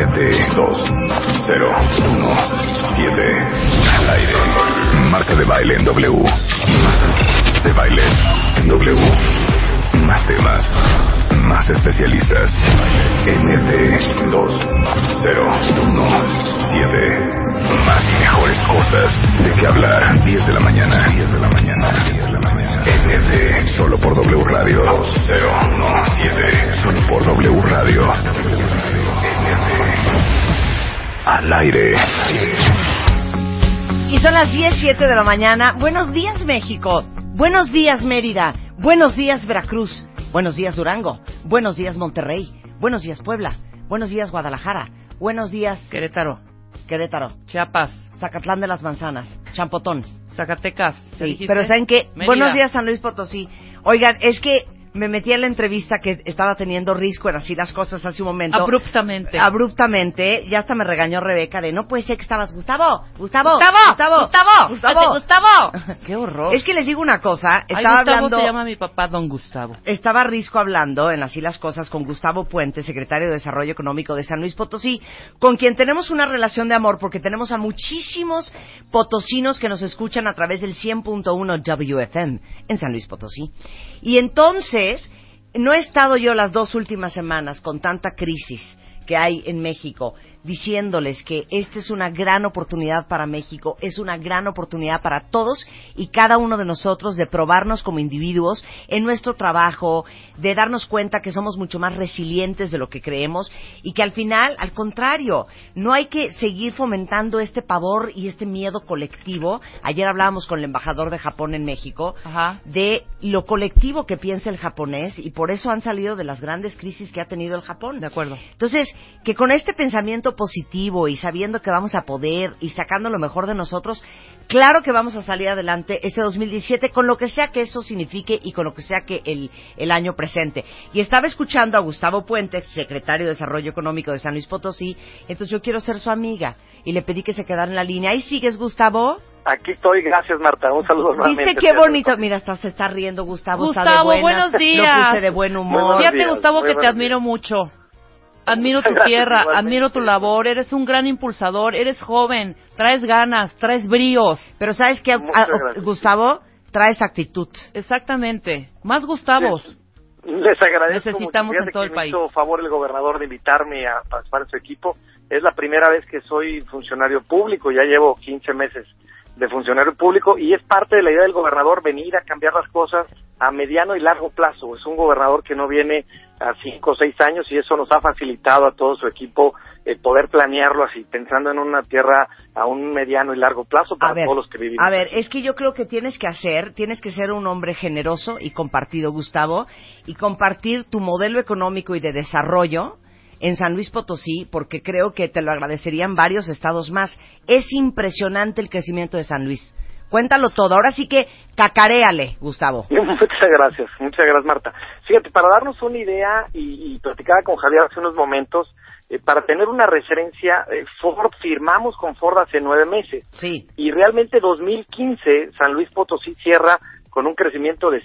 NT2017 al aire. Marta de Baile en W. Marta de Baile en W. Más temas, más especialistas. NT2017. Más y mejores cosas de qué hablar. 10 de la mañana. 10 de la mañana. 10 de la mañana. NT, solo por W Radio. 2017. Solo por W Radio. NT. Al aire. Y son las 10:07 de la mañana. Buenos días, México. Buenos días, Mérida. Buenos días, Veracruz. Buenos días, Durango. Buenos días, Monterrey. Buenos días, Puebla. Buenos días, Guadalajara. Buenos días, Querétaro, Chiapas, Zacatlán de las Manzanas, Champotón, Zacatecas. Sí, pero ¿saben qué? Mérida. Buenos días, San Luis Potosí. Oigan, es que me metí en la entrevista que estaba teniendo Risco en Así las Cosas hace un momento. Abruptamente. Ya hasta me regañó Rebeca de no puede ser que estabas Gustavo. Qué horror. Es que les digo una cosa. Gustavo hablando. Se llama mi papá Don Gustavo. Estaba Risco hablando en Así las Cosas con Gustavo Puente, secretario de Desarrollo Económico de San Luis Potosí, con quien tenemos una relación de amor porque tenemos a muchísimos potosinos que nos escuchan a través del 100.1 WFM en San Luis Potosí. Y entonces, no he estado yo las 2 últimas semanas con tanta crisis que hay en México, diciéndoles que esta es una gran oportunidad para México, es una gran oportunidad para todos y cada uno de nosotros de probarnos como individuos en nuestro trabajo, de darnos cuenta que somos mucho más resilientes de lo que creemos y que al final, al contrario, no hay que seguir fomentando este pavor y este miedo colectivo. Ayer hablábamos con el embajador de Japón en México. Ajá. De lo colectivo que piensa el japonés y por eso han salido de las grandes crisis que ha tenido el Japón. De acuerdo. Entonces, que con este pensamiento positivo y sabiendo que vamos a poder y sacando lo mejor de nosotros, claro que vamos a salir adelante este 2017 con lo que sea que eso signifique y con lo que sea que el año presente. Y estaba escuchando a Gustavo Puente, secretario de Desarrollo Económico de San Luis Potosí, entonces yo quiero ser su amiga y le pedí que se quedara en la línea. ¿Ahí sigues, Gustavo? Aquí estoy, gracias Marta, un saludo nuevamente. ¿Viste qué bonito? Mira, hasta se está riendo Gustavo, está de buenas. Buenos días. Lo puse de buen humor. Fíjate, Gustavo, que te admiro mucho. Admiro tu tierra, admiro tu labor, eres un gran impulsador, eres joven, traes ganas, traes bríos. Pero ¿sabes qué, Gustavo? Traes actitud. Exactamente, más Gustavos. Les agradezco. Necesitamos mucho. En todo el país. Me hizo favor el gobernador de invitarme a participar en su equipo. Es la primera vez que soy funcionario público, ya llevo 15 meses de funcionario público y es parte de la idea del gobernador venir a cambiar las cosas a mediano y largo plazo. Es un gobernador que no viene a 5 o 6 años y eso nos ha facilitado a todo su equipo poder planearlo así, pensando en una tierra a un mediano y largo plazo para todos los que vivimos. A ver, es que yo creo que tienes que ser un hombre generoso y compartido, Gustavo, y compartir tu modelo económico y de desarrollo en San Luis Potosí, porque creo que te lo agradecerían varios estados más. Es impresionante el crecimiento de San Luis. Cuéntalo todo. Ahora sí que cacaréale, Gustavo. Muchas gracias, Marta. Fíjate, para darnos una idea, y platicaba con Javier hace unos momentos, para tener una referencia, firmamos con Ford hace 9 meses. Sí. Y realmente 2015, San Luis Potosí cierra con un crecimiento de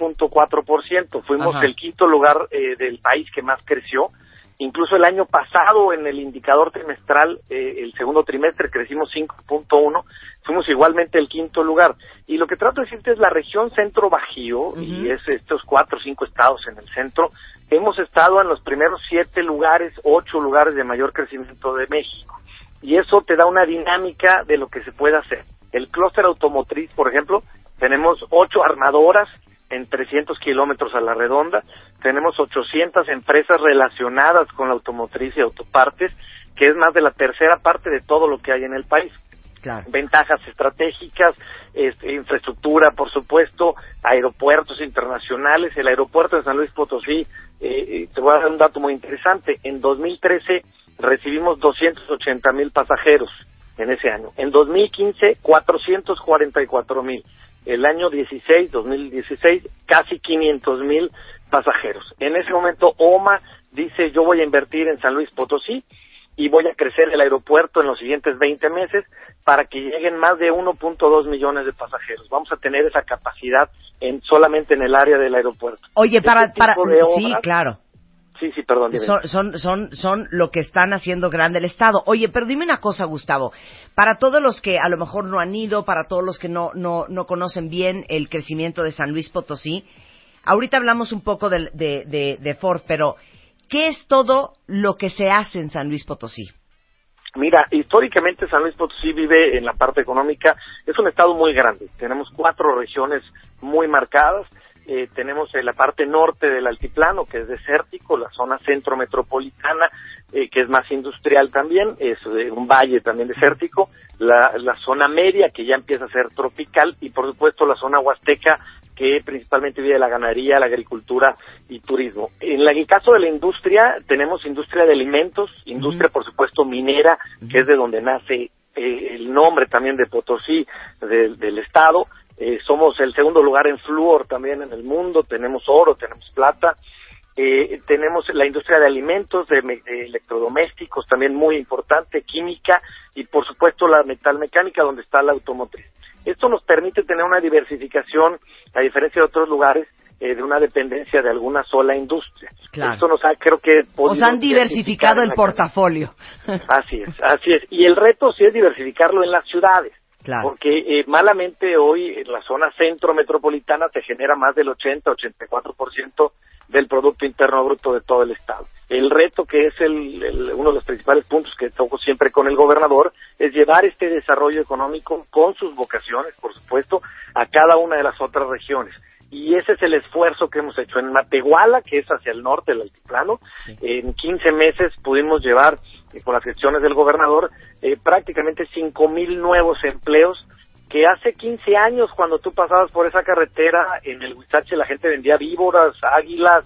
5.4%. Fuimos el quinto lugar del país que más creció. Incluso el año pasado, en el indicador trimestral, el segundo trimestre, crecimos 5.1, fuimos igualmente el quinto lugar. Y lo que trato de decirte es la región centro-bajío, y es estos 4 o 5 estados en el centro, hemos estado en los primeros 7 lugares, 8 lugares de mayor crecimiento de México. Y eso te da una dinámica de lo que se puede hacer. El clúster automotriz, por ejemplo, tenemos 8 armadoras en 300 kilómetros a la redonda, tenemos 800 empresas relacionadas con la automotriz y autopartes, que es más de la tercera parte de todo lo que hay en el país. Claro. Ventajas estratégicas, infraestructura, por supuesto, aeropuertos internacionales. El aeropuerto de San Luis Potosí, te voy a dar un dato muy interesante, en 2013 recibimos 280,000 pasajeros en ese año, en 2015 444,000. El año 2016, casi 500,000 pasajeros. En ese momento, OMA dice, yo voy a invertir en San Luis Potosí y voy a crecer el aeropuerto en los siguientes 20 meses para que lleguen más de 1.2 millones de pasajeros. Vamos a tener esa capacidad solamente en el área del aeropuerto. Oye, sí, claro. Sí, perdón. Son lo que están haciendo grande el Estado. Oye, pero dime una cosa, Gustavo. Para todos los que a lo mejor no han ido, para todos los que no conocen bien el crecimiento de San Luis Potosí, ahorita hablamos un poco de Ford, pero ¿qué es todo lo que se hace en San Luis Potosí? Mira, históricamente San Luis Potosí vive en la parte económica, es un estado muy grande, tenemos 4 regiones muy marcadas, tenemos la parte norte del altiplano, que es desértico, la zona centro metropolitana, que es más industrial también, es un valle también desértico, la zona media, que ya empieza a ser tropical, y por supuesto la zona huasteca, que principalmente vive de la ganadería, la agricultura y turismo. En el caso de la industria, tenemos industria de alimentos, industria por supuesto minera, que es de donde nace el nombre también de Potosí, del estado. Somos el segundo lugar en flúor también en el mundo, tenemos oro, tenemos plata, tenemos la industria de alimentos, de electrodomésticos también muy importante, química y por supuesto la metalmecánica, donde está la automotriz. Esto nos permite tener una diversificación, a diferencia de otros lugares, de una dependencia de alguna sola industria. Claro. Esto nos ha, creo que... Os han diversificado el portafolio. Así es. Y el reto sí es diversificarlo en las ciudades. Claro. Porque malamente hoy en la zona centro metropolitana se genera más del 80-84% del Producto Interno Bruto de todo el estado. El reto, que es uno de los principales puntos que toco siempre con el gobernador, es llevar este desarrollo económico con sus vocaciones, por supuesto, a cada una de las otras regiones. Y ese es el esfuerzo que hemos hecho. En Matehuala, que es hacia el norte del altiplano, sí. En 15 meses pudimos llevar, con las gestiones del gobernador, prácticamente 5,000 nuevos empleos, que hace 15 años, cuando tú pasabas por esa carretera, en el Huizache la gente vendía víboras, águilas,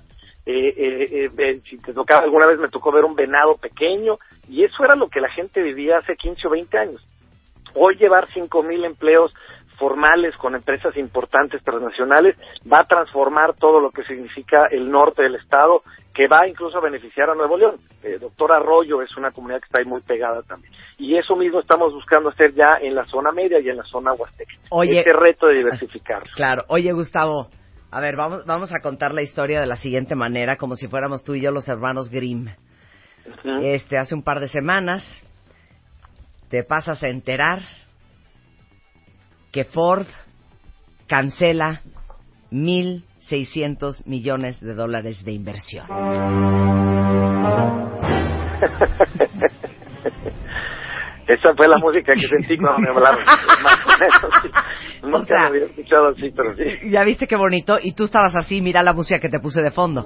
si te tocaba, alguna vez me tocó ver un venado pequeño, y eso era lo que la gente vivía hace 15 o 20 años. Hoy llevar 5,000 empleos formales con empresas importantes transnacionales va a transformar todo lo que significa el norte del estado, que va incluso a beneficiar a Nuevo León. Doctor Arroyo es una comunidad que está ahí muy pegada también. Y eso mismo estamos buscando hacer ya en la zona media y en la zona huasteca. Oye, este reto de diversificar. Claro. Oye, Gustavo, a ver, vamos a contar la historia de la siguiente manera, como si fuéramos tú y yo los hermanos Grimm. Hace un par de semanas te pasas a enterar que Ford cancela $1,600 millones de inversión. Esa fue la música que sentí cuando me hablaron. Más o menos, sí. Nunca me había escuchado así, pero sí. Ya viste qué bonito. Y tú estabas así, mira la música que te puse de fondo.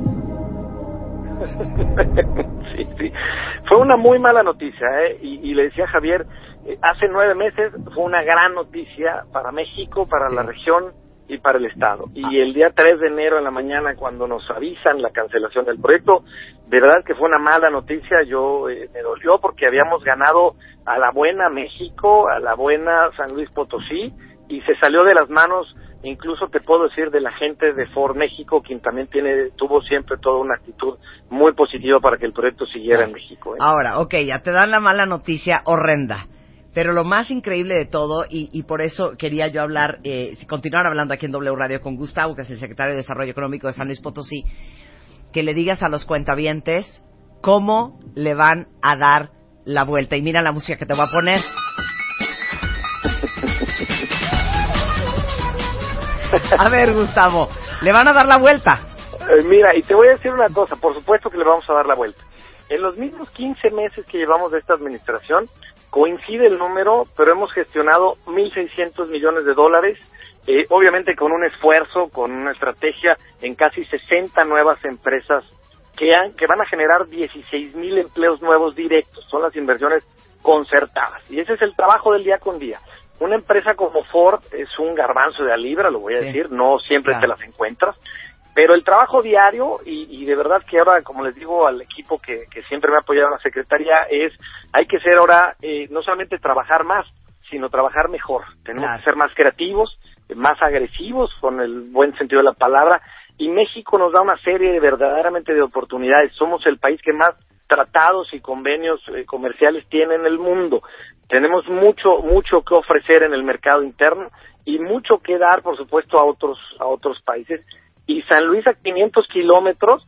Sí. Fue una muy mala noticia, y le decía a Javier, hace 9 meses fue una gran noticia para México, para la región y para el estado. Y el día 3 de enero en la mañana, cuando nos avisan la cancelación del proyecto, de verdad que fue una mala noticia. Yo me dolió porque habíamos ganado a la buena México, a la buena San Luis Potosí, y se salió de las manos. Incluso te puedo decir de la gente de Ford México, quien también tuvo siempre toda una actitud muy positiva para que el proyecto siguiera en México. Ahora, ya te dan la mala noticia horrenda, pero lo más increíble de todo, y por eso quería yo continuar hablando aquí en W Radio con Gustavo, que es el secretario de Desarrollo Económico de San Luis Potosí, que le digas a los cuentavientes cómo le van a dar la vuelta. Y mira la música que te voy a poner. A ver, Gustavo, ¿le van a dar la vuelta? Mira, y te voy a decir una cosa, por supuesto que le vamos a dar la vuelta. En los mismos 15 meses que llevamos de esta administración, coincide el número, pero hemos gestionado $1,600 millones, obviamente con un esfuerzo, con una estrategia en casi 60 nuevas empresas que van a generar 16,000 empleos nuevos directos. Son las inversiones concertadas, y ese es el trabajo del día con día. Una empresa como Ford es un garbanzo de a libra, lo voy a decir, no siempre te las encuentras, pero el trabajo diario, y de verdad que ahora, como les digo al equipo que siempre me ha apoyado en la Secretaría, hay que ser ahora, no solamente trabajar más, sino trabajar mejor. Tenemos que ser más creativos, más agresivos, con el buen sentido de la palabra, y México nos da una serie verdaderamente de oportunidades. Somos el país que más tratados y convenios comerciales tiene en el mundo. Tenemos mucho que ofrecer en el mercado interno y mucho que dar, por supuesto, a otros países. Y San Luis, a 500 kilómetros,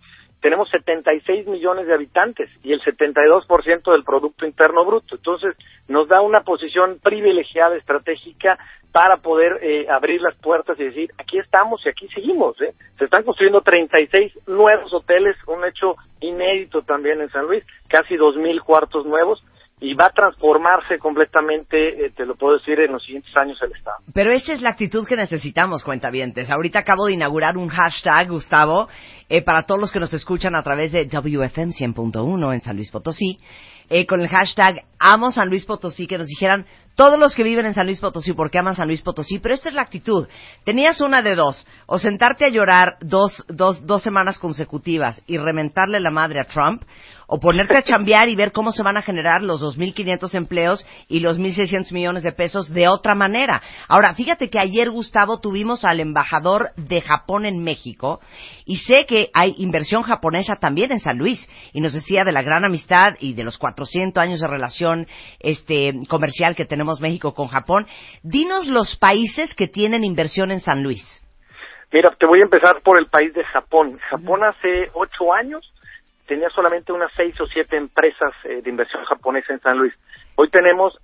tenemos 76 millones de habitantes y el 72% del Producto Interno Bruto. Entonces, nos da una posición privilegiada, estratégica, para poder abrir las puertas y decir, aquí estamos y aquí seguimos. Se están construyendo 36 nuevos hoteles, un hecho inédito también en San Luis, casi 2,000 cuartos nuevos, y va a transformarse completamente, te lo puedo decir, en los siguientes años el Estado. Pero esa es la actitud que necesitamos, cuentavientes. Ahorita acabo de inaugurar un hashtag, Gustavo, para todos los que nos escuchan a través de WFM 100.1 en San Luis Potosí, con el hashtag Amo San Luis Potosí, que nos dijeran todos los que viven en San Luis Potosí por qué aman San Luis Potosí. Pero esta es la actitud. Tenías una de dos: o sentarte a llorar dos semanas consecutivas y reventarle la madre a Trump, o ponerte a chambear y ver cómo se van a generar los 2,500 empleos y los 1,600 millones de pesos de otra manera. Ahora, fíjate que ayer, Gustavo, tuvimos al embajador de Japón en México, y sé que hay inversión japonesa también en San Luis, y nos decía de la gran amistad y de los 400 años de relación comercial que tenemos México con Japón. Dinos los países que tienen inversión en San Luis. Mira, te voy a empezar por el país de Japón. Japón hace 8 años tenía solamente unas 6 o 7 empresas de inversión japonesa en San Luis. Hoy tenemos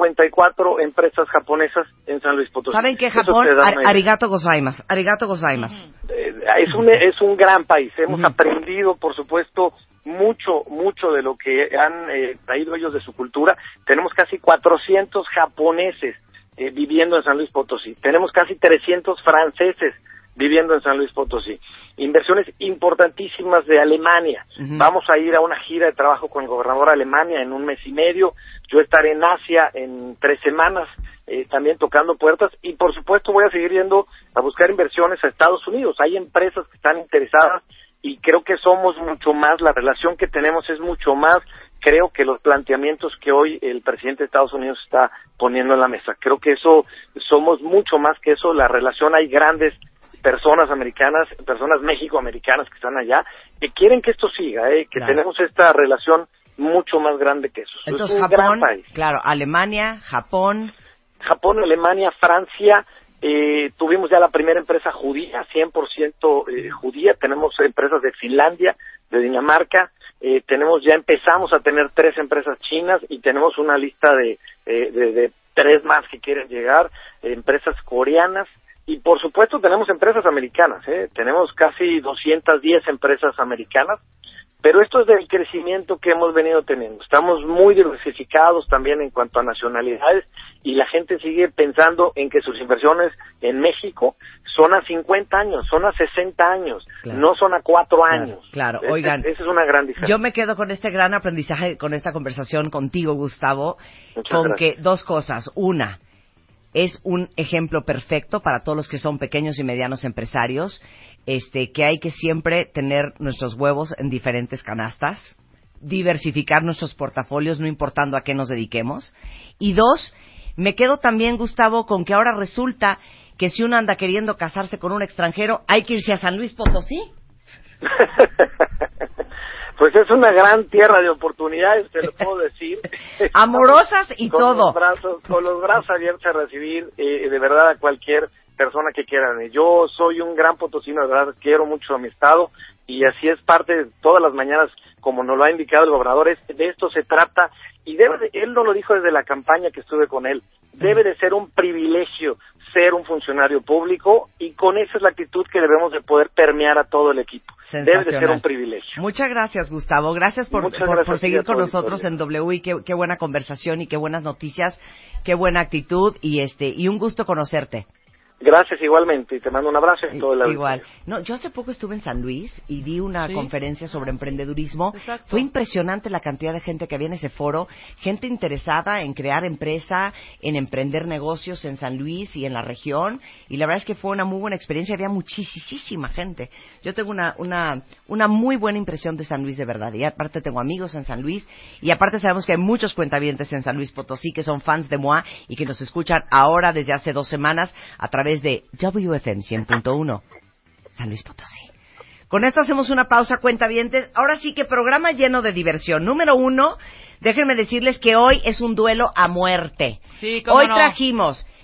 54 empresas japonesas en San Luis Potosí. ¿Saben qué, Japón? Arigato gozaimasu. Arigato gozaimasu. Es un gran país. Hemos aprendido, por supuesto, mucho de lo que han traído ellos de su cultura. Tenemos casi 400 japoneses viviendo en San Luis Potosí. Tenemos casi 300 franceses viviendo en San Luis Potosí. Inversiones importantísimas de Alemania. Vamos a ir a una gira de trabajo con el gobernador de Alemania en 1 mes y medio. Yo estaré en Asia en 3 semanas, también tocando puertas. Y por supuesto voy a seguir yendo a buscar inversiones a Estados Unidos. Hay empresas que están interesadas y creo que somos mucho más, la relación que tenemos es mucho más, creo, que los planteamientos que hoy el presidente de Estados Unidos está poniendo en la mesa. Creo que eso, somos mucho más que eso, la relación, hay grandes personas americanas, personas mexicoamericanas que están allá, que quieren que esto siga, que claro, tenemos esta relación mucho más grande que eso. Entonces, es un Japón, gran país. Claro, Alemania, Japón, Alemania, Francia. Tuvimos ya la primera empresa judía, 100% judía. Tenemos empresas de Finlandia, de Dinamarca. Empezamos a tener 3 empresas chinas y tenemos una lista de 3 más que quieren llegar, empresas coreanas. Y por supuesto tenemos empresas americanas, tenemos casi 210 empresas americanas, pero esto es del crecimiento que hemos venido teniendo. Estamos muy diversificados también en cuanto a nacionalidades y la gente sigue pensando en que sus inversiones en México son a 50 años, son a 60 años, claro, no son a 4 años. Claro, oigan, esa es una gran diferencia. Yo me quedo con este gran aprendizaje, con esta conversación contigo, Gustavo, Muchas gracias. Que 2 cosas. Una, es un ejemplo perfecto para todos los que son pequeños y medianos empresarios, que hay que siempre tener nuestros huevos en diferentes canastas, diversificar nuestros portafolios, no importando a qué nos dediquemos. Y 2, me quedo también, Gustavo, con que ahora resulta que si uno anda queriendo casarse con un extranjero, hay que irse a San Luis Potosí. Pues es una gran tierra de oportunidades, te lo puedo decir. Amorosas y todo. Con los brazos abiertos a recibir de verdad a cualquier persona que quiera venir. Yo soy un gran potosino, de verdad, quiero mucho a mi estado y así es parte de todas las mañanas, como nos lo ha indicado el gobernador, de esto se trata y él no lo dijo desde la campaña que estuve con él, debe de ser un privilegio ser un funcionario público y con esa es la actitud que debemos de poder permear a todo el equipo. Debe de ser un privilegio. Muchas gracias, Gustavo. Gracias por seguir con nosotros en W y qué buena conversación y qué buenas noticias, qué buena actitud y un gusto conocerte. Gracias igualmente, y te mando un abrazo en todo el Igual. No, yo hace poco estuve en San Luis y di una conferencia sobre emprendedurismo. Exacto. Fue impresionante la cantidad de gente que había en ese foro, gente interesada en crear empresa, en emprender negocios en San Luis y en la región, y la verdad es que fue una muy buena experiencia, había muchísima gente. Yo tengo una muy buena impresión de San Luis, de verdad, y aparte tengo amigos en San Luis, y aparte sabemos que hay muchos cuentavientes en San Luis Potosí que son fans de MOA y que nos escuchan ahora desde hace 2 semanas a través de WFM 100.1 San Luis Potosí. Con esto hacemos una pausa, cuentavientes. Ahora sí que programa lleno de diversión. Número 1, déjenme decirles que hoy es un duelo a muerte. Sí, ¿cómo hoy no? trajimos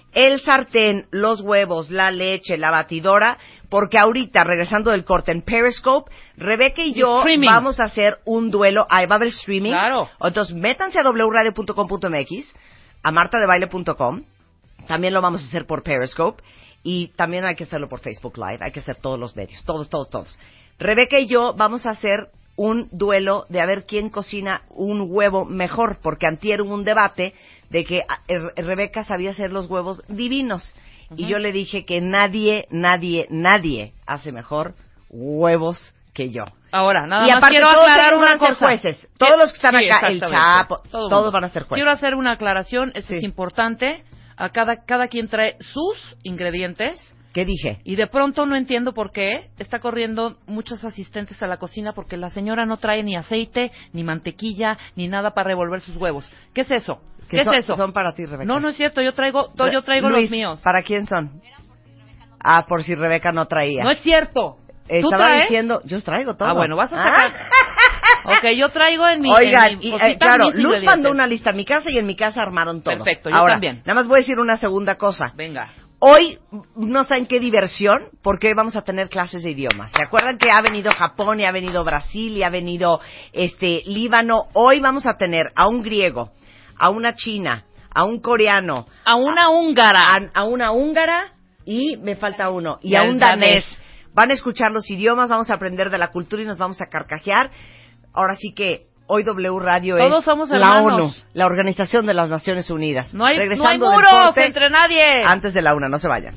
el sartén, los huevos, la leche, la batidora, porque ahorita, regresando del corte en Periscope, Rebeca y yo vamos a hacer un duelo. Ahí va a haber streaming. Claro. Entonces, métanse a wradio.com.mx, a martadebaile.com. También lo vamos a hacer por Periscope. Y también hay que hacerlo por Facebook Live. Hay que hacer todos los medios. Todos. Rebeca y yo vamos a hacer un duelo de a ver quién cocina un huevo mejor. Porque antier hubo un debate de que Rebeca sabía hacer los huevos divinos. Y yo le dije que nadie hace mejor huevos que yo. Ahora, nada y más aparte, quiero todos aclarar ellos una van a ser cosa. jueces. Todos los que están Sí, acá, el Chapo, todos van a ser jueces. Quiero hacer una aclaración, eso Sí. es importante. A cada quien trae sus ingredientes. ¿Qué dije? Y de pronto no entiendo por qué está corriendo muchos asistentes a la cocina porque la señora no trae ni aceite, ni mantequilla, ni nada para revolver sus huevos. ¿Qué es eso? ¿Qué es eso? Son para ti, Rebeca. No es cierto, yo traigo Luis, los míos. ¿Para quién son? Ah, por si Rebeca no traía. No es cierto. ¿Tú Estaba traes? diciendo, yo traigo todo. Ah, bueno, vas a sacar. Ok, yo traigo en mi Oigan, en mi y, cosita claro, mis Luz ingredientes. mandó una lista a mi casa y en mi casa armaron todo. Perfecto, yo Ahora, también. Nada más voy a decir una segunda cosa. Venga. Hoy, no saben qué diversión, porque hoy vamos a tener clases de idiomas. ¿Se acuerdan que ha venido Japón y ha venido Brasil y ha venido Líbano? Hoy vamos a tener a un griego, a una china, a un coreano, A una húngara. a una húngara y me falta uno, y Y a al un danés. Van a escuchar los idiomas, vamos a aprender de la cultura y nos vamos a carcajear. Ahora sí que hoy W Radio Todos es somos la hermanos. ONU, la Organización de las Naciones Unidas. No hay Regresando del muros corte, entre nadie. antes de la una, no se vayan.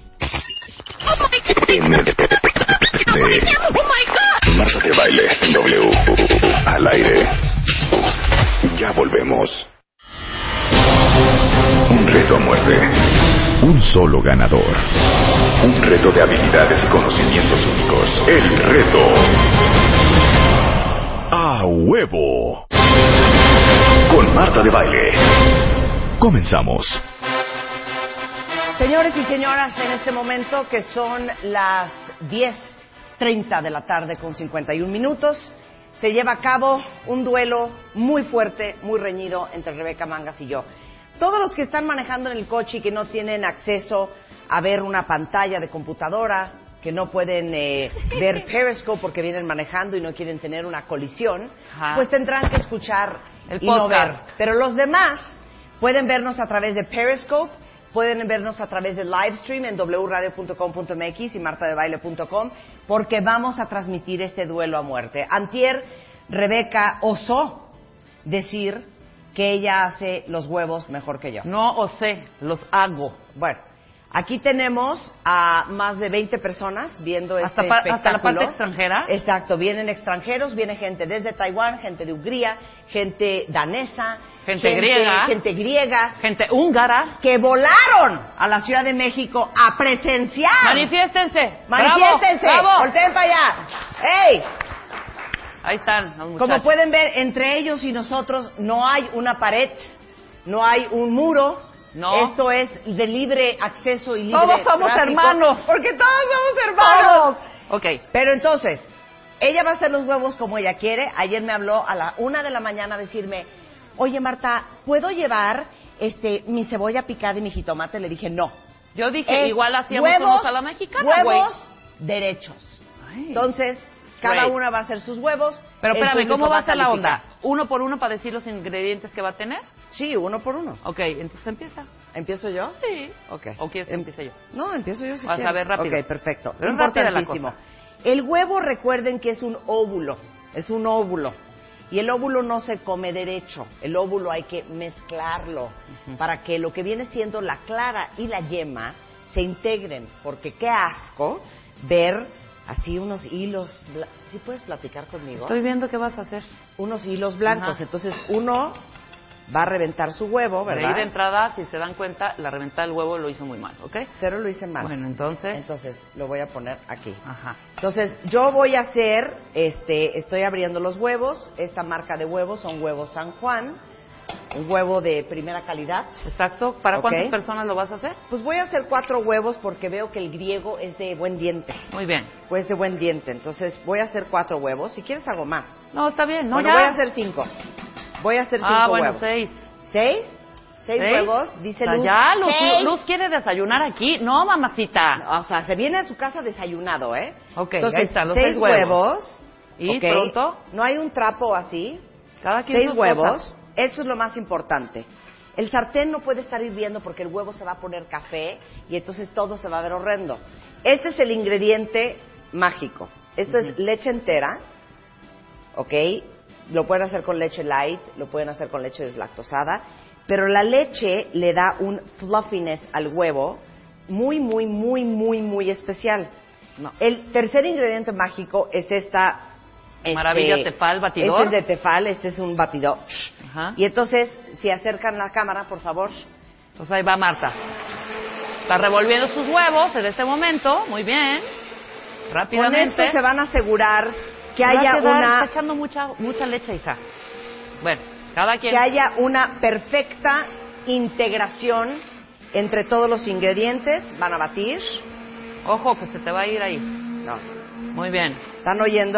Marta de Baile W al aire. Ya volvemos. Un reto a muerte. Un solo ganador. Un reto de habilidades y conocimientos únicos. El reto a huevo. Con Marta de Baile. Comenzamos. Señores y señoras, en este momento que son las 10:30 de la tarde con 51 minutos, se lleva a cabo un duelo muy fuerte, muy reñido entre Rebeca Mangas y yo. Todos los que están manejando en el coche y que no tienen acceso a ver una pantalla de computadora, que no pueden ver Periscope porque vienen manejando y no quieren tener una colisión, Ajá. pues tendrán que escuchar El y no ver. podcast. Pero los demás pueden vernos a través de Periscope, pueden vernos a través de Livestream en wradio.com.mx y martadebaile.com, porque vamos a transmitir este duelo a muerte. Antier, Rebeca osó decir que ella hace los huevos mejor que yo. No o sé, los hago. Bueno, aquí tenemos a más de 20 personas viendo este espectáculo. ¿Hasta la parte extranjera? Exacto, vienen extranjeros, viene gente desde Taiwán, gente de Hungría, gente danesa, Gente griega. gente húngara. que volaron a la Ciudad de México a presenciar. Manifiéstense. Manifiéstense, Bravo. volteen para allá. ¡Ey! Ahí están los muchachos. Como pueden ver, entre ellos y nosotros no hay una pared, no hay un muro. No. Esto es de libre acceso y libre Todos somos tráfico, hermanos. porque todos somos hermanos. Ok. Pero entonces, ella va a hacer los huevos como ella quiere. Ayer me habló a la 1 de la mañana a decirme, oye Marta, ¿puedo llevar mi cebolla picada y mi jitomate? Le dije, no. Yo dije, Es igual hacíamos huevos, unos a la mexicana, güey. huevos derechos. Ay. Entonces, cada Great. una va a hacer sus huevos. Pero el espérame, público ¿cómo va a ser la calificar. onda? ¿Uno por uno para decir los ingredientes que va a tener? Sí, uno por uno. Ok, entonces empieza. ¿Empiezo yo? Sí. Ok. ¿O quieres que empiece yo? No, empiezo yo si Vas a quieres. ver rápido. Ok, perfecto. Pero rápida la Importantísimo. cosa. El huevo, recuerden que es un óvulo. Es un óvulo. Y el óvulo no se come derecho. El óvulo hay que mezclarlo para que lo que viene siendo la clara y la yema se integren. Porque qué asco ver así unos hilos. ¿Sí puedes platicar conmigo? Estoy viendo qué vas a hacer. Unos hilos blancos. Ajá. Entonces uno va a reventar su huevo, De ahí ¿verdad? de entrada, si se dan cuenta, la reventada del huevo lo hizo muy mal, ¿ok? Cero lo hice mal. Bueno, entonces. Entonces lo voy a poner aquí. Ajá. Entonces, yo voy a hacer, estoy abriendo los huevos. Esta marca de huevos son huevos San Juan, un huevo de primera calidad. Exacto. ¿Para Ok. cuántas personas lo vas a hacer? Pues voy a hacer 4 huevos porque veo que el griego es de buen diente. Muy bien. Pues de buen diente. Entonces, voy a hacer 4 huevos. Si quieres, hago más. No, está bien. No, Bueno, ya. voy a hacer 5. Voy a hacer 5 Ah, bueno, huevos. 6. 6. 6 huevos, dice Luz. Ya, ¡Seis! Luz quiere desayunar aquí. No, mamacita. O sea, se viene a su casa desayunado, ¿eh? Ok, entonces, ahí están los 6 huevos. Y okay. pronto. No hay un trapo así. Cada quien 6 sus huevos. cosas. Eso es lo más importante. El sartén no puede estar hirviendo porque el huevo se va a poner café y entonces todo se va a ver horrendo. Este es el ingrediente mágico. Esto es leche entera, ¿ok? Lo pueden hacer con leche light, lo pueden hacer con leche deslactosada, pero la leche le da un fluffiness al huevo muy, muy, muy, muy, muy especial. No. El tercer ingrediente mágico es esta... Maravilla Tefal, batidor. Este es de Tefal, este es un batidor. Ajá. Y entonces, si acercan la cámara, por favor. Pues ahí va Marta. Está revolviendo sus huevos en este momento. Muy bien. Rápidamente. Con esto se van a asegurar que Va a haya quedar- una... Está echando mucha leche, hija. Bueno, cada quien. que haya una perfecta integración entre todos los ingredientes. Van a batir. Ojo, que se te va a ir ahí. No. Muy bien. ¿Están oyendo?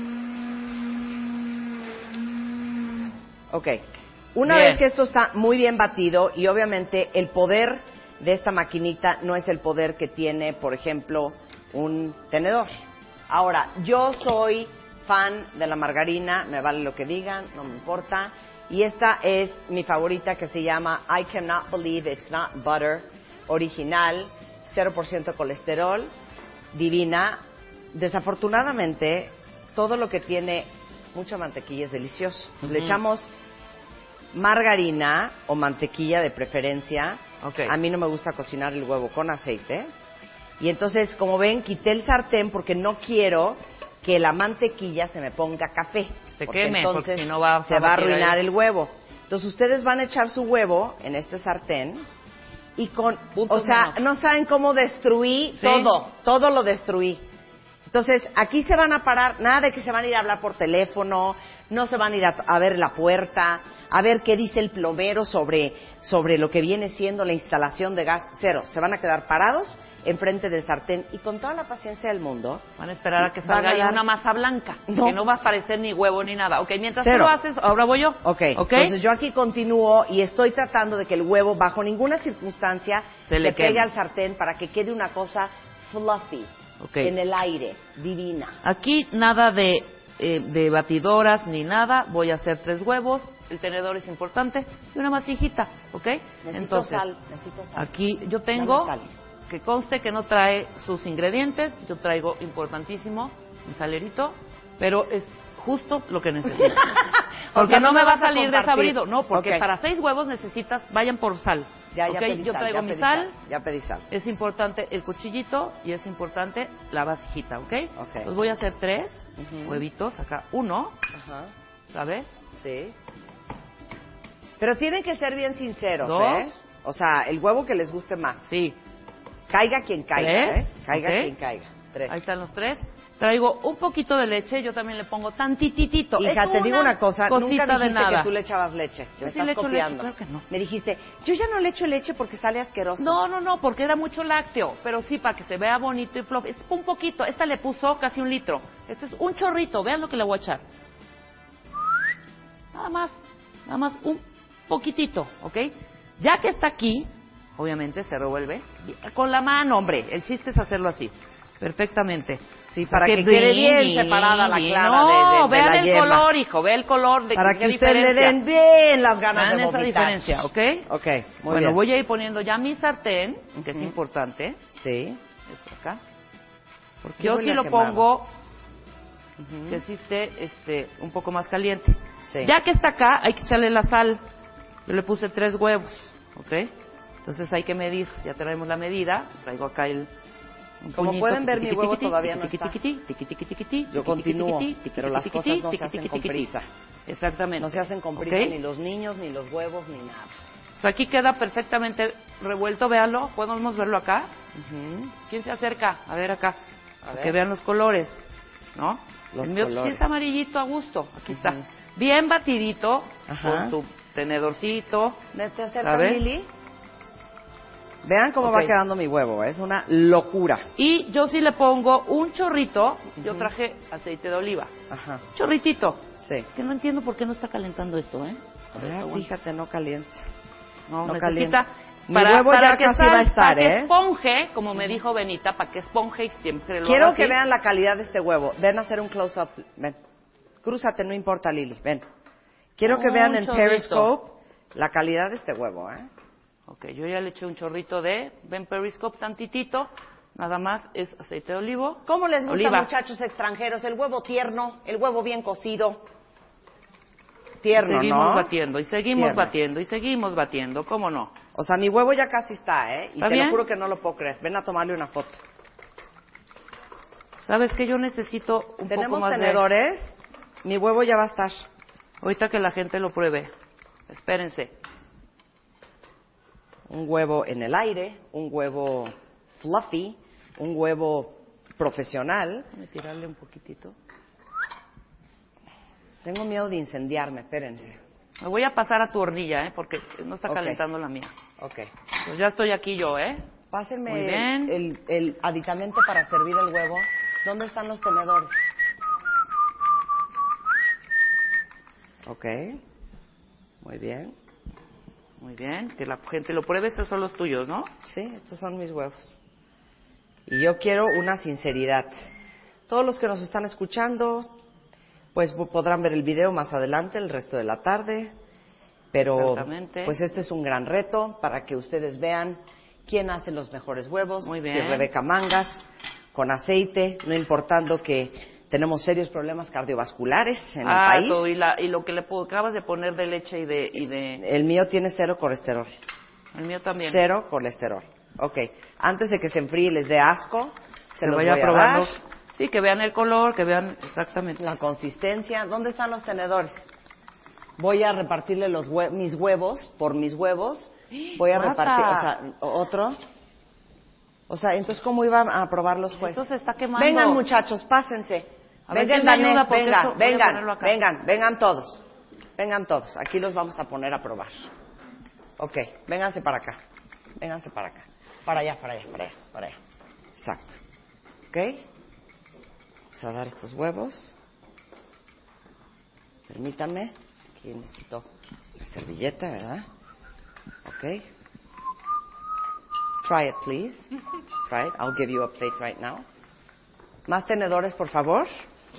Ok. Una Bien. vez que esto está muy bien batido, y obviamente el poder de esta maquinita no es el poder que tiene, por ejemplo, un tenedor. Ahora, yo soy fan de la margarina, me vale lo que digan, no me importa. Y esta es mi favorita, que se llama I Cannot Believe It's Not Butter, original, 0% colesterol, divina. Desafortunadamente, todo lo que tiene mucha mantequilla es delicioso. Le echamos margarina o mantequilla de preferencia. Okay. A mí no me gusta cocinar el huevo con aceite. Y entonces, como ven, quité el sartén porque no quiero que la mantequilla se me ponga café. Se porque queme, entonces porque si no va a se va a batir arruinar ahí. el huevo. Entonces, ustedes van a echar su huevo en este sartén y con... Puntos o sea, menos. no saben cómo destruí Sí. todo lo destruí. Entonces, aquí se van a parar, nada de que se van a ir a hablar por teléfono, no se van a ir a ver la puerta, a ver qué dice el plomero sobre lo que viene siendo la instalación de gas. Cero, se van a quedar parados enfrente del sartén y con toda la paciencia del mundo. Van a esperar a que Van salga a ahí dar- una masa blanca. No. Que no va a aparecer ni huevo ni nada. Ok, mientras Cero. tú lo haces, ahora voy yo. Ok, entonces yo aquí continúo y estoy tratando de que el huevo, bajo ninguna circunstancia, Se le pegue queme. al sartén para que quede una cosa fluffy, Ok. en el aire, divina. Aquí nada de batidoras ni nada. Voy a hacer 3 huevos. El tenedor es importante. Y una masijita, ¿ok? Necesito Entonces, sal, necesito sal. aquí yo tengo, Dame sal. que conste que no trae sus ingredientes. Yo traigo, importantísimo, mi salerito. Pero es justo lo que necesito. Porque sea, no me va a vas a salir compartir. desabrido. No, porque Ok. para 6 huevos necesitas, vayan por sal. Ya ¿ok? pedí Yo sal, traigo ya mi pedí sal. Ya pedí sal. Es importante el cuchillito y es importante la vasijita, ¿ok? Ok. Pues voy a hacer 3 Ujú. huevitos acá. 1, Ajá, ¿sabes? sí. Pero tienen que ser bien sinceros, 2. ¿eh? O sea, el huevo que les guste más. Sí. Caiga quien caiga, 3, ¿eh? Caiga ok. quien caiga. 3. Ahí están los 3. Traigo un poquito de leche, yo también le pongo tantitito. Hija, Es te digo una cosa, cosita nunca de dijiste nada. que tú le echabas leche. Yo Me sí estás le echo copiando. leche, claro que no. Me dijiste, yo ya no le echo leche porque sale asqueroso. No, porque era mucho lácteo, pero sí, para que se vea bonito y fluffy. Es un poquito, esta le puso casi 1 litro. Este es un chorrito, vean lo que le voy a echar. Nada más un poquitito, ¿ok? Ya que está aquí, obviamente se revuelve con la mano, hombre. El chiste es hacerlo así, perfectamente. Sí, para que quede bien separada la clara no, de vean la el yema. color, hijo, ve el color de Para qué que usted le diferencia. den bien las ganas Vean de esa vomitar. diferencia, ¿ok? Ok, muy Bueno, bien. voy a ir poniendo ya mi sartén, que es Ujú. importante. Sí. Eso acá. Porque ¿Qué yo huele sí a lo quemado? pongo Ujú. que sí esté un poco más caliente. Sí. Ya que está acá, hay que echarle la sal. Yo le puse 3 huevos, ¿ok? Entonces hay que medir. Ya traemos la medida. Traigo acá el... un Como puñito, pueden ver, mi tiqui, huevo tiqui, todavía no tiqui, está. tiqui, tiqui, tiqui, tiqui, tiqui, Yo tiqui, continúo, tiqui, tiqui, pero las tiqui, cosas no tiqui, se hacen tiqui, con tiqui, prisa. Exactamente. No se hacen con prisa ¿ok? ni los niños, ni los huevos, ni nada. O sea, aquí queda perfectamente revuelto, véanlo. ¿Podemos verlo acá? Ujú. ¿Quién se acerca? A ver acá. A Para ver. que vean los colores, ¿no? Los El mío sí colores. es amarillito a gusto. Aquí está. Ujú. Bien batidito, Ajá. con su tenedorcito. ¿Te acercas, ¿Sabes? Lili? Vean cómo Ok. va quedando mi huevo. Es una locura. Y yo sí le pongo un chorrito. Yo traje aceite de oliva. Ajá. Chorritito. Sí. Es que no entiendo por qué no está calentando esto, ¿eh? A ver, Ah, aguanta. fíjate, no caliente. No, No necesita... Mi huevo ya que casi va a estar, para que ¿eh? esponje, como me dijo Benita, para que esponje y siempre lo Quiero haga que así. vean la calidad de este huevo. Ven a hacer un close-up. Ven. Crúzate, no importa, Lili. Ven. Quiero que vean en chorrito. Periscope la calidad de este huevo, ¿eh? Ok, yo ya le eché un chorrito de... Ven Periscope tantitito. Nada más es aceite de olivo. ¿Cómo les gusta, Oliva. muchachos extranjeros? El huevo tierno, el huevo bien cocido. Tierno, Seguimos ¿no? batiendo, y seguimos Tierno. batiendo, y seguimos batiendo. ¿Cómo no? O sea, mi huevo ya casi está, ¿eh? Y ¿Está te bien? lo juro que no lo puedo creer. Ven a tomarle una foto. ¿Sabes qué? Yo necesito un Tenemos poco más tenedores. Mi huevo ya va a estar. Ahorita que la gente lo pruebe. Espérense. Un huevo en el aire, un huevo fluffy, un huevo profesional. Déjame tirarle un poquitito. Tengo miedo de incendiarme, espérense. Me voy a pasar a tu hornilla, ¿eh? Porque no está Ok. calentando la mía. Ok. Pues ya estoy aquí yo, ¿eh? Muy Pásenme bien. el aditamento para servir el huevo. ¿Dónde están los tenedores? Ok. Muy bien. Muy bien. Que la gente lo pruebe. Estos son los tuyos, ¿no? Sí, estos son mis huevos. Y yo quiero una sinceridad. Todos los que nos están escuchando, pues podrán ver el video más adelante, el resto de la tarde. Pero, Exactamente. pues este es un gran reto para que ustedes vean quién hace los mejores huevos. Muy bien. Si Rebeca Mangas, con aceite, no importando que tenemos serios problemas cardiovasculares en el país. Todo, y lo que le acabas de poner de leche y de... El mío tiene 0 colesterol. El mío también. 0 colesterol. Ok. Antes de que se enfríe y les dé asco, se Que los vaya voy a probando. dar. Sí, que vean el color, que vean exactamente. La consistencia. ¿Dónde están los tenedores? Voy a repartirle mis huevos por mis huevos. Voy a ¡Guata! repartir, o sea, otro. O sea, entonces, ¿cómo iban a probar los jueces? Esto se está quemando. Vengan, muchachos, pásense. A ver, Vengan, ¿quién me ayuda? danés, Porque vengan, esto voy a vengan, ponerlo acá. vengan todos. Vengan todos. Aquí los vamos a poner a probar. Ok, vénganse para acá. Vénganse para acá. Para allá. Exacto. ¿Ok? Vamos a dar estos huevos. Permítame. Aquí necesito la servilleta, ¿verdad? Ok. Try it, please. Try it. I'll give you a plate right now. Más tenedores, por favor.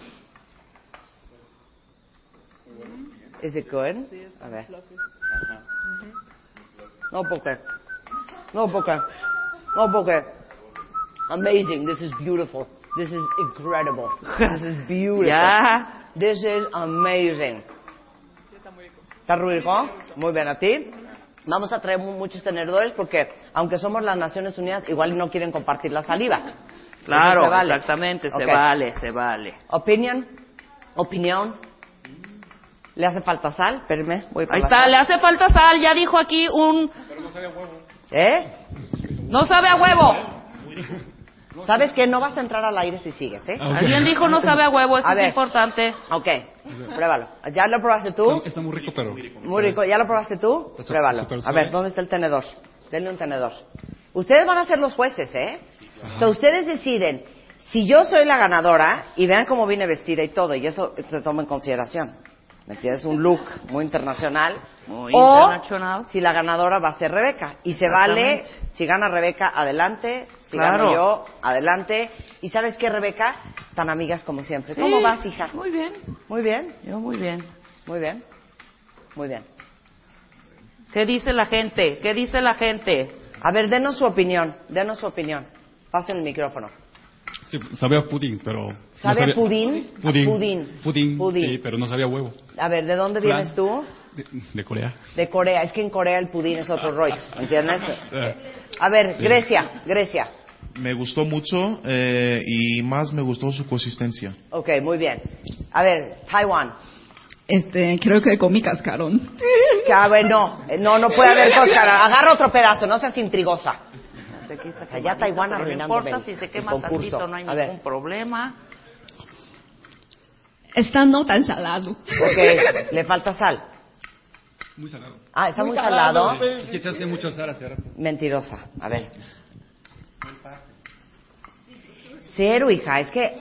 Is it good? A ver. No, porque. Amazing. This is beautiful. This is incredible. This is beautiful. Ya. This is amazing. ¿Está muy rico? Muy bien, ¿a ti? Vamos a traer muchos tenedores porque, aunque somos las Naciones Unidas, igual no quieren compartir la saliva. Claro, Eso se vale. exactamente. Ok. Se vale. Opinión. ¿Le hace falta sal? Espérame, voy por Ahí la está, sal. le hace falta sal. Ya dijo aquí un... ¿Eh? No sabe a huevo. ¿Sabes qué? No vas a entrar al aire si sigues, ¿eh? Alguien dijo no sabe a huevo. Eso A es ver. importante. Ok, pruébalo. ¿Ya lo probaste tú? Está muy rico, pero... Muy rico. ¿Ya lo probaste tú? Está Pruébalo. súper A suave. ver, ¿dónde está el tenedor? Denle un tenedor. Ustedes van a ser los jueces, ¿eh? O sea, ustedes deciden si yo soy la ganadora y vean cómo vine vestida y todo, y eso se toma en consideración. ¿Me entiendes? Un look muy internacional. Muy o internacional. si la ganadora va a ser Rebeca. Y se vale, Exactamente. si gana Rebeca, adelante. Si Claro. gano yo, adelante. ¿Y sabes qué, Rebeca? Tan amigas como siempre. ¿Cómo Sí. vas, hija? Muy bien. Muy bien. Yo muy bien. Muy bien. Muy bien. ¿Qué dice la gente? ¿Qué dice la gente? A ver, denos su opinión. Pasen el micrófono. Sí, sabía pudín, pero... ¿Sabe no sabía... a pudín? Pudín, sí, pero no sabía huevo. A ver, ¿de dónde Flan. vienes tú? De Corea. De Corea. Es que en Corea el pudín es otro rollo, ¿entiendes? Eh, A ver, Sí. Grecia. Me gustó mucho y más me gustó su consistencia. Ok, muy bien. A ver, Taiwán. Creo que comí cascarón. A ver, no puede haber coscara. Agarra otro pedazo, no seas intrigosa. Aquí está Allá Taiwán pero arruinando no importa, el- si se el quema concurso. tantito no hay A ver. ningún problema. Está no tan salado. Ok, le falta sal. muy salado. Ah, está muy salado. Es que echaste mucho sal hace rato. Mentirosa. A ver. Cero, hija. Es que...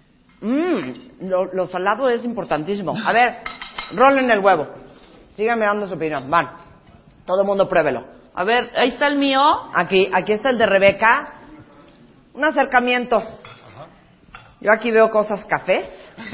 lo salado es importantísimo. A ver, rolen el huevo. Síganme dando su opinión. Van. Todo el mundo pruébelo. A ver, ahí está el mío. Aquí está el de Rebeca. Un acercamiento. Yo aquí veo cosas cafés.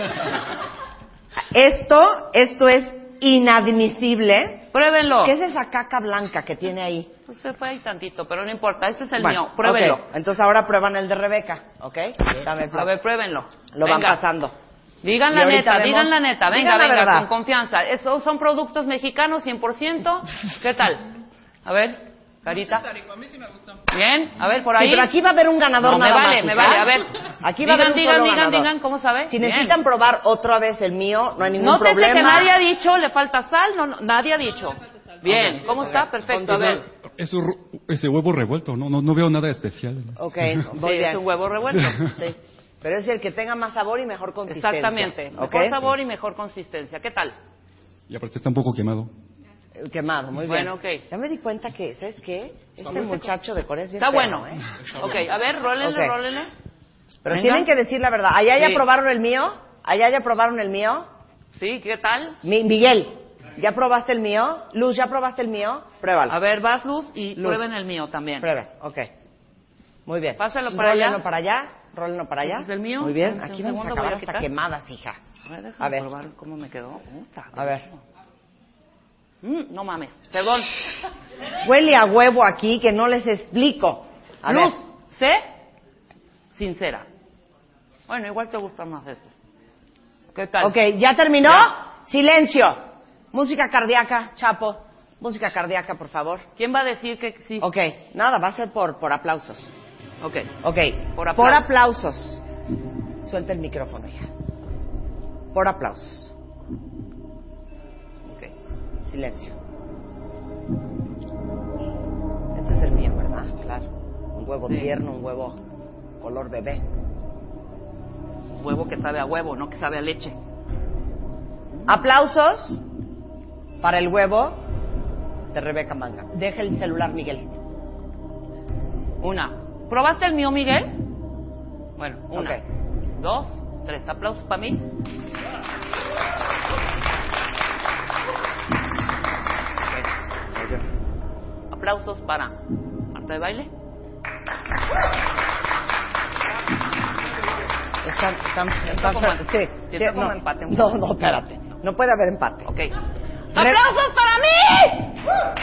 Esto es inadmisible. Pruébenlo. ¿Qué es esa caca blanca que tiene ahí? Pues se fue ahí tantito, pero no importa. Este es el Bueno, mío. Pruébenlo. ok. Entonces ahora prueban el de Rebeca, ¿ok? Dame el A plato. ver, pruébenlo. Lo van Venga. pasando. Digan Y la ahorita neta, vemos- digan la neta. Venga, Digan la venga, verdad. con confianza. Esos son productos mexicanos 100%. ¿Qué tal? A ver, carita. Bien, a ver, por ahí. Sí, pero aquí va a haber un ganador No, nada me vale, más, me hija. vale. A ver, Aquí va a haber un solo ganador. digan, ¿cómo sabe? Si Bien. necesitan probar otra vez el mío, no hay ningún Nótese problema. que nadie ha dicho, le falta sal, no, nadie ha dicho. Bien, ¿cómo está? Perfecto, a ver. Ese huevo revuelto, no veo nada especial. Ok, Sí, muy bien. es un huevo revuelto. Sí. Pero es el que tenga más sabor y mejor consistencia. Exactamente. ¿Ok? Mejor sabor y mejor consistencia. ¿Qué tal? Y aparte está un poco quemado. Quemado, muy bien. Bueno, ok. Ya me di cuenta que, ¿sabes qué? Este muchacho de Corea es bien Está feo, bueno. ¿eh? Ok, a ver, rólenle, Ok. rólenle. Pero Venga. tienen que decir la verdad. ¿Allá ya Sí. probaron el mío? ¿Allá ya probaron el mío? Sí, ¿qué tal? Miguel, ¿ya probaste el mío? Luz, ¿ya probaste el mío? Pruébalo. A ver, vas, Luz, y Luz. prueben el mío también. Prueben, ok. Muy bien. Pásalo para Rólenlo allá. para allá. Rólenlo para allá. ¿Este es el mío? Muy bien. Un Aquí vamos a segundo, acabar voy a hasta quitar. quemadas, hija. A ver, A déjame ver. probar cómo me quedó. A ver. No mames, perdón. Huele a huevo aquí que no les explico. A Luz, ver. sé sincera. Bueno, igual te gusta más eso. ¿Qué tal? Ok, ¿ya terminó? Ya. Silencio. Música cardíaca, Chapo. Música cardíaca, por favor. ¿Quién va a decir que sí? Ok, nada, va a ser por aplausos. Ok. Ok, Por por aplausos. aplausos. Suelta el micrófono, hija. Por aplausos. Ok. Silencio. Este es el mío, ¿verdad? Claro. Un huevo Sí. tierno, un huevo color bebé. Un huevo que sabe a huevo, no que sabe a leche. Aplausos para el huevo de Rebeca Manga. Deja el celular, Miguel. Una. ¿Probaste el mío, Miguel? Bueno, una. Ok. 2, 3. Aplausos para mí. Aplausos para Marta de Baile. Están como- sí, siento como no, empate un no, poco. no, espérate. No puede haber empate. Ok. ¡Aplausos para mí!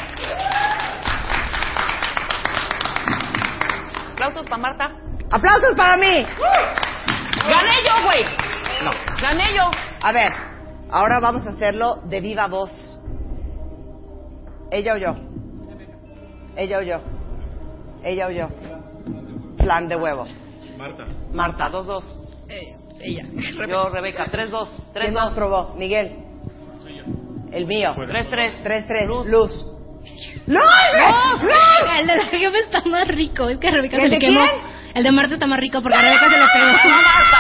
Aplausos para Marta. ¡Aplausos para mí! ¡Gané yo, güey! No. ¡Gané yo! A ver, ahora vamos a hacerlo de viva voz. Ella o yo. Ella o yo. Ella o yo. Plan de huevo. Marta. Marta, 2-2. Ella. Yo, Rebeca, 3-2. ¿Quién más 3-2. probó? Miguel. El mío. 3-3. 3-3. Luz. Luz. ¡Luz! ¡No! ¡Luz! El de la jefa está más rico. Es que a Rebeca ¿Y se el le de quemó. quién? El de Marta está más rico porque a Rebeca se le pegó. ¡No, Marta!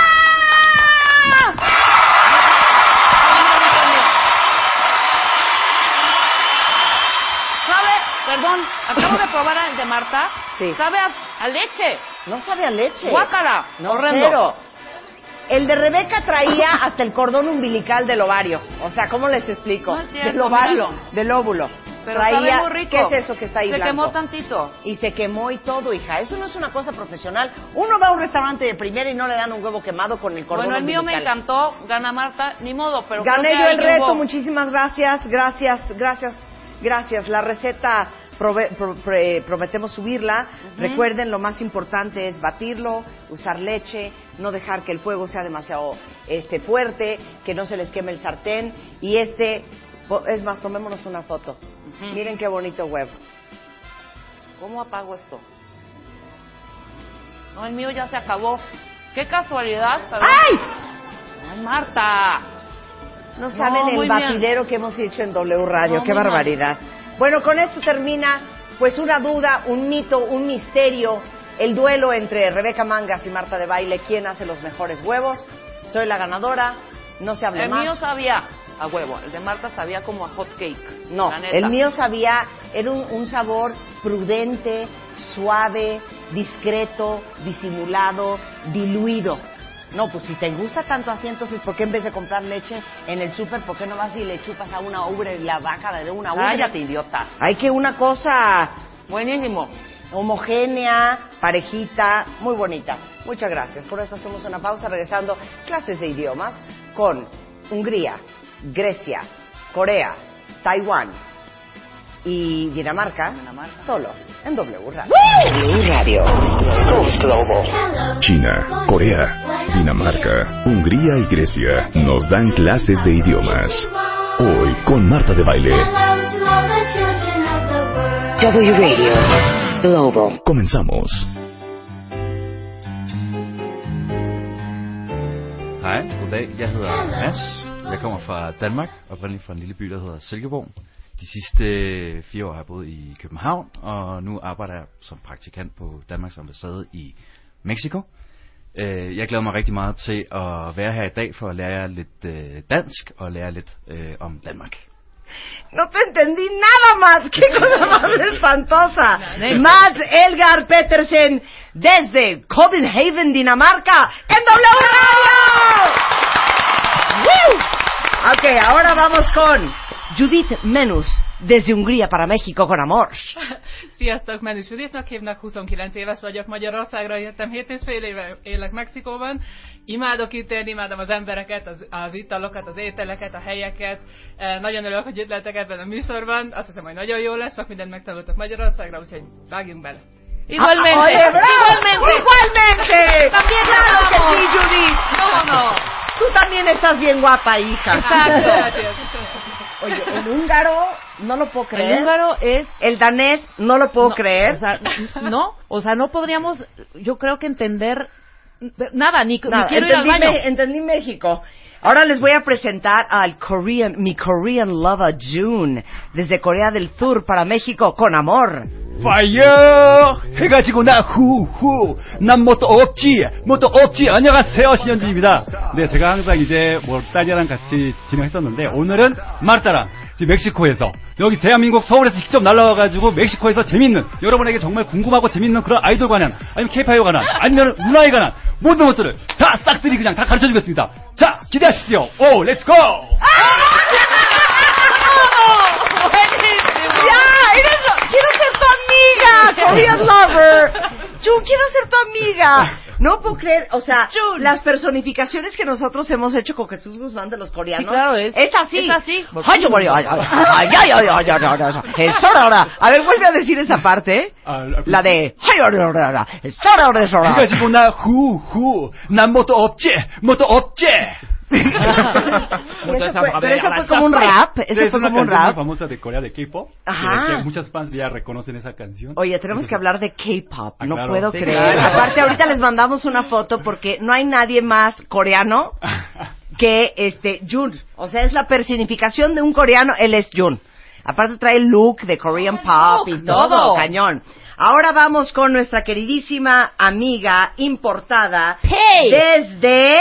¿Sabe? Perdón, acabo de probar el de Marta. Sí. Sabe a leche. No sabe a leche. Guácala. No, Horrendo. cero. El de Rebeca traía hasta el cordón umbilical del ovario. O sea, ¿cómo les explico? No es cierto, Del ovario, míralo. del óvulo. Pero traía, sabe muy rico. ¿Qué es eso que está ahí Se blanco? quemó tantito. Y se quemó y todo, hija. Eso no es una cosa profesional. Uno va a un restaurante de primera y no le dan un huevo quemado con el cordón Bueno, el mío me umbilical. encantó. Gana Marta, ni modo, pero Gané creo que yo el ahí reto, hubo- muchísimas gracias, gracias. La receta prometemos subirla. Recuerden, lo más importante es batirlo, usar leche, no dejar que el fuego sea demasiado fuerte, que no se les queme el sartén. Y es más, tomémonos una foto. Miren qué bonito huevo. ¿Cómo apago esto? No, el mío ya se acabó. Qué casualidad. ¿sabes? ¡Ay! ¡Ay, Marta! No saben el muy bien. batidero que hemos hecho en W Radio. No, ¡Qué muy barbaridad! Bueno, con esto termina, pues, una duda, un mito, un misterio, el duelo entre Rebeca Mangas y Marta de Baile. ¿Quién hace los mejores huevos? Soy la ganadora. No se hable El más. mío sabía a huevo. El de Marta sabía como a hot cake. No, la neta. el mío sabía, era un sabor prudente, suave, discreto, disimulado, diluido. No, pues si te gusta tanto así, entonces ¿por qué en vez de comprar leche en el súper, por qué no vas y le chupas a una ubre la vaca de una ubre? Cállate, idiota. Hay que una cosa buenísimo, homogénea, parejita, muy bonita. Muchas gracias. Por esto hacemos una pausa, regresando clases de idiomas con Hungría, Grecia, Corea, Taiwán y Dinamarca, solo en W Radio. W Radio. Coast Global. China, Corea, Dinamarca, Hungría y Grecia nos dan clases de idiomas. Hoy con Marta de Baile. W Radio Global. Comenzamos. Hej, goddag. Jeg hedder Mads. Jeg kommer fra Danmark, oprindeligt fra en lille by, der hedder Silkeborg. De sidste 4 år har jeg boet i København, og nu arbejder jeg som praktikant på Danmarks ambassade i Mexico. Jeg glæder mig rigtig meget til at være her i dag for at lære jer lidt dansk og lære lidt om Danmark. No te entendí nada más. ¡Qué cosa más espantosa! Mads Elgar Petersen desde Copenhagen, Dinamarca, en W Radio. Ok, ahora vamos con Judith Menus desde Hungría para México con amor. Sziasztok, Menus Judithnak hívnak, 29 éves vagyok, Magyarországra jöttem, 7,5 éve élek Mexikóban. Imádok itt élni, imádom az embereket, az italokat, az ételeket, a helyeket. Nagyon örülök, hogy itt lehetek ebben a műsorban. Azt hiszem, hogy nagyon jó lesz, sok mindent megtanultok Magyarországra, úgyhogy vágjunk bele. Igualmente, igualmente. También claro que sí, Judith. No. Tú también estás bien guapa, hija. Gracias. Oye, el húngaro no lo puedo creer. El húngaro es... El danés no lo puedo creer. O sea, no podríamos, yo creo que entender nada, ni quiero ir al baño. Entendí México. Ahora les voy a presentar al mi Korean lover June, desde Corea del Sur para México con amor. 파이어 해가지고 나 후후 난 뭣도 없지 안녕하세요 신현진입니다. 네 제가 항상 이제 따니랑 같이 진행했었는데 오늘은 마르타랑 지금 멕시코에서 여기 대한민국 서울에서 직접 날라와가지고 멕시코에서 재밌는 여러분에게 정말 궁금하고 재밌는 그런 아이돌 관한 아니면 케이팝에 관한 아니면 문화에 관한 모든 것들을 다 싹쓸이 그냥 다 가르쳐주겠습니다. 자 기대하십시오. 오 렛츠고. Quiero ser tu amiga, Korean lover. Jun, quiero ser tu amiga. No puedo creer, o sea, Jun, las personificaciones que nosotros hemos hecho con Jesús Guzmán de los coreanos. Sí, claro, es así. Es así. A ver, vuelve a decir esa parte. La de. 해가지고 나 후후 난 뭣도 없지. Pero eso fue como un rap. Eso fue como un rap. Muy famosa de Corea de K-pop. Que muchas fans ya reconocen esa canción. Oye, tenemos que hablar de K-pop. No claro. puedo Sí, creer. claro. Aparte, ahorita les mandamos una foto porque no hay nadie más coreano que Jun. O sea, es la personificación de un coreano. Él es Jun. Aparte trae el look de Korean pop y todo. Cañón. Ahora vamos con nuestra queridísima amiga importada desde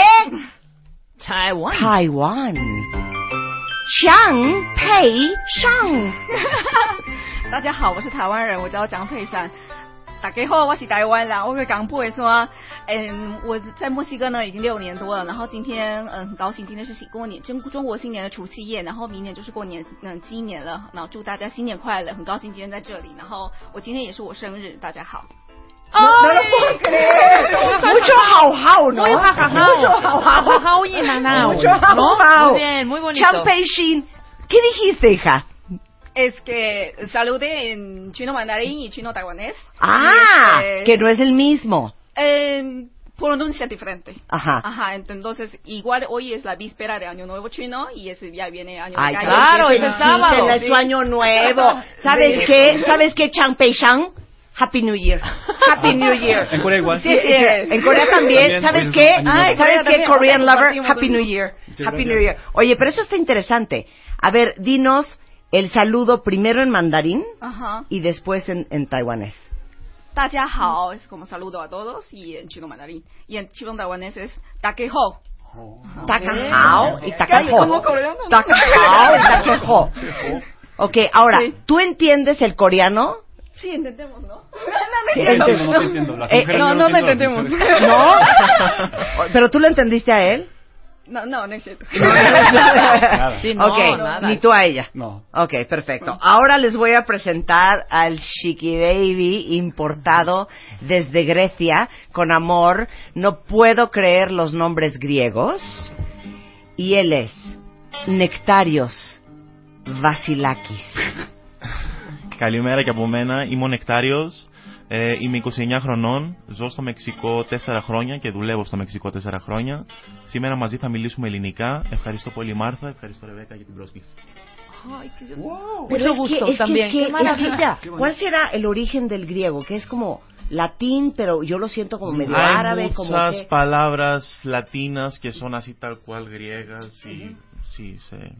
Taiwán. Zhang Pei Shang. 大家好，我是台湾人，我叫张佩珊。大家好，我是台湾人，我是港普说，我在墨西哥呢已经6年多了，然后今天很高兴，今天是过年，中国新年的除夕夜，然后明年就是过年鸡年了，然后祝大家新年快乐，很高兴今天在这里，然后我今天也是我生日，大家好。 No lo puedo creer. Mucho jau-jau, ¿no? Mucho jau-jau y manao. Mucho jau-jau. Muy bien, muy bonito. Zhang Pei Xin, ¿qué dijiste, hija? Es que saludé en chino mandarín y chino taiwanés. Que no es el mismo. Pronuncia diferente. Ajá. Entonces, igual hoy es la víspera de Año Nuevo chino y ya viene Año Nuevo. Gallo. Claro, es el sábado. Es su Año Nuevo. ¿Sabes qué, Zhang Pei Shang? Happy New Year. Happy New Year. En Corea igual. Sí. En Corea también. ¿Sabes qué? ¿Sabes qué? Korean lover. Happy New Year. Happy New Year. Oye, pero eso está interesante. A ver, dinos el saludo primero en mandarín y después en taiwanés. 大家好 es como saludo a todos y en chino mandarín. Y en chino taiwanés es 大家好. Takahao y Takahao. Takahao y Takahao. Ok, ahora, ¿tú entiendes el coreano? Sí, entendemos, ¿no? Sí, No te entiendo. Las mujeres no entiendo a las entendemos. mujeres. ¿No? ¿Pero tú lo entendiste a él? No es cierto. Nada. Sí, no, Ok, nada. ni tú a ella. No. Ok, perfecto. Ahora les voy a presentar al Chiqui Baby importado desde Grecia con amor. No puedo creer los nombres griegos. Y él es Nectarios Vasilakis. Καλημέρα και από μένα. Είμαι ο Νεκτάριος. Είμαι 29 χρονών. Ζω στο Μεξικό 4 χρόνια και δουλεύω στο Μεξικό 4 χρόνια. Σήμερα μαζί θα μιλήσουμε ελληνικά. Ευχαριστώ πολύ Μάρθα, ευχαριστώ Ρεβέκα για την πρόσκληση. Mucho gusto también. Qué maravilla. ¿Cuál será el origen del griego? Que es como latín, pero yo lo siento como medio Hay árabe. Como muchas que... palabras latinas que son así tal cual griegas y sí,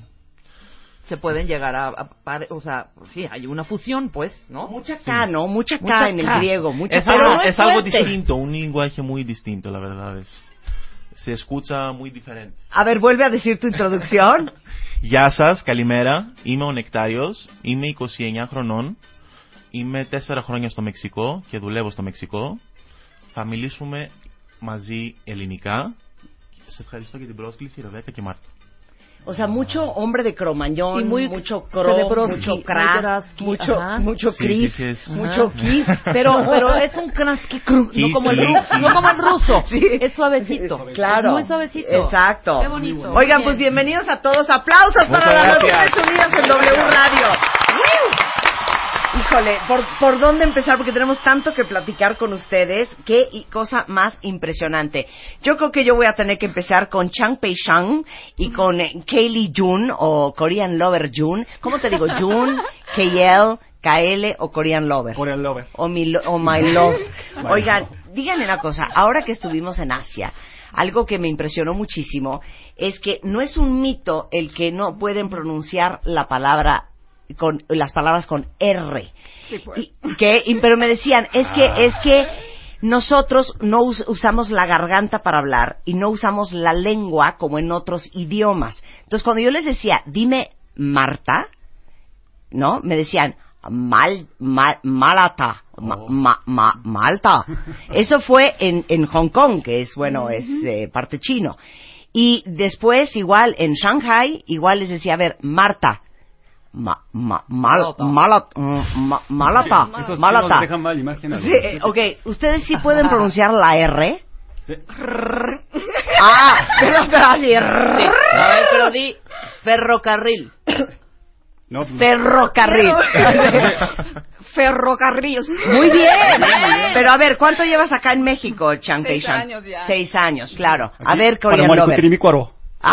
Se pueden llegar o sea, sí, hay una fusión, pues, ¿no? Mucha K, ¿no? Mucha K Mucha en el K. griego. Mucha Es K. algo, no es es algo fuerte. distinto, un lenguaje muy distinto, la verdad. Se escucha muy diferente. A ver, vuelve a decir tu introducción. Γεια σας, καλημέρα. Είμαι ο Νεκτάριος. Είμαι 29 χρονών. Είμαι 4 χρόνια στο Μεξικό και δουλεύω στο Μεξικό. Θα μιλήσουμε μαζί ελληνικά. Σε ευχαριστώ για την πρόσκληση, Ρεβέκα και Μάρτα. O sea, mucho hombre de cromañón, Y muy mucho cro, Cerebrovsky, mucho muy cra, Gradsky, mucho, ajá. mucho Sí, Chris, sí, sí. mucho Ajá. Kiss. Pero es un Kransky no Sí, como el sí, ruso, sí. no como el ruso. Sí. Es suavecito. Claro. Muy suavecito. Exacto. Qué bonito. Oigan, Muy pues bien. bienvenidos a todos. Aplausos Muchas para las gracias. Naciones Unidas en W Radio. Híjole, ¿por dónde empezar? Porque tenemos tanto que platicar con ustedes. Qué cosa más impresionante. Yo creo que yo voy a tener que empezar con Chang Pei-shang y con Kaylee Jun o Korean Lover Jun. ¿Cómo te digo? Jun, KL, KL o Korean Lover. Korean Lover. O my love. My Oigan, love. díganme una cosa. Ahora que estuvimos en Asia, algo que me impresionó muchísimo es que no es un mito el que no pueden pronunciar la palabra con las palabras con R. Sí, pues. Pero me decían, es que nosotros no usamos la garganta para hablar y no usamos la lengua como en otros idiomas. Entonces, cuando yo les decía, dime Marta, ¿no? Me decían, Malata. Malta. Eso fue en Hong Kong, que es, bueno, es parte chino. Y después, igual, en Shanghai, igual les decía, a ver, Marta. Malata. Esos Malata. chinos dejan mal imagen. Sí, ok, ¿ustedes sí pueden pronunciar la R? Sí. Pero así. Sí. A ver, pero di ferrocarril. No, pues, Ferrocarril. Ferrocarril. Muy bien. Pero a ver, ¿cuánto llevas acá en México, Chang 6 Pei-shang? años ya. 6 años, claro. A aquí, ver, Korean para Lover. Marico,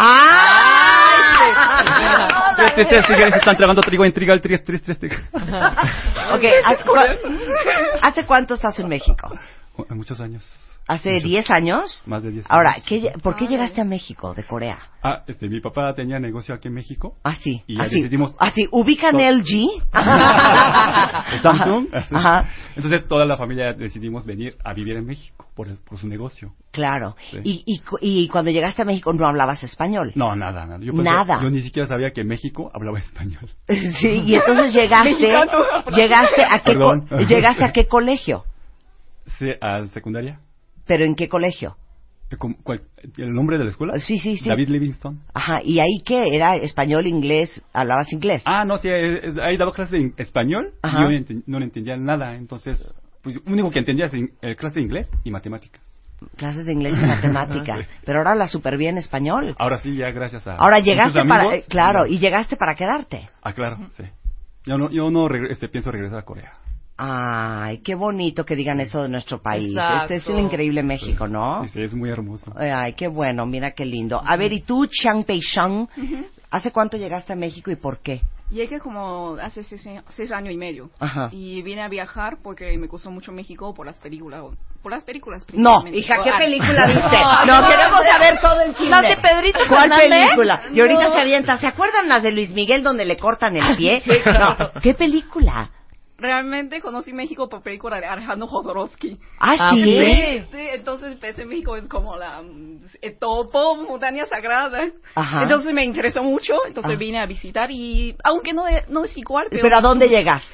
se están tragando trigo en trigal, Ok, ¿hace cuánto estás en México? Muchos años. ¿Hace 10 años? Más de 10 años. Ahora, ¿por qué llegaste a México de Corea? Mi papá tenía negocio aquí en México. Así, Y así, decidimos... así, ubican LG. Samsung. Ajá. Entonces toda la familia decidimos venir a vivir en México por su negocio. Claro. Sí. Y cuando llegaste a México no hablabas español. No, nada. Nada. Yo ni siquiera sabía que México hablaba español. Sí, y entonces llegaste a qué colegio? Sí, a secundaria. ¿Pero en qué colegio? ¿El nombre de la escuela? Sí. David Livingstone. Ajá, ¿y ahí qué? ¿Era español, inglés? ¿Hablabas inglés? No, sí, ahí daba clases de español. Ajá. Y yo no entendía nada, entonces, pues, lo único que entendía es clase de inglés y matemáticas. Clases de inglés y matemática. Sí. Pero ahora hablas súper bien español. Ahora sí, ya gracias a... Ahora llegaste muchos amigos, claro, y llegaste para quedarte. claro, sí. Yo no pienso regresar a Corea. Ay, qué bonito que digan eso de nuestro país. Exacto. Este es el increíble México, ¿no? Sí, es muy hermoso. Ay, qué bueno, mira qué lindo. A ver, ¿y tú, Chang Pei-shang, hace cuánto llegaste a México y por qué? Llegué como hace 6 años y medio. Ajá. Y vine a viajar porque me gustó mucho México por las películas. No, principalmente. hija, ¿qué película viste? No, queremos saber todo el chisme. ¿Las de Pedrito ¿Cuál Fernández? película? Y ahorita No. se avienta. ¿Se acuerdan las de Luis Miguel donde le cortan el pie? No, ¿qué película? Realmente conocí México por película de Alejandro Jodorowsky. ¿Sí? Sí, entonces pensé México es como el topo, montaña sagrada. Ajá. Entonces me interesó mucho, entonces vine a visitar y aunque no es igual, ¿Pero a dónde llegaste?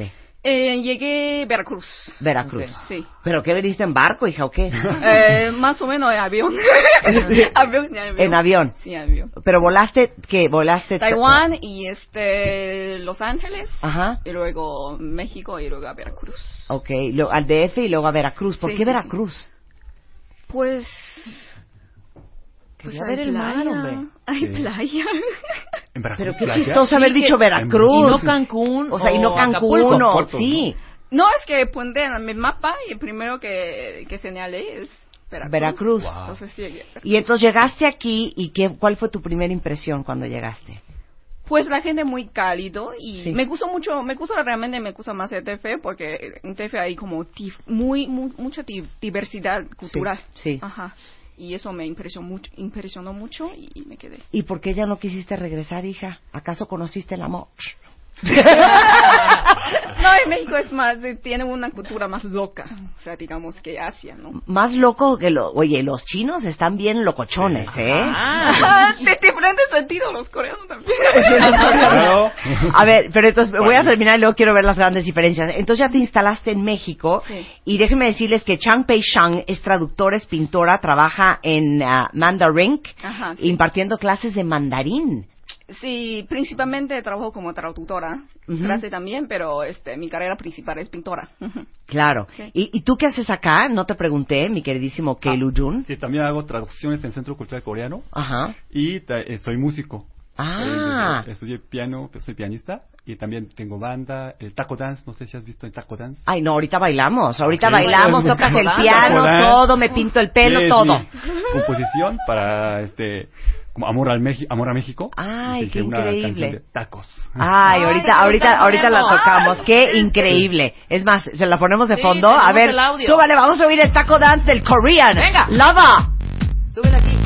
Llegué a Veracruz. Veracruz. Sí. ¿Pero qué veniste en barco, hija, o qué? Más o menos en avión. En avión. Sí, en avión. ¿Pero volaste qué? ¿Volaste? Taiwán y Los Ángeles. Ajá. Y luego México y luego a Veracruz. Ok, al DF y luego a Veracruz. ¿Por Sí, qué sí, Veracruz? Pues... Quería hay ver el mar, playa. hombre. Hay Sí. playa. En Veracruz, Pero qué playa. chistoso haber dicho Veracruz. Y no Cancún. O sea, y no Cancún, Acapulco. no. Puerto, Sí. No, es que puse en mi mapa y el primero que señalé es Veracruz. Veracruz. Wow. Entonces sí, llegué. Y entonces llegaste aquí y ¿cuál fue tu primera impresión cuando llegaste? Pues la gente muy cálido y Sí. me gusta realmente más el TF porque en TF hay como mucha diversidad cultural. Sí. Ajá. Y eso me impresionó mucho y me quedé. ¿Y por qué ya no quisiste regresar, hija? ¿Acaso conociste el amor? No, en México es más, tiene una cultura más loca, o sea, digamos que Asia, ¿no? Más loco que Oye, los chinos están bien locochones, ¿eh? De diferente sentido, los coreanos también. Claro. A ver, pero entonces voy a terminar y luego quiero ver las grandes diferencias. Entonces ya te instalaste en México. Sí. Y déjenme decirles que Chang Pei Shang es traductora, es pintora, trabaja en Mandarin, Ajá, sí. impartiendo clases de mandarín. Sí, principalmente trabajo como traductora, clase también, pero mi carrera principal es pintora. Claro. Sí. ¿Y tú qué haces acá? No te pregunté, mi queridísimo Keilu Jun. Sí, también hago traducciones en el Centro Cultural Coreano Ajá. y soy músico. Estudié piano, soy pianista y también tengo banda, el taco dance, no sé si has visto el taco dance. Ay, no, ahorita bailamos, Ok. bailamos, tocas el piano, Taco dance. todo, me pinto el pelo, Sí, todo. sí. Composición para como amor a México. Ay, Y qué una increíble. canción de tacos. Ay, ahorita la tocamos. Qué increíble. Es más, se la ponemos de Sí, fondo. tenemos A ver, el audio. súbale, vamos a oír el taco dance del Korean. Venga. Lava. Súbele aquí.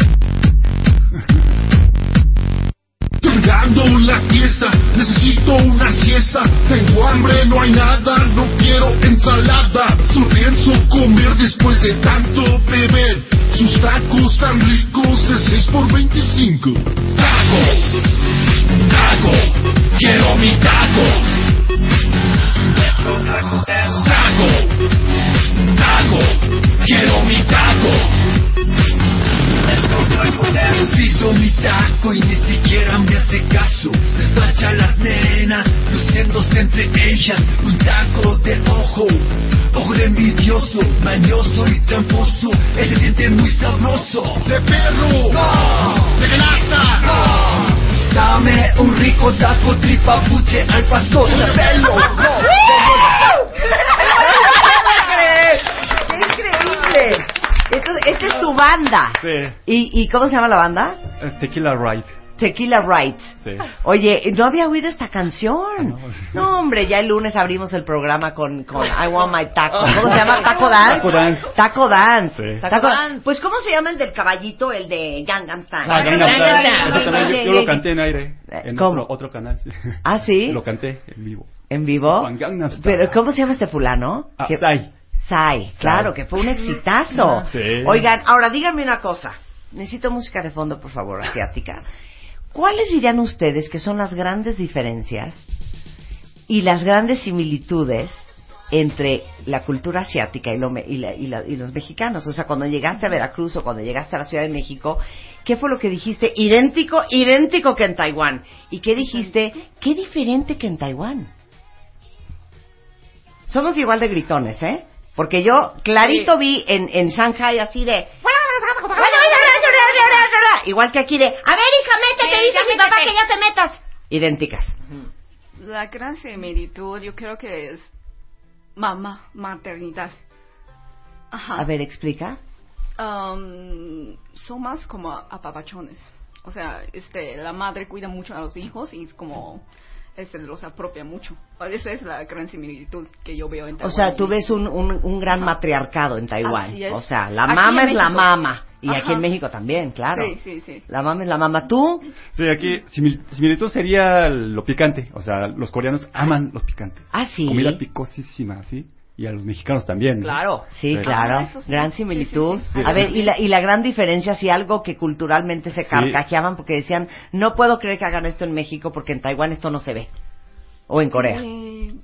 Cargando la fiesta, necesito una siesta. Tengo hambre, no hay nada, no quiero ensalada. Su pienso comer después de tanto beber. Sus tacos tan ricos de 6 por 25. Taco, taco, quiero mi taco. Taco, taco, quiero mi taco. Pido mi taco y ni siquiera me hace caso. Despacha a las nenas, luciéndose entre ellas. Un taco de ojo de envidioso, mañoso y tramposo. Él se siente muy sabroso. De perro, no. De grasa, no. Dame un rico taco, tripa, buche, al pastor, de pelo, no. ¡Qué increíble! Esta es tu banda. Sí. ¿Y cómo se llama la banda? Tequila Right. Tequila Right. Sí. Oye, no había oído esta canción. No, hombre, ya el lunes abrimos el programa con I Want My Taco. ¿Cómo se llama? ¿Taco Dance? Taco Dance. Taco Dance. Sí. Taco Dance. Pues, ¿cómo se llama el del caballito? El de Gangnam Style. Gangnam Style. Ese también yo lo canté en aire. En ¿Cómo? otro canal. Sí. ¿Ah, sí? Lo canté en vivo. ¿En vivo? Con Gangnam Style. Pero, ¿cómo se llama este fulano? ¿Qué- Psy. Psy, claro, que fue un exitazo. Sí. Oigan, ahora díganme una cosa. Necesito música de fondo, por favor, asiática. ¿Cuáles dirían ustedes que son las grandes diferencias y las grandes similitudes entre la cultura asiática y los mexicanos? O sea, cuando llegaste a Veracruz o cuando llegaste a la Ciudad de México, ¿qué fue lo que dijiste? Idéntico que en Taiwán. ¿Y qué dijiste? Qué diferente que en Taiwán. Somos igual de gritones, ¿eh? Porque yo clarito vi en Shanghai así de... Igual que aquí de... A ver, hija, métete, dice mi papá que ya te metas. Idénticas. La gran similitud yo creo que es maternidad. Ajá. A ver, explica. Son más como apapachones. O sea, la madre cuida mucho a los hijos y es como... los apropia mucho. Esa es la gran similitud que yo veo en Taiwán. O sea, tú ves un gran matriarcado en Taiwán. Así es. O sea, la Aquí mama en es la México. mama. Y Ajá. aquí en México también, claro. Sí. La mama es la mama. ¿Tú? Sí, aquí similitud sería lo picante. O sea, los coreanos aman los picantes. Ah, sí. Comida picosísima, ¿sí? Y a los mexicanos también, ¿no? Claro, sí, Sí. claro. Eso sí. Gran similitud. Sí. A ver, y la gran diferencia, si algo que culturalmente se carcajeaban porque decían, no puedo creer que hagan esto en México porque en Taiwán esto no se ve. O en Corea.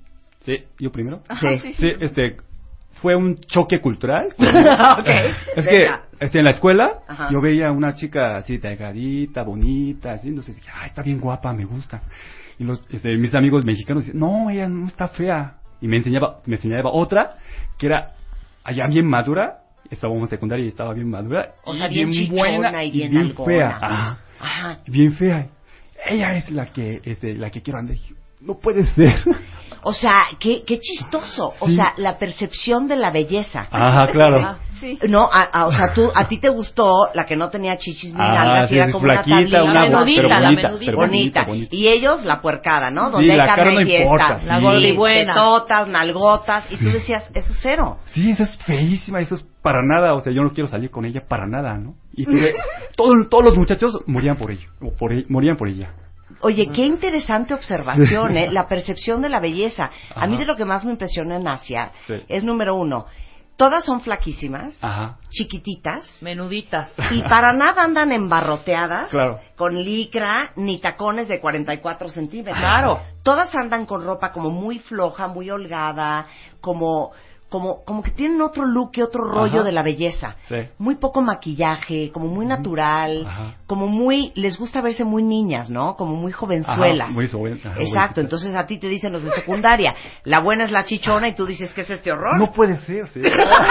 Sí, yo primero. Sí. Sí, fue un choque cultural. Okay. Es que Venga. en la escuela Ajá. yo veía una chica así delgadita, bonita, así, entonces dije, ay, está bien guapa, me gusta. Y mis amigos mexicanos decían, no, ella no está fea. Y me enseñaba otra que era allá bien madura, estábamos en secundaria y estaba bien madura. O sea, bien chichona buena y bien algona. fea. Ajá. Ajá. Bien fea. Ella es la que quiero andar. Y dije, no puede ser. O sea, qué chistoso. O Sí. sea, la percepción de la belleza. Ajá, claro. Sí. No, o sea, a ti te gustó la que no tenía chichis ni nalgas, sí, y era es como flaquita, una tablita. La menudita, pero la bonita, menudita. pero Bonita. Y ellos la puercada, ¿no? Sí, Donde hay la carne cara no y fiesta. importa, La sí. gordibuena. Tetotas, nalgotas. Y tú decías, eso es cero. Sí, eso es feísima, eso es para nada, o sea, yo no quiero salir con ella para nada, ¿no? Y todos los muchachos morían por ello, morían por ella. Oye, qué interesante observación, ¿eh? La percepción de la belleza. A mí Ajá. de lo que más me impresiona en Asia Sí. es, número uno, todas son flaquísimas, Ajá. chiquititas, Menuditas. y para nada andan embarroteadas, Claro. con licra ni tacones de 44 centímetros. Claro. Todas andan con ropa como muy floja, muy holgada, como que tienen otro look y otro rollo Ajá. de la belleza. Sí. Muy poco maquillaje, como muy natural, Ajá. como muy, les gusta verse muy niñas, ¿no? Como muy jovenzuelas. Ajá, muy joven, ajá, Exacto, jovencita. entonces a ti te dicen los de secundaria, la buena es la chichona y tú dices, ¿qué es este horror? No puede ser, sí.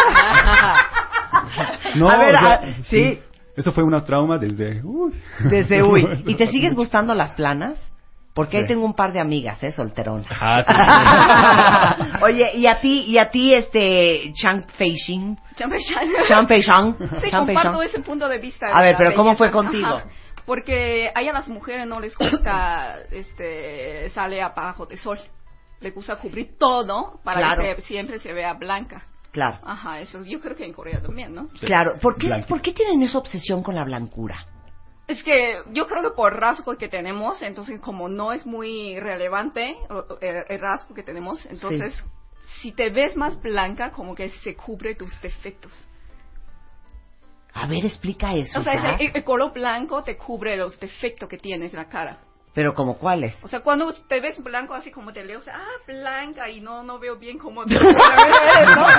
No, A ver, o sea, sí. Eso fue una trauma desde... Desde uy. ¿Y te siguen gustando las planas? Porque ahí Sí. tengo un par de amigas, solterón. Ajá, sí. Oye, y a ti, Chang Fei-shing. Chang Fei-shang. Sí, Chang comparto Fei-shang. ese punto de vista. A de ver, la pero ¿cómo belleza. fue contigo? Ajá. Porque a las mujeres no les gusta sale abajo de sol. Les gusta cubrir todo para Claro. que siempre se vea blanca. Claro. Ajá, eso yo creo que en Corea también, ¿no? Sí. Claro. ¿Por Blanca. qué tienen esa obsesión con la blancura? Es que yo creo que por rasgo que tenemos, entonces como no es muy relevante el rasgo que tenemos, entonces si te ves más blanca, como que se cubre tus defectos. A ver, explica eso. O sea, Zach. el color blanco te cubre los defectos que tienes en la cara. Pero ¿como cuáles? O sea, cuando te ves blanco así como te leo, o sea, blanca y no veo bien cómo te ves, ¿no?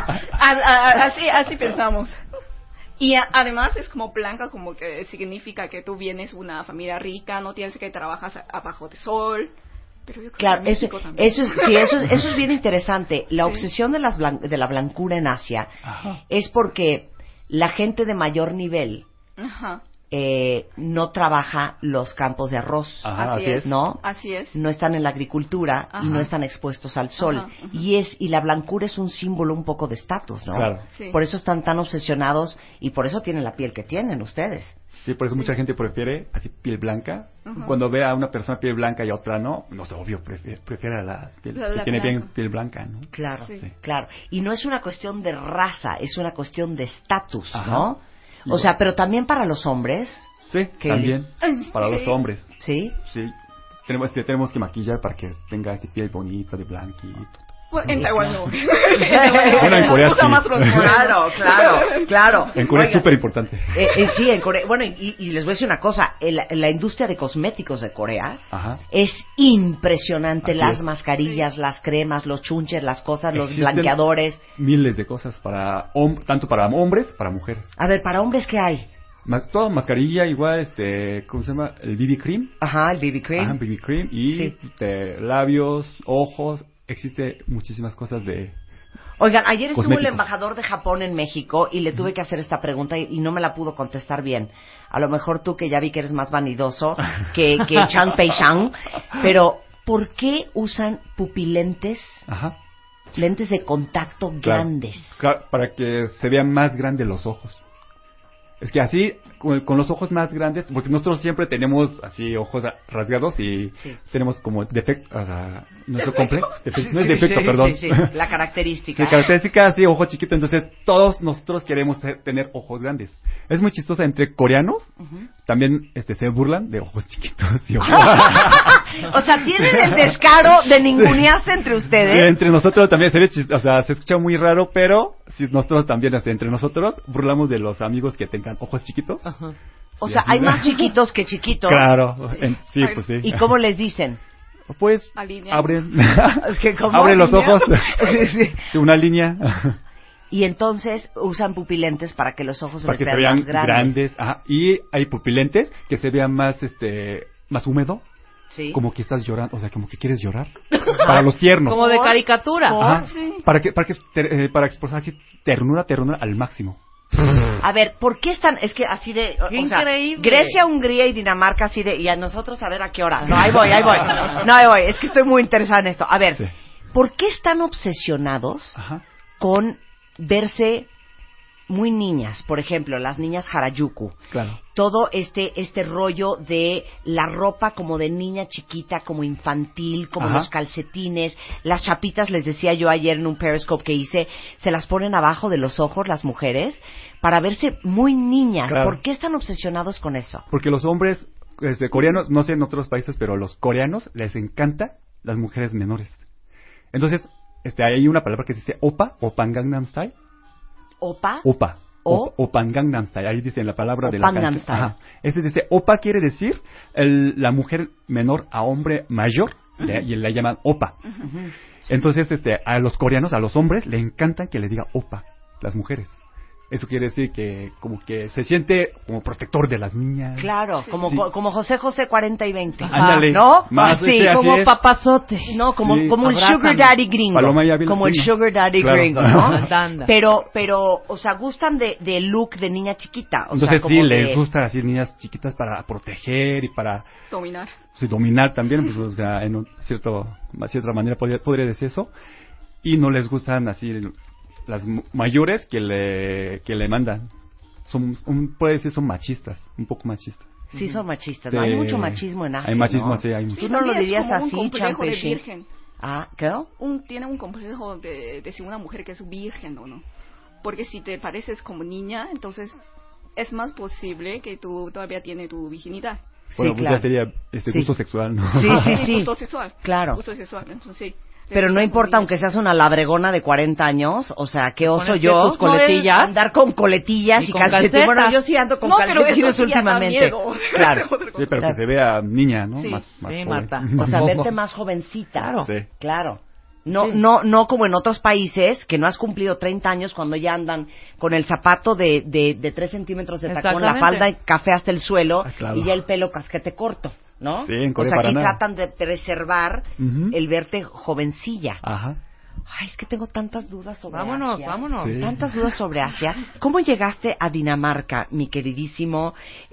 Así pensamos. Y además es como blanca, como que significa que tú vienes de una familia rica, no tienes que trabajar abajo de sol. Pero yo creo Claro, que en eso México también. es bien interesante. La Sí. obsesión de la blancura en Asia Ajá. es porque la gente de mayor nivel Ajá. no trabaja los campos de arroz, Ajá, Así así es. es. ¿no? Así es. No están en la agricultura y Ajá. no están expuestos al sol. Ajá, ajá. Y la blancura es un símbolo un poco de estatus, ¿no? Claro. Sí. Por eso están tan obsesionados y por eso tienen la piel que tienen ustedes. Sí, por eso mucha gente prefiere así piel blanca. Ajá. Cuando ve a una persona piel blanca y a otra no es obvio, prefiere a la piel La que tiene blanca. piel blanca, ¿no? Claro, Sí. claro. Y no es una cuestión de raza, es una cuestión de estatus, Ajá. ¿no? O Igual. sea, pero también para los hombres, Sí, ¿Qué? también. Para los Sí. hombres. ¿sí? Sí. Tenemos que maquillar para que tenga este piel bonita, de blanquito. Pues en Taiwán no. Bueno, en Corea Usa sí. más los morenos. Claro. En Corea es Oigan, súper importante. sí, en Corea. Bueno, y les voy a decir una cosa. La industria de cosméticos de Corea Ajá. es impresionante. Así Las es. mascarillas, Sí. las cremas, los chunches, las cosas, los Existen blanqueadores. Miles de cosas tanto para hombres, para mujeres. A ver, para hombres, ¿qué hay? Todo mascarilla igual, ¿cómo se llama? El BB cream. Ajá, el BB cream. Ajá, BB cream y Sí. labios, ojos, existe muchísimas cosas de... Oigan, ayer estuvo el Cosméticos. embajador de Japón en México y le tuve que hacer esta pregunta y no me la pudo contestar bien. A lo mejor tú, que ya vi que eres más vanidoso que Chang Pei-shang, pero ¿por qué usan pupilentes, Ajá. lentes de contacto Claro. grandes? Claro, para que se vean más grandes los ojos. Es que así, con los ojos más grandes, porque nosotros siempre tenemos así ojos rasgados y Sí. tenemos como defecto, o sea, nuestro ¿Defecto? complejo, no es defecto, Sí, perdón. sí, la característica. Sí, característica así, ojo chiquito, entonces todos nosotros queremos tener ojos grandes. Es muy chistoso entre coreanos, Ujú. también se burlan de ojos chiquitos y ojos... O sea, tienen el descaro de ningunearse entre ustedes. Sí, entre nosotros también o sea, se escucha muy raro, pero si nosotros también, entre nosotros, burlamos de los amigos que tengan ojos chiquitos. O Sí, sea, así hay de- más chiquitos que chiquitos. Claro, sí, pues sí. ¿Y cómo les dicen? Pues Alinea. abren, Es que ¿cómo abren los alinea? ojos, Sí, sí. sí, una línea, Y entonces usan pupilentes para que los ojos para les que se vean vean más grandes. Ajá. Y hay pupilentes que se vean más, más húmedo, Sí. como que estás llorando, o sea, como que quieres llorar, para los tiernos. Como de caricatura. Ajá. Sí. Para expresar así ternura al máximo. A ver, ¿por qué están? Es que así de... ¡Qué o sea, increíble! Grecia, Hungría y Dinamarca así de... Y a nosotros a ver a qué hora. No, ahí voy. No, ahí voy. Es que estoy muy interesada en esto. A ver, Sí. ¿por qué están obsesionados Ajá. con verse muy niñas? Por ejemplo, las niñas Harajuku. Claro. Todo este rollo de la ropa como de niña chiquita, como infantil, como Ajá. los calcetines, las chapitas, les decía yo ayer en un Periscope que hice, se las ponen abajo de los ojos las mujeres para verse muy niñas. Claro. ¿Por qué están obsesionados con eso? Porque los hombres coreanos, no sé en otros países, pero los coreanos les encanta las mujeres menores. Entonces, hay una palabra que se dice opa, Opan Gangnam Style. ¿Opa? Opa. O- Opan Gangnam Style. Ahí dice la palabra de la Opan canción. Gangnam Ajá. Ese dice, opa quiere decir la mujer menor a hombre mayor, y le llaman opa. Entonces, a los coreanos, a los hombres, le encantan que le diga opa, las mujeres. Eso quiere decir que como que se siente como protector de las niñas. Claro, como, Sí. como José 40 y 20. Ándale. ¿No? Más, sí, así como es. papazote. No, como, Sí. como el Abrázame. sugar daddy gringo. Paloma ya vi la Como el seña. sugar daddy Claro. gringo, ¿no? Anda. Pero, o sea, gustan de look de niña chiquita. O Entonces sea, como sí, de... les gustan así niñas chiquitas para proteger y para Dominar. dominar también, pues, o sea, en cierta manera podría decir eso. Y no les gustan así las mayores que le mandan. Puede decir son machistas, un poco machistas. Sí, son machistas. Sí. ¿No? Hay mucho machismo en Asia. Hay machismo, ¿no? sí, hay mucho. Tú no lo También es dirías como un así, complejo de Champechín. virgen. Ah, ¿qué? Tiene un complejo de si una mujer que es virgen o no. Porque si te pareces como niña, entonces es más posible que tú todavía tienes tu virginidad. Bueno, Sí, pues claro. ya sería Sí. gusto sexual, ¿no? Sí, sí, sí. Gusto sexual. Claro. Gusto sexual, entonces sí. Pero no importa, aunque seas una labregona de 40 años, o sea, qué oso Ponerte yo tus coletillas. andar con coletillas Y y con calcetines. calcetas. Bueno, yo sí ando con No, pero calcetines eso sí ya da últimamente. miedo. Claro. Sí, pero Claro. que se vea niña, ¿no? Sí. Más Sí, joven. Marta. O sea, verte más jovencita. Claro. Sí. Claro. No, Sí. no como en otros países que no has cumplido 30 años cuando ya andan con el zapato de 3 centímetros de tacón, la Exactamente. falda y café hasta el suelo Ah, claro. y ya el pelo casquete corto, ¿no? Sí, en o Corea sea, para aquí nada. tratan de preservar Ujú. el verte jovencilla. Ajá. Ay, es que tengo tantas dudas sobre Vámonos, Asia. vámonos. Sí. Tantas dudas sobre Asia. ¿Cómo llegaste a Dinamarca, mi queridísimo,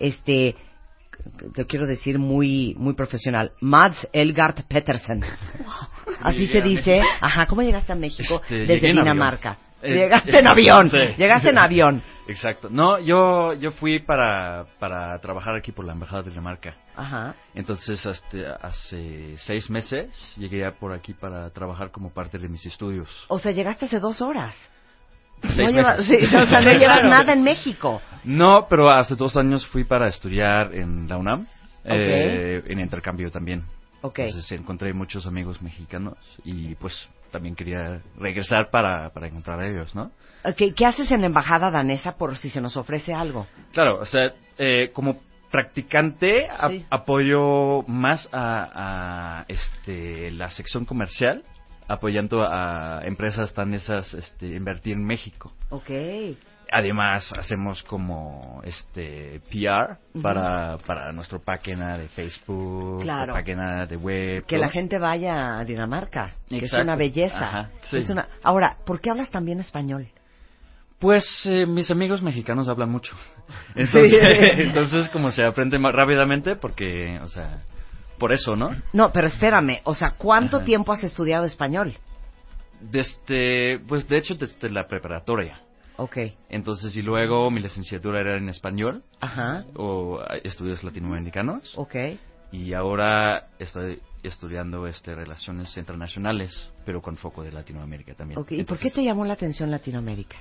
te quiero decir muy muy profesional, Mads Elgart Petersen? Así se dice. Ajá, ¿cómo llegaste a México Llegué desde en Dinamarca? avión. Llegaste en avión. Sí. Llegaste en avión. Exacto. No, yo fui para trabajar aquí por la Embajada de Dinamarca. Ajá. Entonces, hace 6 meses llegué por aquí para trabajar como parte de mis estudios. O sea, llegaste hace 2 horas. 6 No llevas, meses. sí, o sea, no llevas Claro. nada en México. No, pero hace 2 años fui para estudiar en la UNAM, Ok. en intercambio también. Ok. Entonces encontré muchos amigos mexicanos y pues también quería regresar para encontrar a ellos, ¿no? ¿Qué haces en la embajada danesa por si se nos ofrece algo? Claro, o sea, como practicante Sí. apoyo más a la sección comercial, apoyando a empresas danesas invertir en México. Ok. Además hacemos como PR Ujú. para nuestra página de Facebook, Claro. la página de web. Que ¿no? la gente vaya a Dinamarca, que es Exacto. una belleza. Ajá, sí. Ahora, ¿por qué hablas también español? Pues mis amigos mexicanos hablan mucho. Sí. Entonces como se aprende más rápidamente porque, o sea, por eso, ¿no? No, pero espérame, o sea, ¿cuánto Ajá. tiempo has estudiado español? Pues de hecho desde la preparatoria. Ok. Entonces, y luego mi licenciatura era en español Ajá. o estudios latinoamericanos. Ok. Y ahora estoy estudiando relaciones internacionales, pero con foco de Latinoamérica también. Ok. ¿Y por qué te llamó la atención Latinoamérica?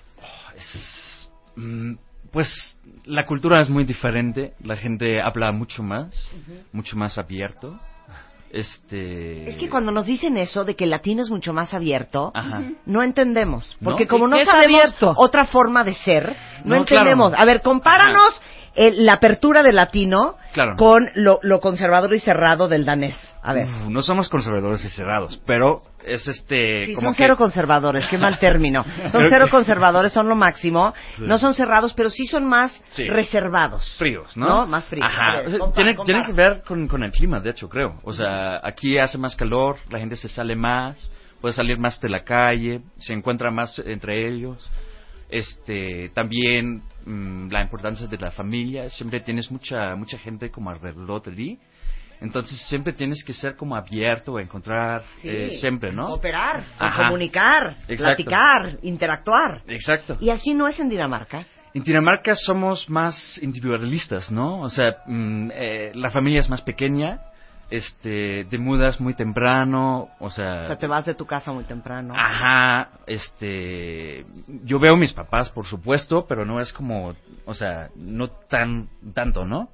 Pues la cultura es muy diferente, la gente habla mucho más abierto. Es que cuando nos dicen eso de que el latino es mucho más abierto, Ajá. no entendemos. Porque ¿No? como ¿Y no qué es sabemos abierto? otra forma de ser, no No, entendemos. claro. A ver, compáranos la apertura del latino Claro. con lo conservador y cerrado del danés. A ver. No somos conservadores y cerrados, pero es Sí, como son que... cero conservadores, qué mal término. Son cero conservadores, son lo máximo. Sí. No son cerrados, pero sí son más Sí. reservados. Fríos, ¿no? Más fríos. Ajá. A ver, O sea, compara. tiene que ver con el clima, de hecho, creo. O sea, aquí hace más calor, la gente se sale más, puede salir más de la calle, se encuentra más entre ellos. También la importancia de la familia, siempre tienes mucha gente como alrededor de ti. Entonces siempre tienes que ser como abierto, encontrar siempre, ¿no? Cooperar, Ajá. comunicar, Exacto. platicar, interactuar. Exacto. Y así no es en Dinamarca. En Dinamarca somos más individualistas, ¿no? O sea, la familia es más pequeña, te mudas muy temprano, o sea, te vas de tu casa muy temprano. Ajá, yo veo a mis papás, por supuesto, pero no es como, o sea, no tanto, ¿no?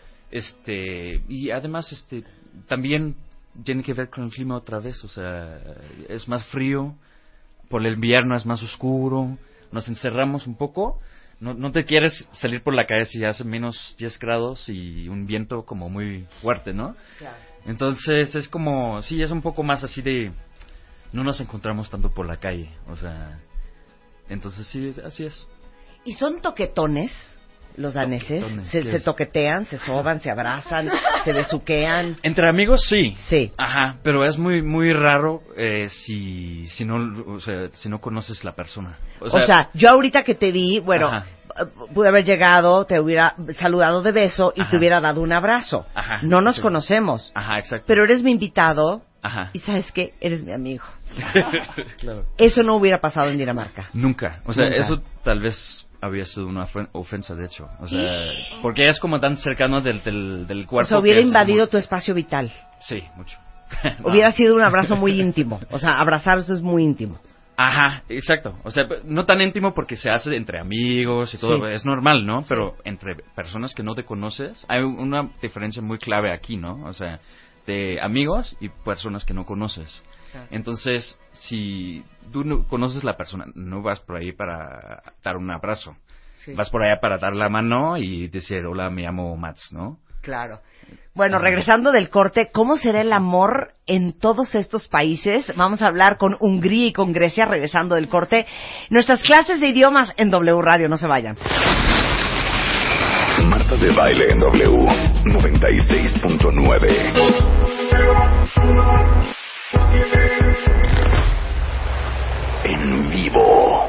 Y además, también tiene que ver con el clima otra vez, o sea, es más frío, por el invierno es más oscuro, nos encerramos un poco, no te quieres salir por la calle si hace menos 10 grados y un viento como muy fuerte, ¿no? Claro. Entonces es como, sí, es un poco más así de, no nos encontramos tanto por la calle, o sea, entonces sí, así es. ¿Y son toquetones los daneses? Toquetones, ¿Se ¿qué es? toquetean, se soban, se abrazan, se besuquean? Entre amigos sí. Sí. Ajá, pero es muy muy raro si no conoces la persona. O sea, yo ahorita que te vi, bueno, Ajá. pude haber llegado, te hubiera saludado de beso y Ajá. te hubiera dado un abrazo. Ajá, No nos sí. conocemos. Ajá, exacto. Pero eres mi invitado. Ajá. Y ¿sabes qué? Eres mi amigo. Claro. Eso no hubiera pasado en Dinamarca. Nunca. O sea, Nunca. eso tal vez había sido una ofensa, de hecho. O sea, porque es como tan cercano del cuerpo. O sea, hubiera que es invadido como- tu espacio vital. Sí, mucho. Hubiera sido un abrazo muy íntimo. O sea, abrazarse es muy íntimo. Ajá, exacto. O sea, no tan íntimo porque se hace entre amigos y todo, Sí. es normal, ¿no? Pero entre personas que no te conoces, hay una diferencia muy clave aquí, ¿no? O sea, de amigos y personas que no conoces. Claro. Entonces, si tú no conoces la persona, no vas por ahí para dar un abrazo. Sí. Vas por allá para dar la mano y decir, hola, me llamo Mats, ¿no? Claro. Bueno, regresando del corte, ¿cómo será el amor en todos estos países? Vamos a hablar con Hungría y con Grecia regresando del corte. Nuestras clases de idiomas en W Radio, no se vayan. Marta de Baile en W 96.9. En vivo.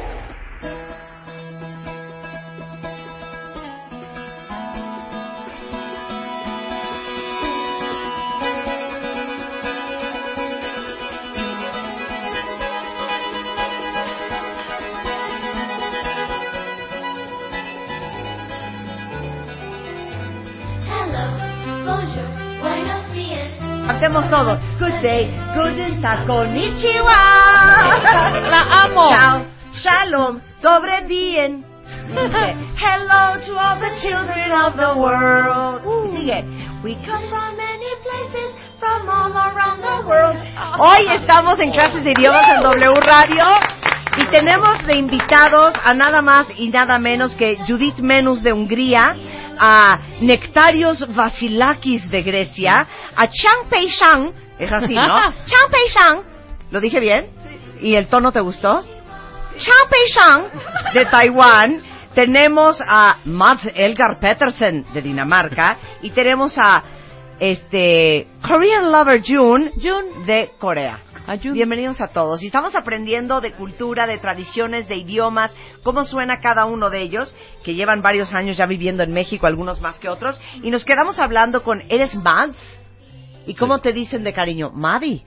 Cantemos todos. Good day, good day, konnichiwa. La amo. Chao, shalom, dobre dien. Hello to all the children of the world. Sigue. We come from many places, from all around the world. Hoy estamos en clases de idiomas en W Radio y tenemos de invitados a nada más y nada menos que Judith Menus de Hungría, a Nectarios Vasilakis de Grecia, a Chang Pei-shang, es así, ¿no? Chang Pei-shang, ¿lo dije bien? ¿Y el tono te gustó? Chang Pei-shang de Taiwán, tenemos a Mads Elgar Petersen de Dinamarca y tenemos a Korean Lover Jun de Corea. Bienvenidos a todos. Y estamos aprendiendo de cultura, de tradiciones, de idiomas, cómo suena cada uno de ellos, que llevan varios años ya viviendo en México, algunos más que otros. Y nos quedamos hablando con, ¿eres Mads? ¿Y cómo te dicen de cariño? ¿Madi?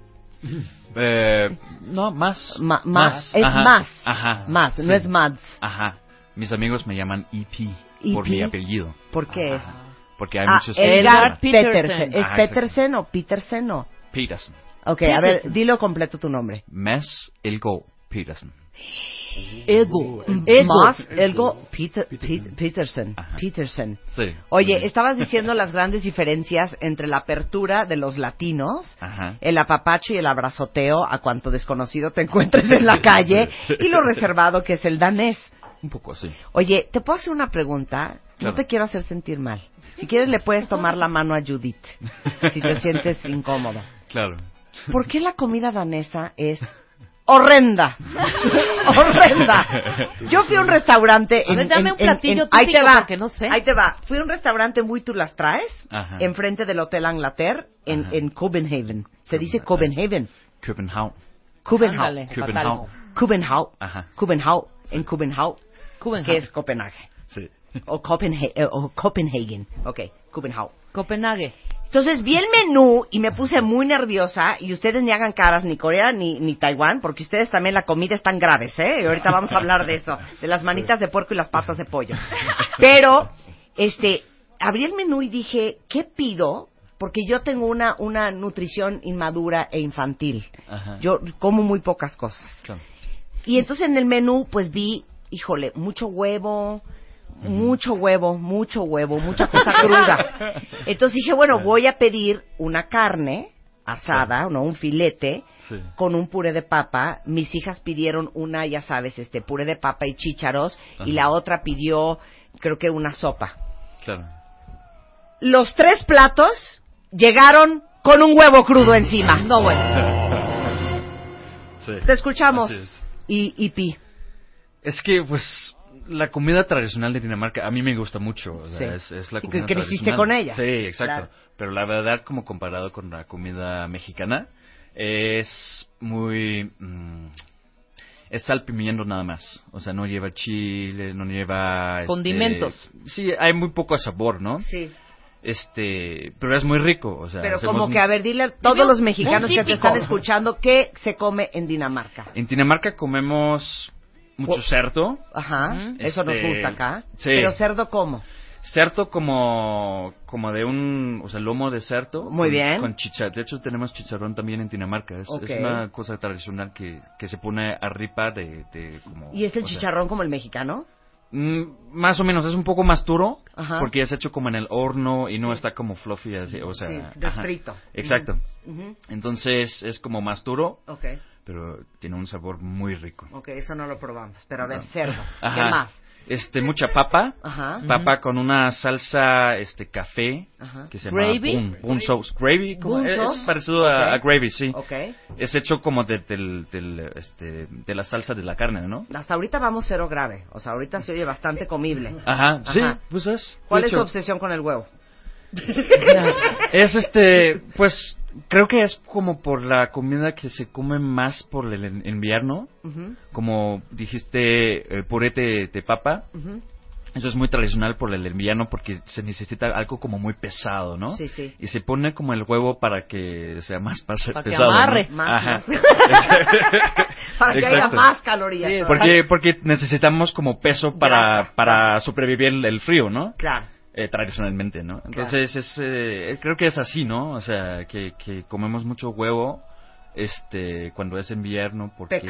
No, más. Más. Es Ajá. más. Ajá. Más, no es Mads. Ajá. Mis amigos me llaman EP por EP. mi apellido. ¿Por qué es? Porque hay Ah, muchos Elgar Petersen. Petersen. ¿Es Ajá, Petersen o Petersen o...? Petersen. Ok, a ver, dilo completo tu nombre. Mads Elgo Petersen. Ego. Más Elgo Petersen. Ajá. Petersen. Sí. Oye, estabas diciendo las grandes diferencias entre la apertura de los latinos, Ajá. el apapacho y el abrazoteo a cuanto desconocido te encuentres en la calle, y lo reservado que es el danés. Un poco así. Oye, ¿te puedo hacer una pregunta? No te quiero hacer sentir mal. Si quieres le puedes tomar la mano a Judith, si te sientes incómodo. Claro. ¿Por qué la comida danesa es horrenda? ¡Horrenda! Yo fui a un restaurante A ver, dame un platillo ahí típico, te va, porque no sé. ahí te va. Fui a un restaurante muy tú las traes, Ajá. enfrente del Hotel Angleterre, en Copenhagen. Se dice Copenhagen. Copenhagen. Copenhagen. Copenhagen. Copenhagen. Ajá. Copenhagen. En Copenhagen. Copenhagen. Que es Copenhague. Sí. O Copenhagen. Ok, Copenhagen. Copenhague. Entonces vi el menú y me puse muy nerviosa, y ustedes ni hagan caras, ni Corea ni Taiwán, porque ustedes también la comida están graves, ¿eh? Y ahorita vamos a hablar de eso, de las manitas de puerco y las patas de pollo. Pero, abrí el menú y dije, ¿qué pido? Porque yo tengo una nutrición inmadura e infantil. Ajá. Yo como muy pocas cosas. Claro. Y entonces en el menú, pues vi, híjole, mucha cosa cruda. Entonces dije, bueno, voy a pedir una carne asada, ¿no? Un filete, Sí. con un puré de papa. Mis hijas pidieron una, ya sabes, puré de papa y chícharos, y la otra pidió, creo que una sopa. Claro. Los 3 platos llegaron con un huevo crudo encima. No, bueno. Sí. Te escuchamos. Así es. Y Pi. Es que, pues, la comida tradicional de Dinamarca a mí me gusta mucho. O sea, Sí. es la Y que comida creciste tradicional. con ella. Sí, exacto. Claro. Pero la verdad, como comparado con la comida mexicana, es muy... es sal, pimiento nada más. O sea, no lleva chile, no lleva... Condimentos. Sí, hay muy poco sabor, ¿no? Sí. Pero es muy rico. O sea, Pero hacemos como que, a ver, dile a todos Dime los un mexicanos que te típico. están escuchando, ¿qué se come en Dinamarca? En Dinamarca comemos mucho cerdo. Ajá, eso nos gusta acá. Sí. Pero cerdo, ¿cómo? Cerdo como de un, o sea, lomo de cerdo. Muy bien. Con chicharrón. De hecho, tenemos chicharrón también en Dinamarca. Es Ok. una cosa tradicional que se pone arriba de como... ¿Y es el o sea, chicharrón como el mexicano? más o menos, es un poco más duro. Ajá. Porque es hecho como en el horno y no está como fluffy así, o sea... Sí, ajá. desfrito. Exacto. Ujú. Entonces, es como más duro, Ok, pero tiene un sabor muy rico. eso no lo probamos. Pero a ver, cerdo. Ajá. ¿Qué más? Mucha papa. Ajá. Papa con una salsa café Ajá. que se llama Gravy. Boon sauce. Gravy, como Boon es sauce. parecido a Ok. gravy, sí. Ok. Es hecho como de la salsa de la carne, ¿no? Hasta ahorita vamos cero grave. O sea, ahorita se oye bastante comible. Ajá, sí, Ajá. pues es. ¿Cuál de es tu hecho, obsesión con el huevo? Es pues creo que es como por la comida que se come más por el invierno, Ujú, como dijiste, puré de papa. ujú. Eso es muy tradicional por el invierno porque se necesita algo como muy pesado, ¿no? Sí, sí. Y se pone como el huevo para que sea más Para que pesado. ¿no? amarre. Más. Ajá. Para que haya Exacto. más calorías. Sí, Porque necesitamos como peso Grasa. para sobrevivir el frío, ¿no? Claro. Tradicionalmente, ¿no? Entonces creo que es así, ¿no? O sea, que comemos mucho huevo cuando es invierno porque...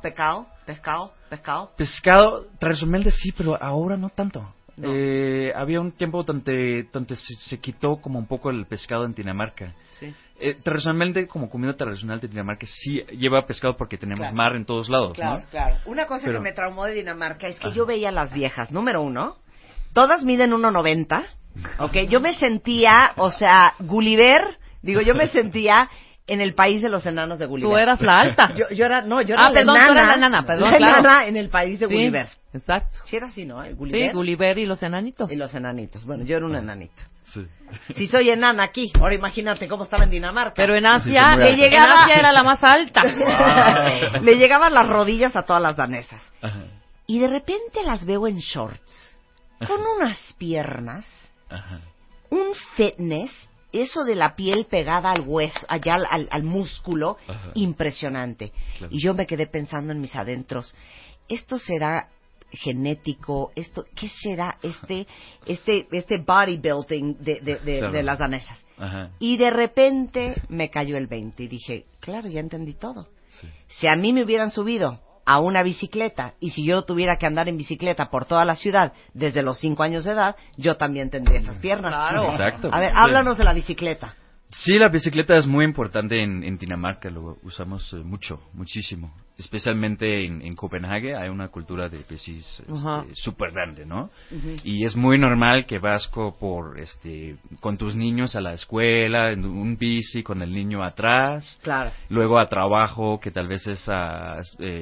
Pescado. Pescado tradicionalmente sí, pero ahora no tanto. No. Había un tiempo donde se quitó como un poco el pescado en Dinamarca. Sí. Tradicionalmente, como comida tradicional de Dinamarca, sí lleva pescado porque tenemos Claro. mar en todos lados, Claro, ¿no? claro. Una cosa Pero- que me traumó de Dinamarca es que Ajá. yo veía a las viejas, número 1, todas miden 1.90, ¿ok? Yo me sentía, o sea, Gulliver, yo me sentía en el país de los enanos de Gulliver. Tú eras la alta. Yo era perdón, tú enana, eras la enana, perdón, la claro. enana en el país de Sí, Gulliver. exacto. Sí era así, ¿no? El Gulliver. Sí, Gulliver y los enanitos. Y los enanitos. Bueno, yo era un enanito. Sí. Si soy enana aquí, ahora imagínate cómo estaba en Dinamarca. Pero en Sí, Asia, sí, muy le alta. en llegaba... Asia era la más alta. Le llegaban las rodillas a todas las danesas. Ajá. Y de repente las veo en shorts, con unas piernas, Ajá. un fitness, eso de la piel pegada al hueso, allá al músculo, Ajá. impresionante. Claro. Y yo me quedé pensando en mis adentros, ¿esto será genético? ¿Qué será este bodybuilding de Claro. las danesas? Ajá. Y de repente me cayó el 20 y dije, claro, ya entendí todo. Sí. Si a mí me hubieran subido a una bicicleta y si yo tuviera que andar en bicicleta por toda la ciudad desde los 5 años de edad, yo también tendría esas piernas. Claro. Exacto. A ver, Sí. háblanos de la bicicleta. Sí, la bicicleta es muy importante en Dinamarca, lo usamos muchísimo. Especialmente en Copenhague hay una cultura de bicis súper grande, ¿no? Y es muy normal que vas con tus niños a la escuela, en un bici con el niño atrás. Claro. Luego a trabajo, que tal vez es a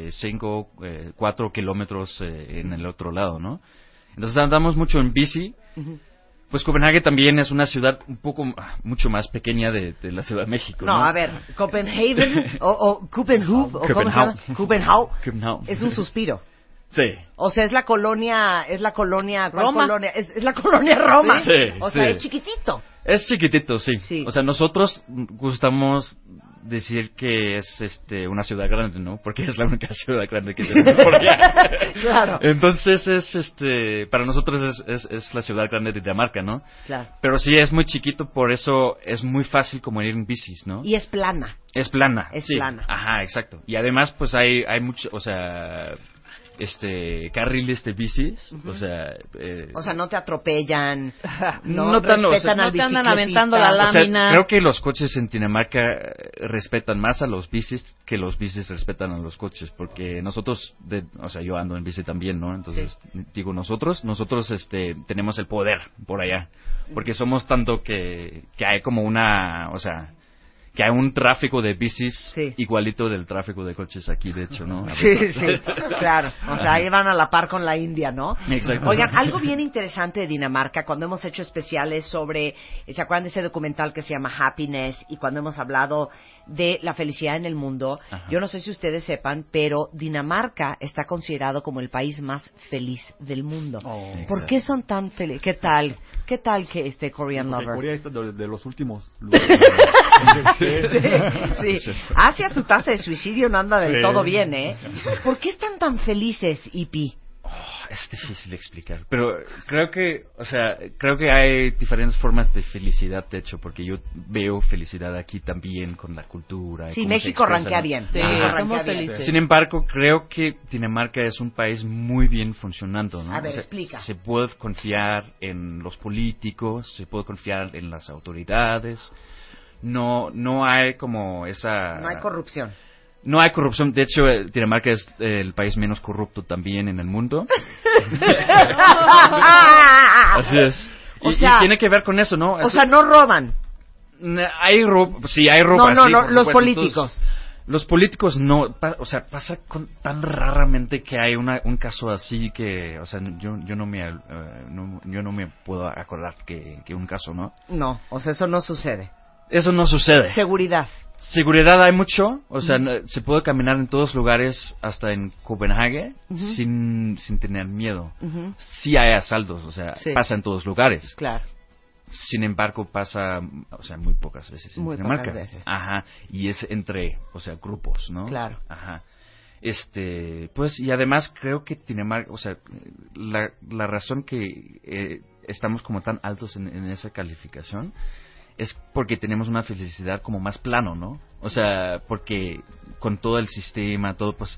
4 kilómetros en el otro lado, ¿no? Entonces andamos mucho en bici. Pues Copenhague también es una ciudad mucho más pequeña de la Ciudad de México, ¿no? No, a ver, Copenhagen o Copenhagen o ¿cómo se llama? Copenhagen es un suspiro. Sí. O sea, es la colonia, ¿cuál Roma. colonia? Es la colonia Roma. Sí, o sea, sí. es chiquitito. Es chiquitito, sí. O sea, nosotros gustamos decir que es una ciudad grande, ¿no? Porque es la única ciudad grande que tenemos por allá. Claro. Entonces para nosotros es la ciudad grande de Dinamarca, ¿no? Claro. Pero sí es muy chiquito, por eso es muy fácil como ir en bicis, ¿no? Y es plana. Es plana. Es sí. plana. Ajá, exacto. Y además pues hay mucho, o sea, carriles de bicis, o sea, no te atropellan, no tan, respetan al no te andan bicicletista. aventando la lámina. Creo que los coches en Dinamarca respetan más a los bicis que los bicis respetan a los coches, porque nosotros, yo ando en bici también, ¿no? Entonces, digo nosotros tenemos el poder por allá, porque somos tanto que hay como una, o sea, que hay un tráfico de bicis igualito del tráfico de coches aquí, de hecho, ¿no? Sí, claro. O sea, ahí van a la par con la India, ¿no? Exacto. Oigan, algo bien interesante de Dinamarca, cuando hemos hecho especiales sobre, ¿se acuerdan de ese documental que se llama Happiness? Y cuando hemos hablado de la felicidad en el mundo, yo no sé si ustedes sepan, pero Dinamarca está considerado como el país más feliz del mundo. ¿Por qué son tan felices? ¿Qué tal que Korean Lover? Corea está de los últimos. Sí. Asia, su tasa de suicidio no anda del todo bien, ¿eh? ¿Por qué están tan felices, Ipi? Es difícil explicar, pero creo que hay diferentes formas de felicidad, de hecho, porque yo veo felicidad aquí también con la cultura. Sí, México rankea bien. Sí, somos felices. Sin embargo, creo que Dinamarca es un país muy bien funcionando, ¿no? A ver, explica. Se puede confiar en los políticos, se puede confiar en las autoridades. No hay como esa... No hay corrupción. No hay corrupción. De hecho, Dinamarca es el país menos corrupto también en el mundo. Así es. Y tiene que ver con eso, ¿no? O sea, no roban. Hay robo. Sí, hay robo. No, los políticos. Los políticos no, o sea, pasa tan raramente que hay un caso así que, o sea, yo no me puedo acordar que un caso, ¿no? No, o sea, eso no sucede. Eso no sucede. Seguridad hay mucho, o sea, se puede caminar en todos lugares, hasta en Copenhague, sin tener miedo. Sí hay asaltos, o sea, pasa en todos lugares. Claro. Sin embargo, pasa, o sea, muy pocas veces en Dinamarca. Pocas veces. Ajá, y es entre, o sea, grupos, ¿no? Claro. Ajá. Pues, y además creo que Dinamarca, o sea, la razón que estamos como tan altos en esa calificación es porque tenemos una felicidad como más plano, ¿no? O sea, porque con todo el sistema, todo, pues,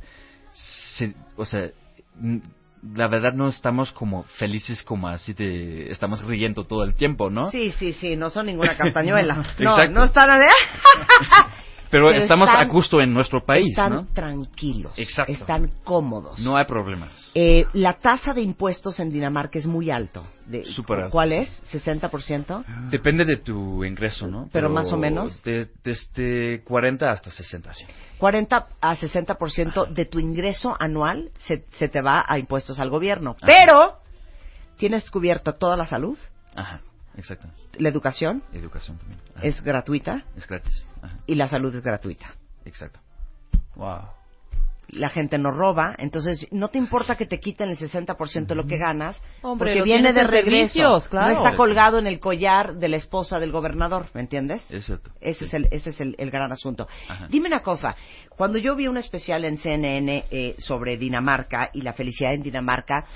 la verdad no estamos como felices como así estamos riendo todo el tiempo, ¿no? Sí, no son ninguna castañuela. Exacto. No están de... Pero estamos a gusto en nuestro país, están ¿no? tranquilos. Exacto. Están cómodos. No hay problemas. La tasa de impuestos en Dinamarca es muy alto. Súper alto. ¿Cuál es? ¿60%? Depende de tu ingreso, ¿no? Pero más o menos. Desde 40 hasta 60, sí. 40 a 60% de tu ingreso anual se te va a impuestos al gobierno. Ajá. Pero tienes cubierta toda la salud. Ajá, exacto. La educación. Educación también. Ajá. Es gratuita. Es gratis. Ajá. Y la salud es gratuita. Exacto. Wow. La gente no roba, entonces no te importa que te quiten el 60% de lo que ganas, hombre, porque viene de regreso, claro. No está colgado en el collar de la esposa del gobernador, ¿me entiendes? Exacto. Ese es el gran asunto. Ajá. Dime una cosa, cuando yo vi un especial en CNN sobre Dinamarca y la felicidad en Dinamarca,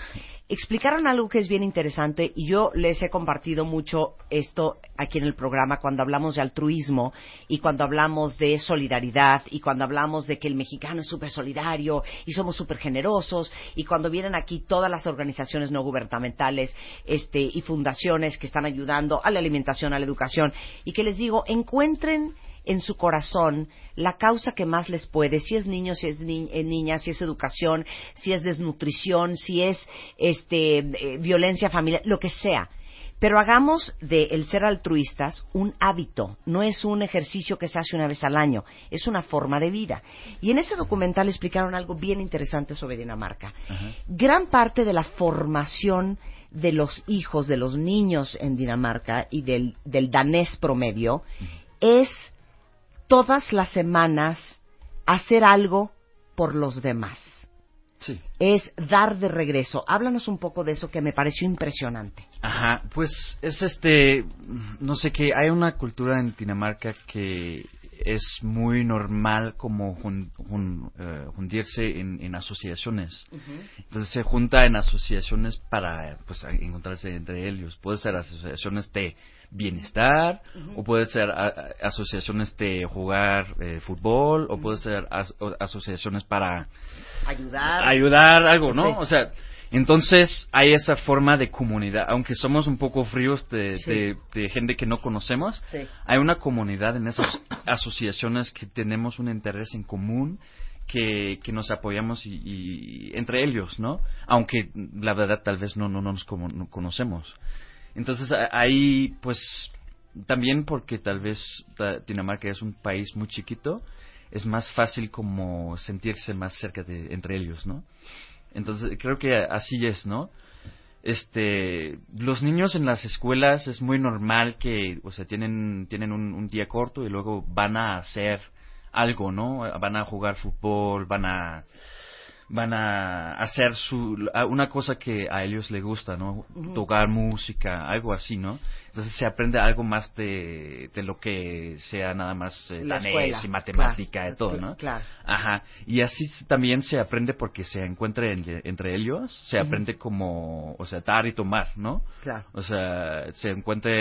explicaron algo que es bien interesante y yo les he compartido mucho esto aquí en el programa cuando hablamos de altruismo y cuando hablamos de solidaridad y cuando hablamos de que el mexicano es súper solidario y somos súper generosos y cuando vienen aquí todas las organizaciones no gubernamentales y fundaciones que están ayudando a la alimentación, a la educación y que les digo, encuentren en su corazón la causa que más les puede, si es niño, si es niña, si es educación, si es desnutrición, si es violencia familiar, lo que sea. Pero hagamos de el ser altruistas un hábito, no es un ejercicio que se hace una vez al año, es una forma de vida. Y en ese documental explicaron algo bien interesante sobre Dinamarca. Uh-huh. Gran parte de la formación de los hijos, de los niños en Dinamarca y del danés promedio, es todas las semanas hacer algo por los demás. Sí. Es dar de regreso. Háblanos un poco de eso que me pareció impresionante. Ajá, pues es no sé, que hay una cultura en Dinamarca que es muy normal como juntarse en asociaciones. Uh-huh. Entonces se junta en asociaciones para pues encontrarse entre ellos. Puede ser asociaciones de bienestar, uh-huh, o puede ser asociaciones de jugar fútbol, uh-huh, o puede ser asociaciones para ayudar algo, ¿no? Sí. O sea, entonces hay esa forma de comunidad, aunque somos un poco fríos de gente que no conocemos, sí, hay una comunidad en esas asociaciones que tenemos un interés en común, que nos apoyamos y entre ellos, ¿no? Aunque la verdad tal vez no nos conocemos. Entonces ahí pues también porque tal vez Dinamarca es un país muy chiquito, es más fácil como sentirse más cerca de entre ellos, ¿no? Entonces creo que así es, ¿no? Los niños en las escuelas es muy normal que, o sea, tienen un día corto y luego van a hacer algo, ¿no? Van a jugar fútbol, van a hacer una cosa que a ellos les gusta, ¿no? Uh-huh. Tocar música, algo así, ¿no? Entonces se aprende algo más de lo que sea nada más danés y matemática, claro, y todo, ¿no? Claro. Ajá. Y así también se aprende porque se encuentra entre ellos, se aprende como, o sea, dar y tomar, ¿no? Claro. O sea, se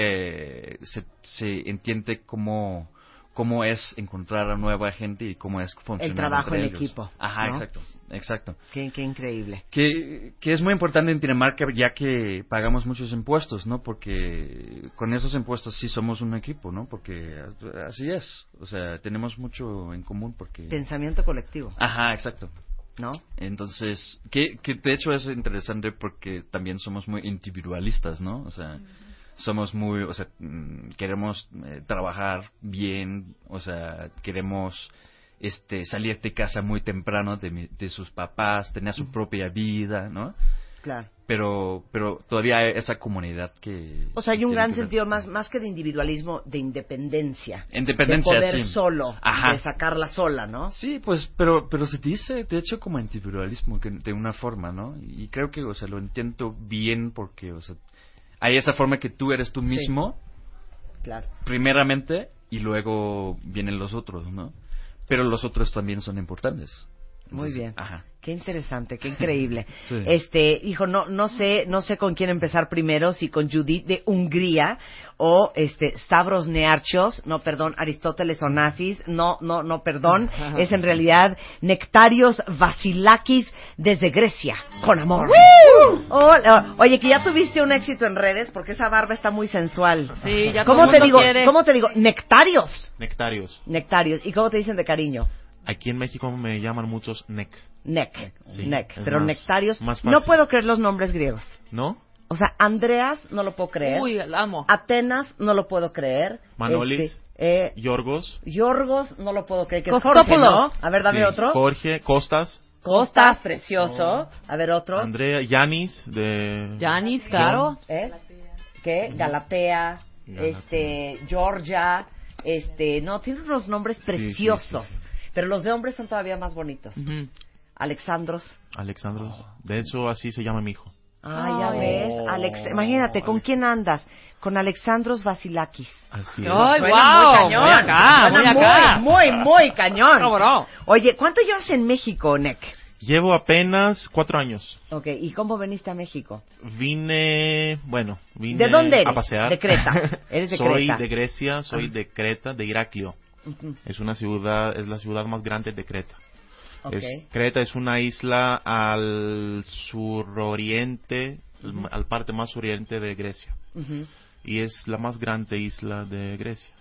entiende cómo es encontrar a nueva gente y cómo es funcionar el trabajo en ellos. Equipo. Ajá, ¿no? Exacto. Qué increíble. Que es muy importante en Dinamarca ya que pagamos muchos impuestos, ¿no? Porque con esos impuestos sí somos un equipo, ¿no? Porque así es. O sea, tenemos mucho en común porque... Pensamiento colectivo. Ajá, exacto. ¿No? Entonces, que de hecho es interesante porque también somos muy individualistas, ¿no? O sea... somos muy, o sea, queremos trabajar bien, o sea, queremos salir de casa muy temprano de sus papás, tener su propia vida, ¿no? Claro. Pero todavía hay esa comunidad que... O sea, hay un gran sentido más que de individualismo, de independencia. Independencia, de poder sí. solo, Ajá. de sacarla sola, ¿no? Sí, pues, pero se dice, de hecho, como individualismo, que de una forma, ¿no? Y creo que, o sea, lo entiendo bien porque, o sea, hay esa forma que tú eres tú mismo, sí, claro, primeramente, y luego vienen los otros, ¿no? Pero los otros también son importantes. Muy bien. Ajá. Qué interesante, qué increíble. Sí. Hijo, no sé con quién empezar primero, si con Judith de Hungría o Stavros Nearchos, no, perdón, Aristóteles Onassis, no, perdón, es en realidad Nectarios Vasilakis desde Grecia, con amor. Oye, que ya tuviste un éxito en redes porque esa barba está muy sensual. Sí, ya ¿Cómo todo te mundo digo? quiere. ¿Cómo te digo? Nectarios. Nectarios. ¿Y cómo te dicen de cariño? Aquí en México me llaman muchos Nec. Sí, pero más, nectarios. Más fácil. No puedo creer los nombres griegos. ¿No? O sea, Andreas, no lo puedo creer. Uy, amo. Atenas, no lo puedo creer. Manolis. Yorgos, no lo puedo creer. Que es Jorge, ¿no? A ver, dame otro. Jorge, Costas, precioso. A ver, otro. Andrea, Yanis, claro. ¿Qué? Galatea, Georgia, no, tiene unos nombres preciosos. Sí. Pero los de hombres son todavía más bonitos. Uh-huh. Alexandros. De hecho, así se llama mi hijo. Ya ves. Imagínate, ¿con quién andas? Con Alexandros Vasilakis. Así es. ¡Ay, wow! Muy cañón. Muy acá. Muy cañón. No. Oye, ¿cuánto llevas en México, Nec? Llevo apenas 4 años. Ok, ¿y cómo veniste a México? Vine ¿De dónde eres? a pasear. De Creta. Eres de soy Creta. de Grecia, soy de Creta, de Iraklio. Es la ciudad más grande de Creta. Okay. Creta es una isla al suroriente, al parte más oriente de Grecia. Y es la más grande isla de Grecia.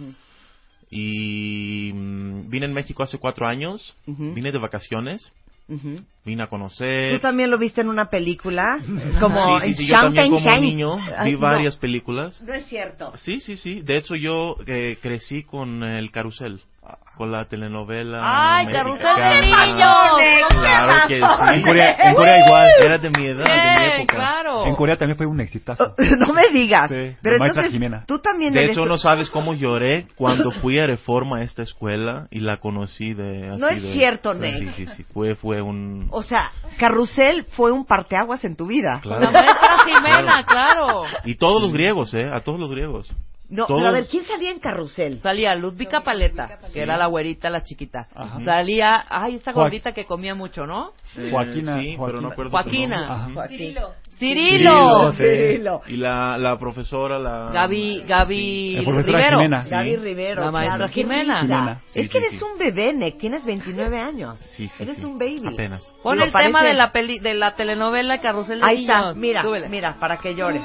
Y vine en México hace 4 años. Vine de vacaciones. Vine a conocer. ¿Tú también lo viste en una película? Como sí, yo también como niño vi varias películas. No es cierto. Sí. De hecho, yo crecí con el Carrusel, con la telenovela. ¡Ay, mexicana. Carrusel de niños! Claro que sí. En Corea igual. Era de mi edad, de mi época. Claro. En Corea también fue un exitazo. No me digas. Sí, pero maestra entonces, Jimena. tú también De eres... hecho, no sabes cómo lloré cuando fui a Reforma a esta escuela y la conocí de... No es cierto, sí, Nate. Sí. Fue un... O sea, Carrusel fue un parteaguas en tu vida. Claro. La maestra Jimena, claro. Y todos los griegos, a todos los griegos. No, Todos... pero a ver, ¿quién salía en Carrusel? Salía Ludvika Paleta, que era la güerita, la chiquita. Ajá. Salía, esta gordita que comía mucho, ¿no? Joaquina. Sí, pero no acuerdo Joaquina. su nombre. Cirilo. Cirilo. Y la profesora, la... Gaby Rivero. Jimena. Gaby Rivero. La maestra claro, qué Jimena. linda. Sí, es que sí, eres sí. un bebé, Nick. Tienes 29 años. Sí, eres un baby. Apenas. Pon Digo, el tema parece- de la telenovela Carrusel de Ahí está, Niños. mira, Súbele. mira, para que llores.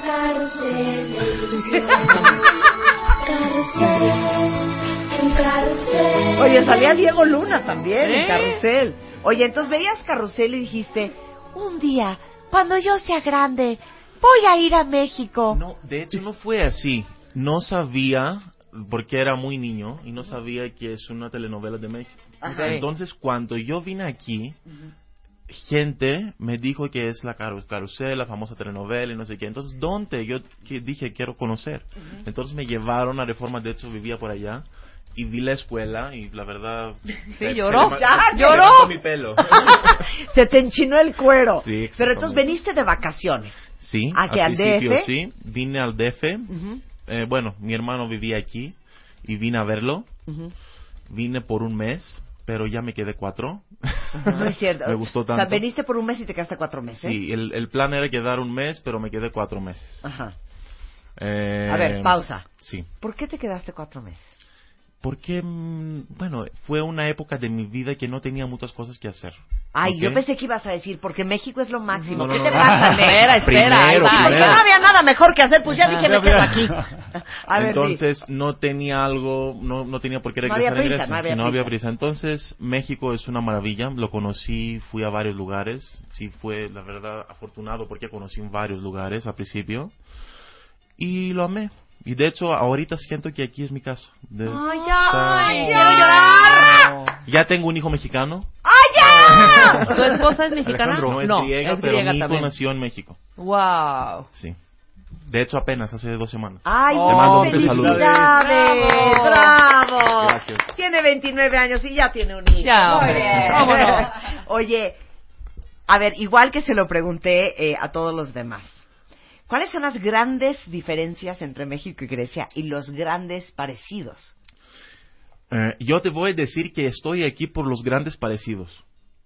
Oye, salía Diego Luna también en Carrusel. Oye, entonces veías Carrusel y dijiste, un día, cuando yo sea grande, voy a ir a México. No, de hecho no fue así. No sabía, porque era muy niño, y no sabía que es una telenovela de México. Ajá. Entonces, cuando yo vine aquí, gente me dijo que es la Carrusel, la famosa telenovela y no sé qué. Entonces, ¿dónde? Yo dije, quiero conocer. Entonces me llevaron a Reforma, de hecho vivía por allá. Y vi la escuela y la verdad... Sí, lloró. Se Lloró. levantó mi pelo. Se te enchinó el cuero. Sí, exactamente. Pero entonces veniste de vacaciones. Sí, ¿A qué, al principio DF? sí. Vine al DF. Bueno, mi hermano vivía aquí y vine a verlo. Vine por un mes, pero ya me quedé 4. No es cierto. Me gustó tanto. O sea, veniste por un mes y te quedaste 4 meses. Sí, el plan era quedar un mes, pero me quedé 4 meses. Ajá. A ver, pausa. Sí. ¿Por qué te quedaste 4 meses? Porque, bueno, fue una época de mi vida que no tenía muchas cosas que hacer. Ay, ¿Ok? yo pensé que ibas a decir, porque México es lo máximo. No, ¿Qué no, te no. pasa, Ney? Espera, ahí va. Porque no había nada mejor que hacer, pues ya dije, me quedo aquí. A ver, entonces no tenía algo, no tenía por qué No regresar había prisa, a Grecia. no había Sí, no prisa. había prisa. Entonces México es una maravilla, lo conocí, fui a varios lugares, sí fue la verdad afortunado porque conocí en varios lugares al principio y lo amé. Y de hecho ahorita siento que aquí es mi casa. ¡Ay, ya! ¡Ay, quiero llorar! Ya tengo un hijo mexicano. ¡Ay, ya! ¿Tu esposa es mexicana? No, es griega, pero mi hijo también. nació en México. Wow. Sí. De hecho apenas hace 2 semanas. ¡Ay, Te mando un saludo. felicidades! ¡Bravo! Gracias. Tiene 29 años y ya tiene un hijo. Ya, Muy bien. ¿cómo no? Oye, a ver, igual que se lo pregunté a todos los demás. ¿Cuáles son las grandes diferencias entre México y Grecia y los grandes parecidos? Yo te voy a decir que estoy aquí por los grandes parecidos.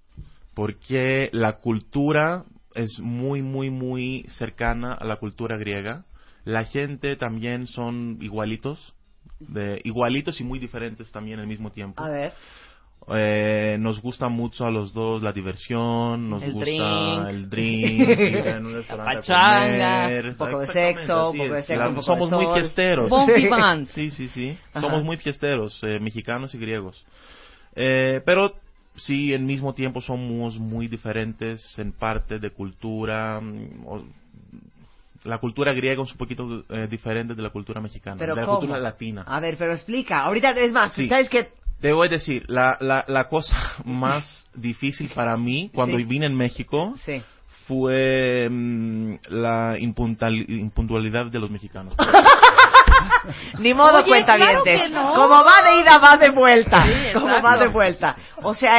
Porque la cultura es muy, muy, muy cercana a la cultura griega. La gente también son igualitos. Igualitos y muy diferentes también al mismo tiempo. A ver. Nos gusta mucho a los dos la diversión, nos El gusta drink. el drink, ir en un restaurante La pachanga, a comer. un poco de Exactamente, sexo, así un poco de es. sexo, un poco Somos de muy sol. fiesteros. Bon vivant. Sí. Ajá. Somos muy fiesteros, mexicanos y griegos. Pero sí, al mismo tiempo somos muy diferentes en parte de cultura. La cultura griega es un poquito diferente de la cultura mexicana, ¿Pero de la cómo? cultura latina. A ver, pero explica. Ahorita es más, Sí. ¿sabes qué? Te voy a decir, la cosa más difícil para mí cuando Sí. vine en México Sí. fue la impuntualidad de los mexicanos. Ni modo, Oye, cuentavientes. claro que no. Como va de ida, va de vuelta. Sí, Como exacto. va de vuelta. O sea,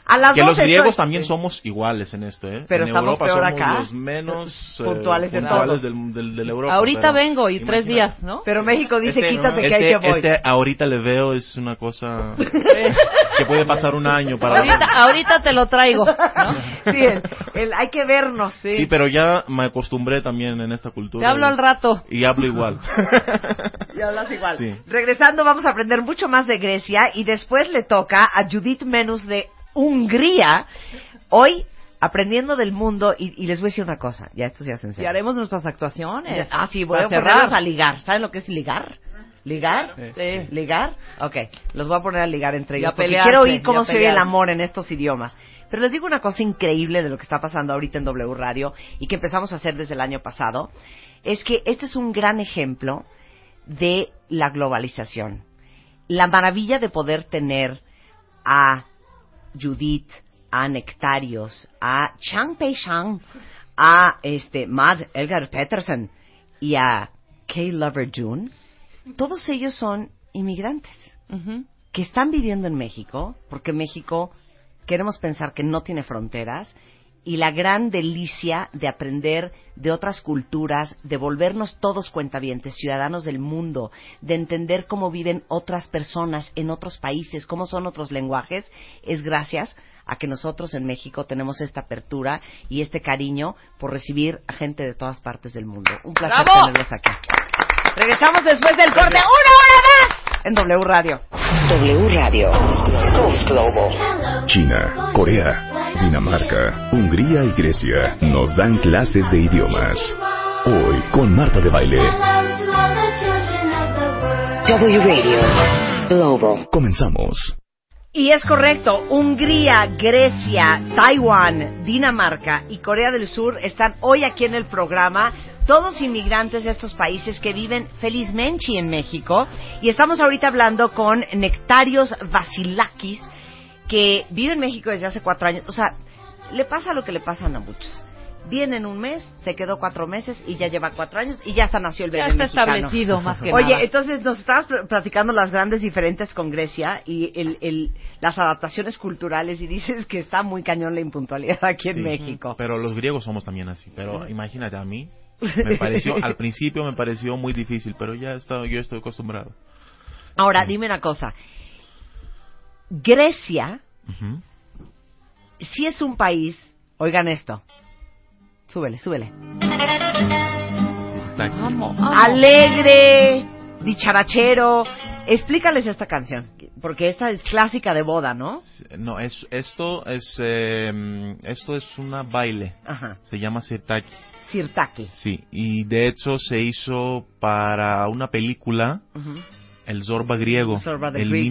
A las que 12 los griegos estoy- también somos iguales en esto, ¿eh? Pero en estamos Europa peor somos acá. los menos Puntuales en todo. del Europa. Ahorita pero vengo y 3 imagínate. días, ¿no? Pero México dice, quítate que hay que voy. Ahorita le veo es una cosa que puede pasar un año para... Ahorita te lo traigo, ¿no? Sí, hay que vernos. Sí, pero ya me acostumbré también en esta cultura. Te hablo al rato. Y hablo igual. Y hablas igual. Sí. Regresando vamos a aprender mucho más de Grecia y después le toca a Judith Menus de Hungría. Hoy aprendiendo del mundo y les voy a decir una cosa, ya esto se hace en serio. Y haremos nuestras actuaciones. Sí, voy a Para ponerlos cerrar. a ligar. ¿Saben lo que es ligar? ¿Ligar? Sí. ¿Ligar? Ok, los voy a poner a ligar entre Y ellos a porque pelearse, quiero oír y cómo a se oye el pelearse. amor en estos idiomas. Pero les digo una cosa increíble de lo que está pasando ahorita en W Radio y que empezamos a hacer desde el año pasado, es que este es un gran ejemplo de la globalización. La maravilla de poder tener a Judith, a Nectarios, a Chang Pei-shang, a Mads Elgar Petersen y a Kay Lover June, todos ellos son inmigrantes que están viviendo en México, porque México queremos pensar que no tiene fronteras, y la gran delicia de aprender de otras culturas, de volvernos todos cuentavientes, ciudadanos del mundo, de entender cómo viven otras personas en otros países, cómo son otros lenguajes, es gracias a que nosotros en México tenemos esta apertura y este cariño por recibir a gente de todas partes del mundo. Un placer ¡Bravo! tenerlos aquí. Regresamos después del corte, ¡una hora más! En W Radio. W Radio. Global. China, Corea, Dinamarca, Hungría y Grecia nos dan clases de idiomas. Hoy con Marta de Baile. W Radio. Global. Comenzamos. Y es correcto, Hungría, Grecia, Taiwán, Dinamarca y Corea del Sur están hoy aquí en el programa, todos inmigrantes de estos países que viven felizmente en México. Y estamos ahorita hablando con Nectarios Vasilakis, que vive en México desde hace 4 años. O sea, le pasa lo que le pasan a muchos. Viene en un mes, se quedó 4 meses y ya lleva 4 años y ya hasta nació el bebé Ya está mexicano. establecido más que Oye, nada. entonces nos estabas platicando las grandes diferencias con Grecia y las adaptaciones culturales y dices que está muy cañón la impuntualidad aquí en Sí, México. Pero los griegos somos también así. Pero imagínate, a mí me pareció, al principio me pareció muy difícil, pero yo estoy acostumbrado. Ahora, dime una cosa. Grecia sí es un país, oigan esto, súbele. Alegre, dicharachero. Explícales esta canción, porque esta es clásica de boda, ¿no? No, esto es una baile. Ajá. Se llama sirtaki. Sirtaki. Sí, y de hecho se hizo para una película, El Zorba griego, Zorba the en Greek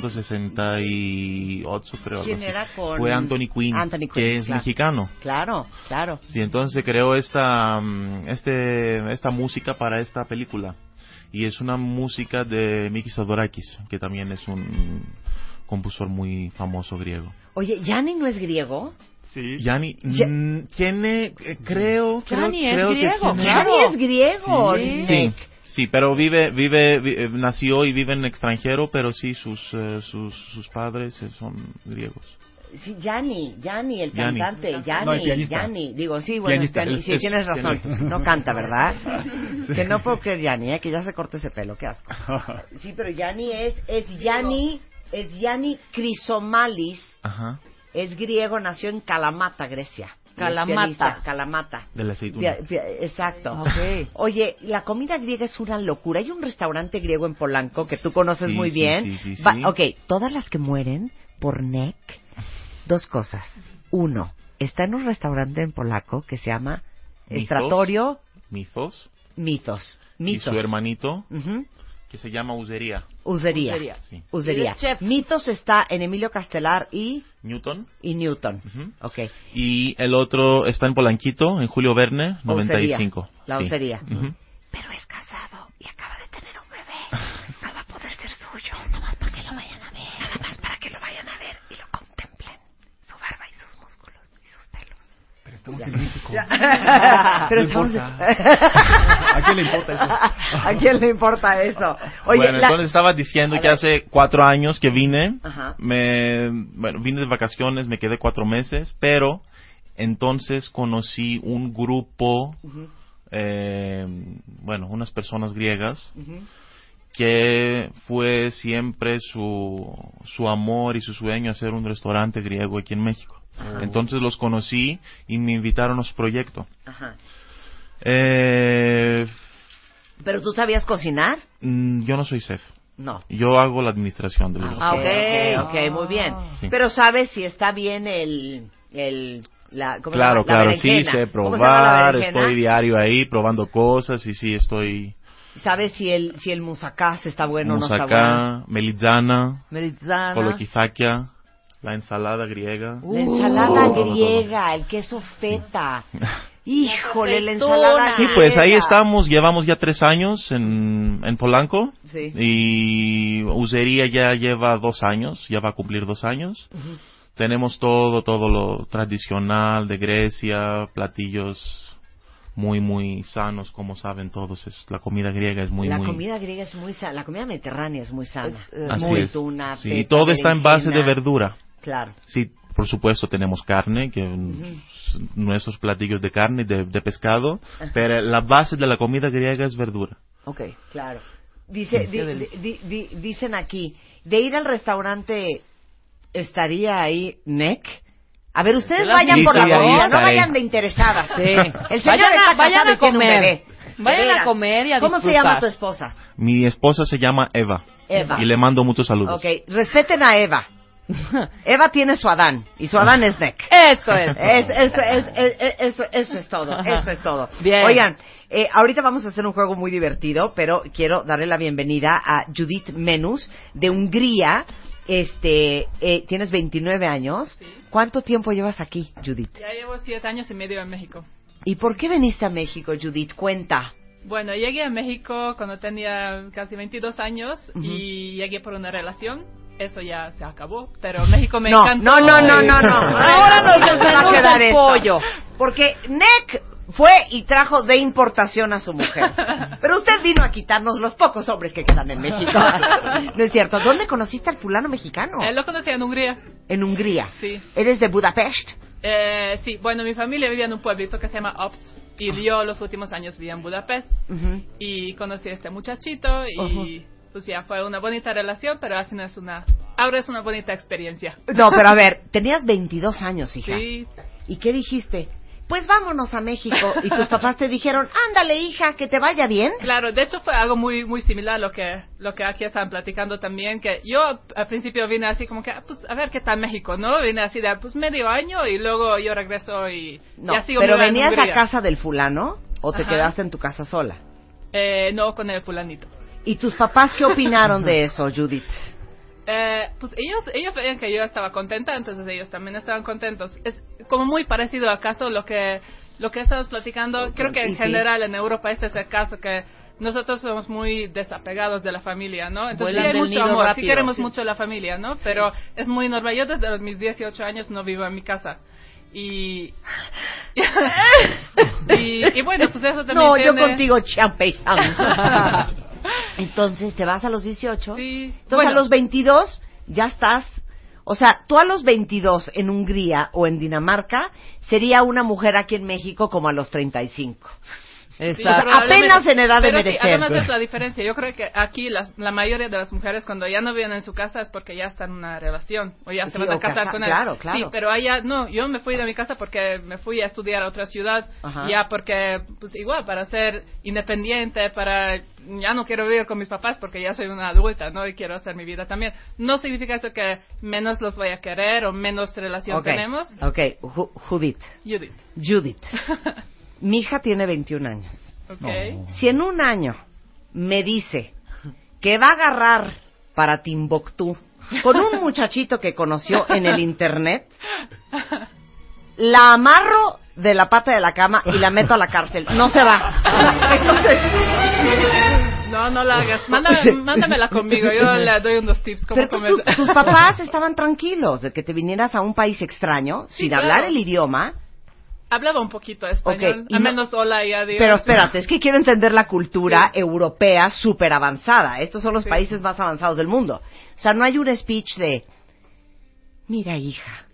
1968, creo. ¿Quién algo así. era con...? Fue Anthony Quinn, que es claro. mexicano. Claro. Sí, entonces se creó esta música para esta película. Y es una música de Mikis Theodorakis, que también es un compositor muy famoso griego. Oye, ¿Yanni no es griego? Sí. Yanni tiene, creo Yanni que es griego, tiene- Yanni es griego. Sí, sí, pero nació y vive en extranjero, pero sí, sus padres son griegos. Sí, Yanni, el Yanni. cantante, No, el pianista. Yanni. Digo, sí, bueno, Pianista, es pianista, sí, tienes razón. pianista. No canta, ¿verdad? Que no puedo creer Yanni, que ya se corte ese pelo, qué asco. Sí, pero Yanni es Yanni Chrysomalis, Ajá. es griego, nació en Kalamata, Grecia. Kalamata. Es pianista, Kalamata. De la aceituna. Exacto. Ok. Oye, la comida griega es una locura. Hay un restaurante griego en Polanco que tú conoces Sí, muy sí, bien. sí. Ok, todas las que mueren por NEC, 2 cosas. 1, está en un restaurante en polaco que se llama Mythos. Estratorio Mythos. Mitos. Y su hermanito, Ujú. que se llama Usería. Usería. Sí. Usería. Y el chef. Mitos está en Emilio Castelar y Newton. Newton. Ujú. Ok. Y el otro está en Polanquito, en Julio Verne, 95. La Sí. Osería. Ujú. Pero es casado y acaba de tener un bebé. No va a poder ser suyo. Nomás para que lo vayan a ver. Nada más para que lo vayan a ver y lo contemplen. Su barba y sus músculos y sus pelos. estamos en México. Pero no estamos... importa. ¿A quién le importa eso? ¿A quién le importa eso? Oye, bueno, entonces estaba diciendo que hace 4 años que vine. Ajá. Vine de vacaciones, me quedé 4 meses, pero entonces conocí un grupo, unas personas griegas, que fue siempre su amor y su sueño hacer un restaurante griego aquí en México. Ajá. Entonces los conocí y me invitaron a su proyecto. Ajá. ¿Pero tú sabías cocinar? Yo no soy chef. No. Yo hago la administración del restaurante. Okay, muy bien. Sí. Pero sabes si está bien ¿cómo se llama? Claro, La sí, berenjena. sé ¿Cómo se llama la probar, berenjena? estoy diario ahí probando cosas y sí, estoy... ¿Sabes si el moussakás está bueno o no está Moussaka, bueno? melidzana, kolokizakia, la ensalada griega. La ensalada griega, el queso feta. Híjole, la ensalada Sí, griega. pues ahí estamos, llevamos ya 3 años en Polanco. Sí. Y Usería ya lleva 2 años, ya va a cumplir 2 años. Tenemos todo lo tradicional de Grecia, platillos muy, muy sanos, como saben todos. La comida griega es muy, La muy... comida griega es muy sana, la comida mediterránea es muy sana. Así muy es. tuna, Sí, feta, todo está en base de berenjena. verdura. Claro. Sí, por supuesto tenemos carne, que nuestros platillos de carne, de pescado, pero la base de la comida griega es verdura. Okay, claro. Dicen aquí, de ir al restaurante, ¿estaría ahí Nick? A ver, ustedes vayan por la comida, no vayan de interesadas. Sí. El señor vayan a comer. De Vayan veras. a comer y a ¿Cómo disfrutar. se llama tu esposa? Mi esposa se llama Eva. Eva. Y le mando muchos saludos. Ok, respeten a Eva. Eva tiene su Adán, y su Adán es Nick. Esto es. Eso es todo, eso es todo. Bien. Oigan, ahorita vamos a hacer un juego muy divertido, pero quiero darle la bienvenida a Judith Menus, de Hungría. Tienes 29 años. Sí. ¿Cuánto tiempo llevas aquí, Judith? Ya llevo 7 años y medio en México. ¿Y por qué viniste a México, Judith? Cuenta. Bueno, llegué a México cuando tenía casi 22 años y llegué por una relación. Eso ya se acabó, pero México me encantó. No. Ahora nos desmenuza el pollo. Porque Nick fue y trajo de importación a su mujer. Pero usted vino a quitarnos los pocos hombres que quedan en México. No es cierto. ¿Dónde conociste al fulano mexicano? Lo conocí en Hungría. En Hungría. Sí. ¿Eres de Budapest? Sí, bueno, mi familia vivía en un pueblito que se llama Opt. Y yo los últimos años vivía en Budapest. Y conocí a este muchachito y... Pues ya fue una bonita relación, pero al final ahora es una bonita experiencia. No, pero a ver, tenías 22 años, hija. Sí. ¿Y qué dijiste? Pues vámonos a México. Y tus papás te dijeron, ándale, hija, que te vaya bien. Claro, de hecho fue algo muy muy similar a lo que aquí están platicando también, que yo al principio vine así como que, pues a ver qué tal México, ¿no? Vine así de pues medio año y luego yo regreso y No, ya sigo pero viviendo en ¿venías a Hungría. casa del fulano o te Ajá. quedaste en tu casa sola? No, con el fulanito. ¿Y tus papás qué opinaron de eso, Judith? Pues ellos veían que yo estaba contenta, entonces ellos también estaban contentos. Es como muy parecido al caso lo que estamos platicando. Creo que en general en Europa este es el caso, que nosotros somos muy desapegados de la familia, ¿no? Entonces sí hay mucho amor, sí queremos mucho la familia, ¿no? Pero es muy normal. Yo desde mis 18 años no vivo en mi casa. Y bueno, pues eso también No, tiene... yo contigo, champán. Entonces, ¿te vas a los 18? Sí. Entonces, Bueno. a los 22 ya estás... O sea, tú a los 22 en Hungría o en Dinamarca sería una mujer aquí en México como a los 35. Sí, o sea, apenas en edad de pero merecer. Sí, además es la diferencia. Yo creo que aquí la mayoría de las mujeres cuando ya no viven en su casa es porque ya están en una relación o ya se van a casar con él. Claro. Sí, pero allá no. Yo me fui de mi casa porque me fui a estudiar a otra ciudad. Ajá. Ya porque, pues igual, para ser independiente, ya no quiero vivir con mis papás porque ya soy una adulta, ¿no? Y quiero hacer mi vida también. No significa eso que menos los voy a querer o menos relación tenemos. Ok, Judith. Judith. Mi hija tiene 21 años. Okay. Si en un año me dice que va a agarrar para Timbuktu con un muchachito que conoció en el internet, la amarro de la pata de la cama y la meto a la cárcel. No se va. Entonces... No la hagas. Mándamela conmigo. Yo le doy unos tips. Pero tus papás estaban tranquilos de que te vinieras a un país extraño, Sí, sin claro. hablar el idioma. Hablaba un poquito español, Okay, al menos hola y adiós. Pero espérate, es que quiero entender la cultura europea súper avanzada. Estos son los países más avanzados del mundo. O sea, no hay un speech de, mira hija,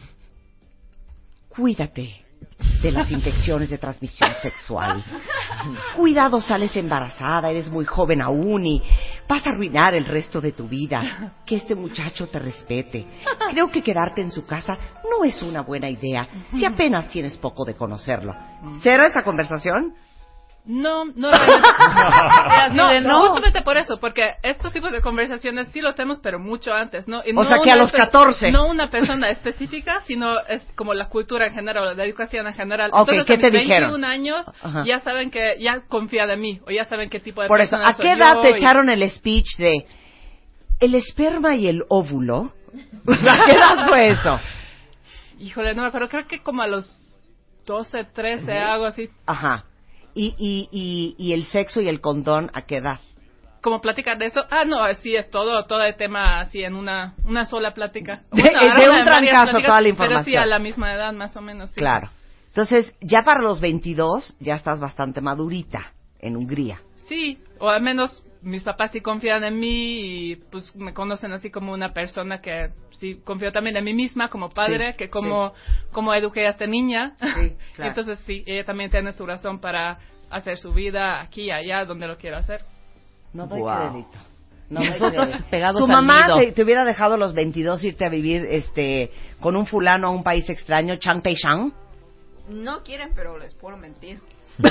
cuídate de las infecciones de transmisión sexual. Cuidado, sales embarazada, eres muy joven aún y vas a arruinar el resto de tu vida. Que este muchacho te respete. Creo que quedarte en su casa no es una buena idea si apenas tienes poco de conocerlo. ¿Cero esa conversación? No realmente. No, justamente por eso, porque estos tipos de conversaciones sí lo tenemos, pero mucho antes, ¿no? Y o sea, que a los 14. No una persona específica, sino es como la cultura en general, la educación en general. Okay, entonces, ¿qué te a mis 21 dijeron? años, ya saben que ya confían en mí, o ya saben qué tipo de por eso, persona ¿a soy qué edad yo, te echaron el speech de el esperma y el óvulo? O sea, ¿a qué edad fue eso? Híjole, no me acuerdo, creo que como a los 12, 13, algo así. Ajá. ¿Y el sexo y el condón a qué edad? ¿Cómo platicar de eso? No, sí, es todo el tema así en una sola plática. Bueno, es de un trancazo toda la información. Pero sí, a la misma edad, más o menos, sí. Claro. Entonces, ya para los 22, ya estás bastante madurita en Hungría. Sí, o al menos mis papás sí confían en mí y pues me conocen así como una persona que sí confío también en mí misma como padre, que como eduqué a esta niña. Sí, claro. Entonces sí, ella también tiene su razón para hacer su vida aquí y allá, donde lo quiera hacer. No doy crédito. No doy Nosotros pegados ¿Tu al mamá nido. te hubiera dejado a los 22 irte a vivir con un fulano a un país extraño, Chiang Kai-shang? No quieren, pero les puedo mentir. Sí,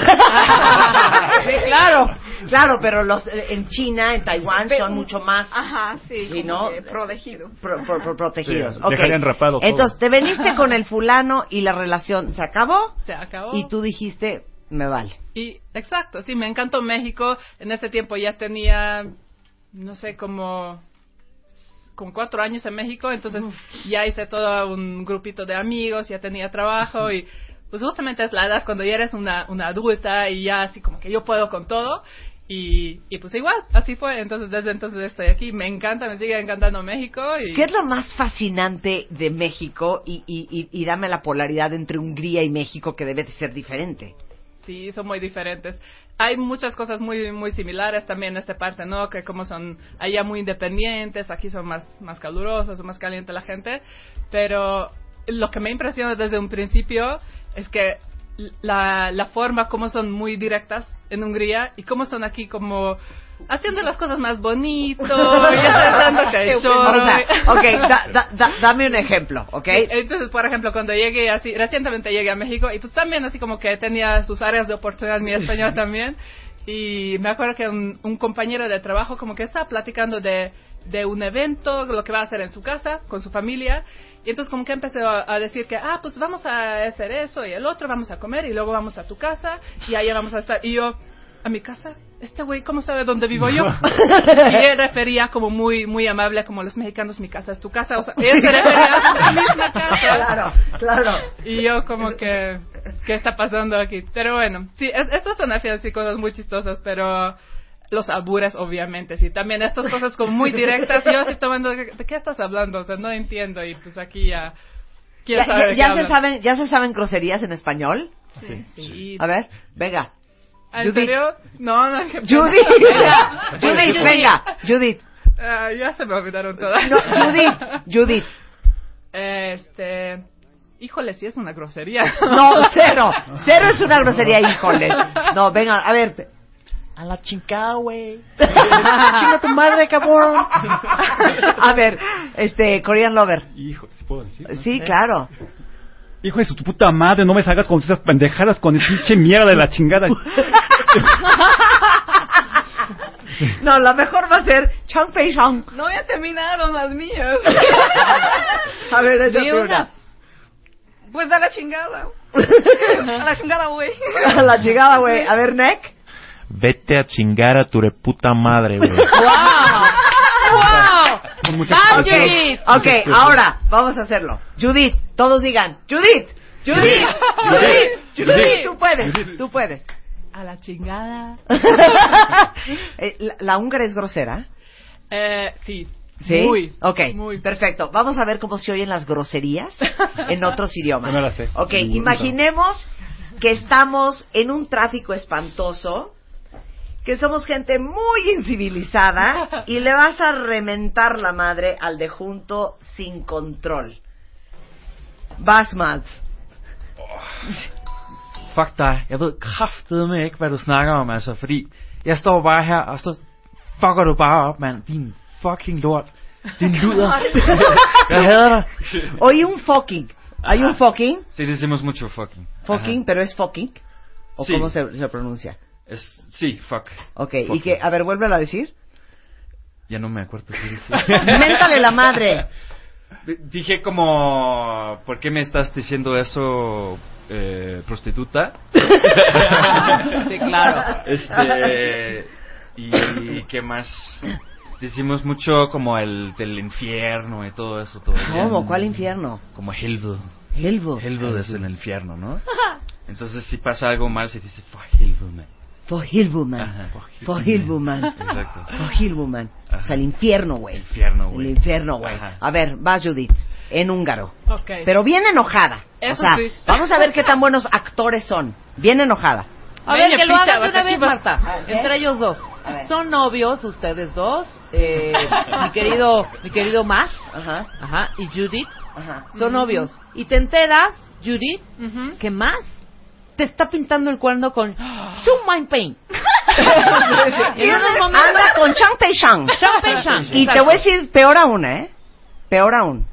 claro, pero en China, en Taiwán son mucho más. Ajá, sí, ¿no? Protegidos. Protegidos. Sí, okay. dejarían rapado todo. Entonces, te veniste con el fulano y la relación se acabó. Se acabó. Y tú dijiste, me vale. Y exacto, sí, me encantó México. En ese tiempo ya tenía, no sé, como 4 años en México, entonces ya hice todo un grupito de amigos, ya tenía trabajo y pues justamente es la edad cuando ya eres una adulta y ya así como que yo puedo con todo y pues igual, así fue. Entonces desde entonces estoy aquí, me encanta, me sigue encantando México. ¿Qué es lo más fascinante de México y dame la polaridad entre Hungría y México que debe de ser diferente? Sí, son muy diferentes. Hay muchas cosas muy muy similares también en esta parte, ¿no? Que como son allá muy independientes, aquí son más calurosos, más caliente la gente, pero lo que me impresiona desde un principio es que la forma como son muy directas en Hungría y como son aquí como haciendo las cosas más bonito, dame un ejemplo, ¿ok? Entonces, por ejemplo, cuando llegué así, recientemente llegué a México y pues también así como que tenía sus áreas de oportunidad en mi español también y me acuerdo que un compañero de trabajo como que estaba platicando de un evento, lo que va a hacer en su casa, con su familia. Y entonces como que empezó a decir que, pues vamos a hacer eso y el otro, vamos a comer y luego vamos a tu casa y allá vamos a estar. Y yo, ¿a mi casa? Este güey, ¿cómo sabe dónde vivo yo? Y él refería como muy muy amable, como los mexicanos, mi casa es tu casa. O sea, él se refería a su misma casa. Claro. Y yo como que, ¿qué está pasando aquí? Pero bueno, sí, estos son así cosas muy chistosas, pero los albures, obviamente, sí. También estas cosas como muy directas. Yo estoy tomando, ¿de qué estás hablando? O sea, no entiendo. Y pues aquí ya... ¿Ya se saben groserías en español? Sí. A ver, venga. ¿En serio? No. Judith. Judith. Ya se me olvidaron todas. No, Judith. Híjole, sí es una grosería. No, cero es una grosería, híjole. No, venga, a ver. A la chingada, güey. Chinga tu madre, cabrón. A ver, Korean Lover. Hijo, ¿sí puedo decir? Sí, claro. Hijo de su puta madre, no me salgas con esas pendejadas con el pinche mierda de la chingada. No, la mejor va a ser Chang Pei Shang. No ya terminaron las mías. A ver, échate una. Pues a la chingada. A la chingada, güey. A la chingada, güey. A ver, Nick. Vete a chingar a tu reputa madre, güey. ¡Wow! Ok, ahora vamos a hacerlo. Judith, todos digan Judith. Tú puedes. A la chingada. ¿La húngara es grosera? Sí. ¿Sí? Muy. Ok, perfecto. Vamos a ver cómo se oyen las groserías en otros idiomas. No me las sé. Ok, imaginemos que estamos en un tráfico espantoso, que somos gente muy incivilizada y le vas a reventar la madre al de junto sin control. Vas, Mads. Fuck dig. Jeg ved kraftedeme ikke, hvad du snakker om, altså, fordi jeg står bare her, og så fucker du bare op, mand. Din fucking lort. Din luder. Jeg hader dig. Oye, un fucking. ¿Hay un fucking? Sí, decimos mucho fucking. Fucking, Ajá. pero es fucking. ¿O Sí. cómo se pronuncia? Sí, fuck. Ok, Fucking. y que, a ver, vuélvelo a decir. Ya no me acuerdo qué dije. Méntale la madre. Dije como, ¿por qué me estás diciendo eso, prostituta? Sí, claro. Y qué más. Decimos mucho como el del infierno y todo eso. ¿Cómo? ¿Cuál infierno? Como Helvede. Helvede. Helvede es en el infierno, ¿no? Entonces si pasa algo mal se dice for Helvede, man. For Helvede, man. Ajá. For Helvede, man. Exacto. For Helvede, man. O sea, el infierno, güey. Infierno, güey. El infierno, güey. Ajá. A ver, va Judith, en húngaro. Ok. Pero bien enojada. Eso o sea, sí. vamos a ver qué tan buenos actores son. Bien enojada. A ver, que lo picha, hagan de una vez, vas aquí, Marta. Entre ellos dos. Son novios ustedes dos. Mi querido Mas. Ajá. Y Judith. Ajá. Son novios. Y te enteras, Judith, que Mas te está pintando el cuerno con Shumain Pain. En unos momentos Anda con Chang Pei Shang. Chang Pei Shang. Y te voy a decir peor aún, ¿eh? Peor aún.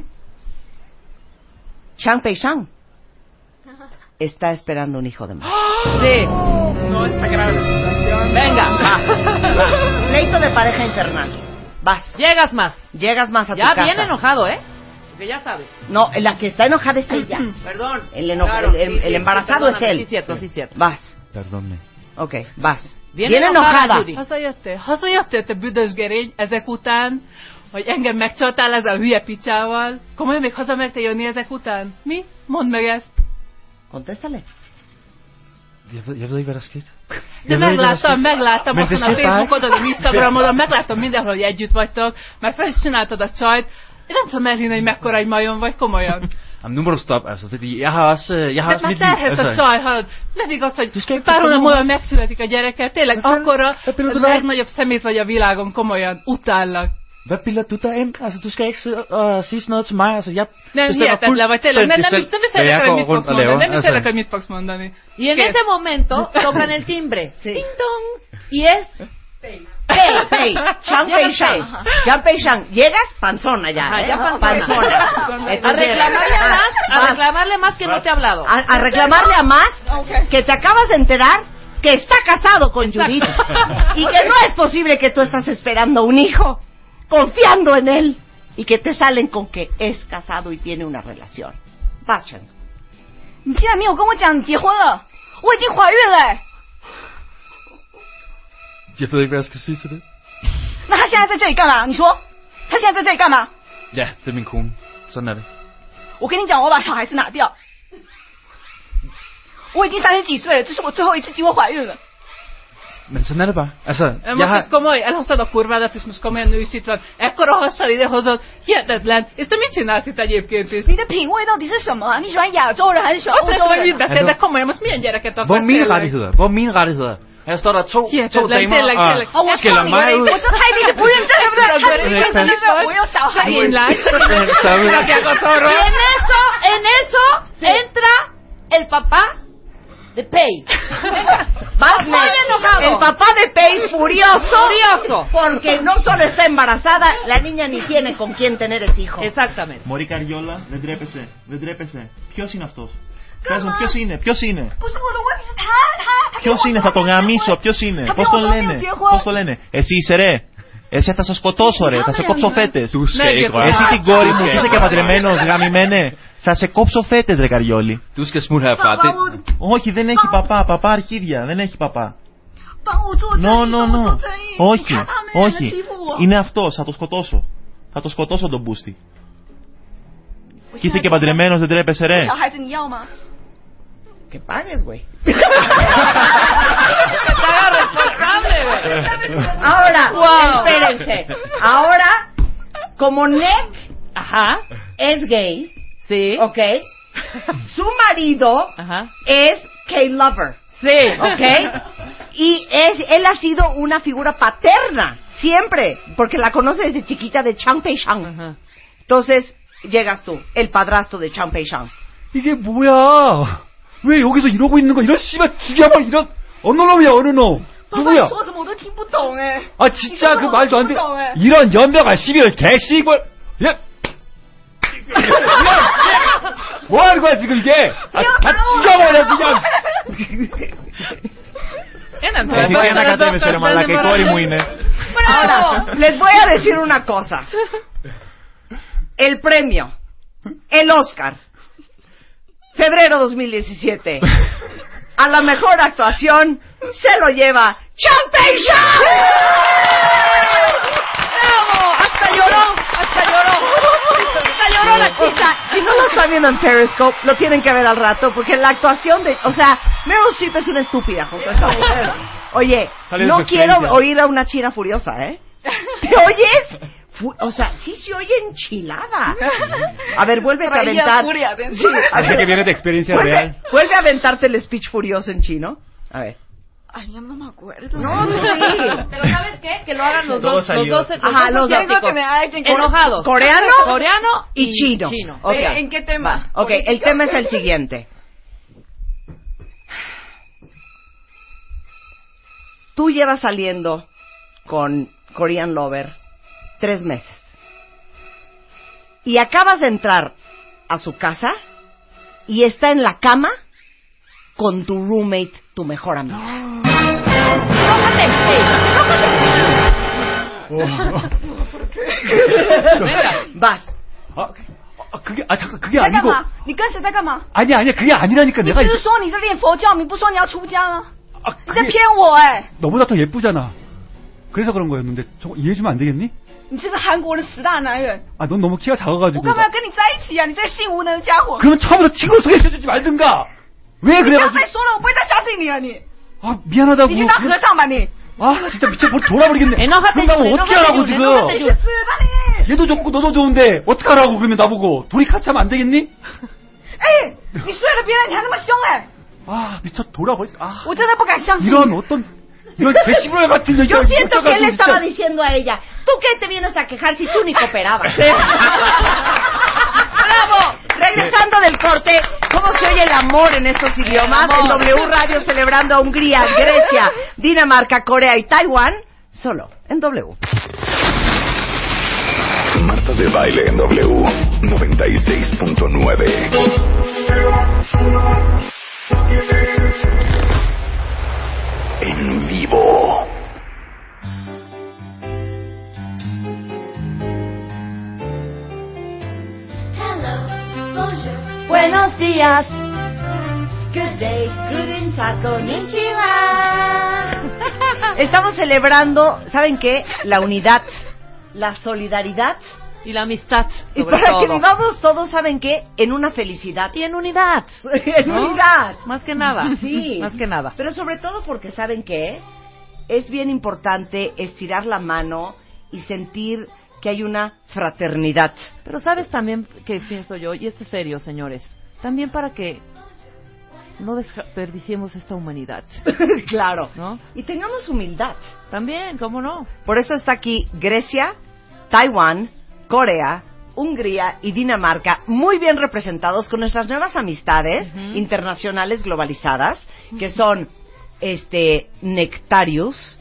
Chang Pei Shang está esperando un hijo de más. Sí. No, está grave. Venga, vas. Pleito de pareja infernal. Vas. Llegas más. Llegas más a tu Ya casa. bien enojado, ¿eh? Porque ya sabes. No, la que está enojada es ella. Perdón. Claro, el embarazado es él. Sí, cierto, sí, cierto. Vas. Perdónme. Ok, vas. Bien Bien enojada. Judy. Hazajöttél, te büdös gerény, ezek után, hogy engem megcsaltál ezzel a hülye picsával. Komolyan még hazamertél jönni ezek után? Mi? Mondd meg ezt. Contéstale. Jeg ved ikke, hvad der skete. De megláttam otthon a Facebookodon, a Instagramodon, megláttam mindenhol, hogy együtt vagytok, mert fel is csináltad a csajt. Én nem tudom elhinni, hogy mekkora egy majom vagy, komolyan. Jamen, nu må du stoppe, altså, fordi jeg har også De már mit liv. terhes a csaj, hallod? Nem igaz, hogy pár hónap múlva megszületik a gyereket, tényleg akkora, a legnagyobb szemét vagy a világon, komolyan, utállak. Hvad bilder du dig ind? Altså, du skal ikke sidde og sige sådan noget til mig. Altså, jeg Nem, hihetetlen vagy, tényleg, nem hiszem el, hogy mit fogsz mondani, nem hiszem el, hogy mit fogsz mondani. Y en ese momento tocan el timbre. Sí. Ding dong. Y es Pei, Chang Pei Shang. Chang Pei Shang. Llegas panzona ya. Ajá, ¿eh? ya panzona. A Entonces, reclamarle vas, más, a vas. reclamarle más que no te ha hablado. A reclamarle a más que te acabas de enterar que está casado con Judith y que no es posible que tú estás esperando un hijo, confiando en él, y que te salen con que es casado y tiene una relación. Vas, Chang. 你竟然没有跟我讲你结婚了，我已经怀孕了哎。 Jeg ved ikke, hvad jeg skal sige til det. 那他现在在这里干嘛？你说，他现在在这里干嘛？ Ja, det er min kone. Sådan er det. 我跟你讲，我把小孩子拿掉。我已经30几岁了，这是我最后一次机会怀孕了。 Men sådan er det bare. Altså, Most jeg har... ez komoly, elhoztad a kurvádat, és most komolyan nősz itt van. Ekkora hassal idehozott, hihetetlen. És te mit csinálsz itt egyébként is? 你的品味到底是什么啊？你喜欢亚洲人还是喜欢 Azt 欧 nem 洲 tudom, hogy 人 mit beszél, de komolyan, most milyen gyereket Hvor er akarsz mine tényleg? rettigheder? Hvor er mine rettigheder? Her står der to Hihetetlen, damer tényleg. og skælder mig ud. 我这太厉害，不认真，对不对？太认真，对不对？我有小孩。 Tényleg. Y en eso entra el papá de Pei. Vas, Muy enojado. El papá de Pei furioso. Furioso. Porque no solo está embarazada, la niña ni tiene con quién tener ese hijo. Exactamente. Μωρή καριόλα, δεν τρέπεσαι. Δεν τρέπεσαι. Ποιος είναι αυτός? Πες μου, ποιος είναι, ποιος είναι? 不是我的问题，是他 Ποιος είναι, θα τον γαμίσω, ποιος είναι? Πώς τον λένε, πώς τον λένε? Εσύ είσαι ρε. Εσύ θα σε σκοτώσω ρε, θα σε κόψω φέτες. Du skal ikke røre. Εσύ την κόρη μου, είσαι και παντρεμένος, γαμημένε. Θα σε κόψω φέτες ρε καριόλι. Du skal smutte herfra. Det... Όχι, δεν έχει παπά, παπά αρχίδια, δεν έχει παπά. 帮我做生意， No, no, 帮我 no. 做生意。 Όχι, 你看他们人 όχι. 欺负我。 Είναι αυτός, θα το σκοτώσω. Θα το σκοτώσω τον Μπούστη. 我 Και 现 είσαι 在 και παντρεμένος, δεν τρέπεσαι ρε. 小孩子你要吗？ Que pagues, güey. Que te haga responsable, güey. Ahora, Wow. espérense. Ahora como Nick es gay, sí, ¿ok? Su marido es K-Lover, sí, ¿ok? Y él ha sido una figura paterna, siempre, porque la conoce desde chiquita de Chang Pei-shang. Entonces, llegas tú, el padrastro de Chang Pei-shang. 이게 뭐야? 왜 여기서 이러고 있는 거야? 이런 씨발 죽여봐 이런 어느 놈이야 어느 놈? 누구야? 아 진짜 그 말도 안 돼. 이런 연병아 12월 개씨발. 예. 뭐 하는 거야 지금 이게? 다 죽여버려 그냥. Ni siquiera acá me suena mal la que Cory muy ne. Ahora, les voy a decir una cosa. El premio, el Oscar, febrero 2017, a la mejor actuación se lo lleva Chang Pei-shang. ¡Bravo! Hasta lloró la chica. Si no lo están viendo en Periscope, lo tienen que ver al rato, porque la actuación de, o sea, Meryl Streep es una estúpida junto a esta mujer. Oye, no quiero oír a una china furiosa, ¿eh? ¿Te oyes? O sea, sí se oye enchilada. A ver, vuelve a aventar. Sí, Parece que viene de experiencia real. Vuelve a aventarte el speech furioso en chino. A ver. Ay, ya no me acuerdo. No, sí. Pero ¿sabes qué? Que lo hagan los dos Ajá, los asiáticos. Enojados. Coreano y chino. Okay. ¿En qué tema? Ok, el tema es el siguiente. Tú llevas saliendo con Korean Lover 3 meses. Y acabas de entrar a su casa y está en la cama con tu roommate, tu mejor amiga. Vas. 잠깐 그게 아니고. 你跟谁在干嘛？ 아니야 그게 아니라니까 你 내가. 不是说你在练佛教，你不说你要出家吗？ 你在 그게 骗我哎！ 너보다 더 예쁘잖아. 그래서 그런 거였는데 저거 이해해주면 안 되겠니? 你是个韩国的10大男人， 아, 넌 너무 키가 我 작아가지고. 干嘛要跟你在一起啊？你这个性无能的家伙！ 그러면 처음부터 친구 소개시켜주지 말든가. 왜 你不要 그래가지고. 再说了，我不会再相信你了你。 아, 미안하다고. 你去当和尚吧你。 아, 진짜 미쳐 돌아버리겠네. 에너하테 그럼 나보고 어떻게 하라고 지금. 你去死吧你！ 얘도 좋고 너도 좋은데 어떡하라고 그러면 나보고. 둘이 같이 하면 안 되겠니? 哎，你睡了别人你还那么凶哎！ 아, 미쳐 돌아버렸어. 아, 我真的不敢相信。 이런 어떤 이런 배신불 같은 여자. Yo siento que él le estaba diciendo a ella, ¿tú qué te vienes a quejar si tú ni cooperabas? ¡Bravo! Regresando del corte, ¿cómo se oye el amor en estos idiomas? En W Radio celebrando a Hungría, Grecia, Dinamarca, Corea y Taiwán, solo en W. Marta de Baile en W 96.9. En vivo. Buenos días. Good day, guten Tag, konnichiwa. Estamos celebrando, ¿saben qué? La unidad, la solidaridad y la amistad. Y para que vivamos todos, ¿saben qué? En una felicidad. Y en unidad. En unidad. Más que nada. Sí. Más que nada. Pero sobre todo porque, ¿saben qué? Es bien importante estirar la mano y sentir que hay una fraternidad. Pero ¿sabes también qué pienso yo? Y esto es serio, señores. También para que no desperdiciemos esta humanidad. Claro. ¿No? Y tengamos humildad. También, ¿cómo no? Por eso está aquí Grecia, Taiwán, Corea, Hungría y Dinamarca, muy bien representados con nuestras nuevas amistades internacionales globalizadas, que son Nectarios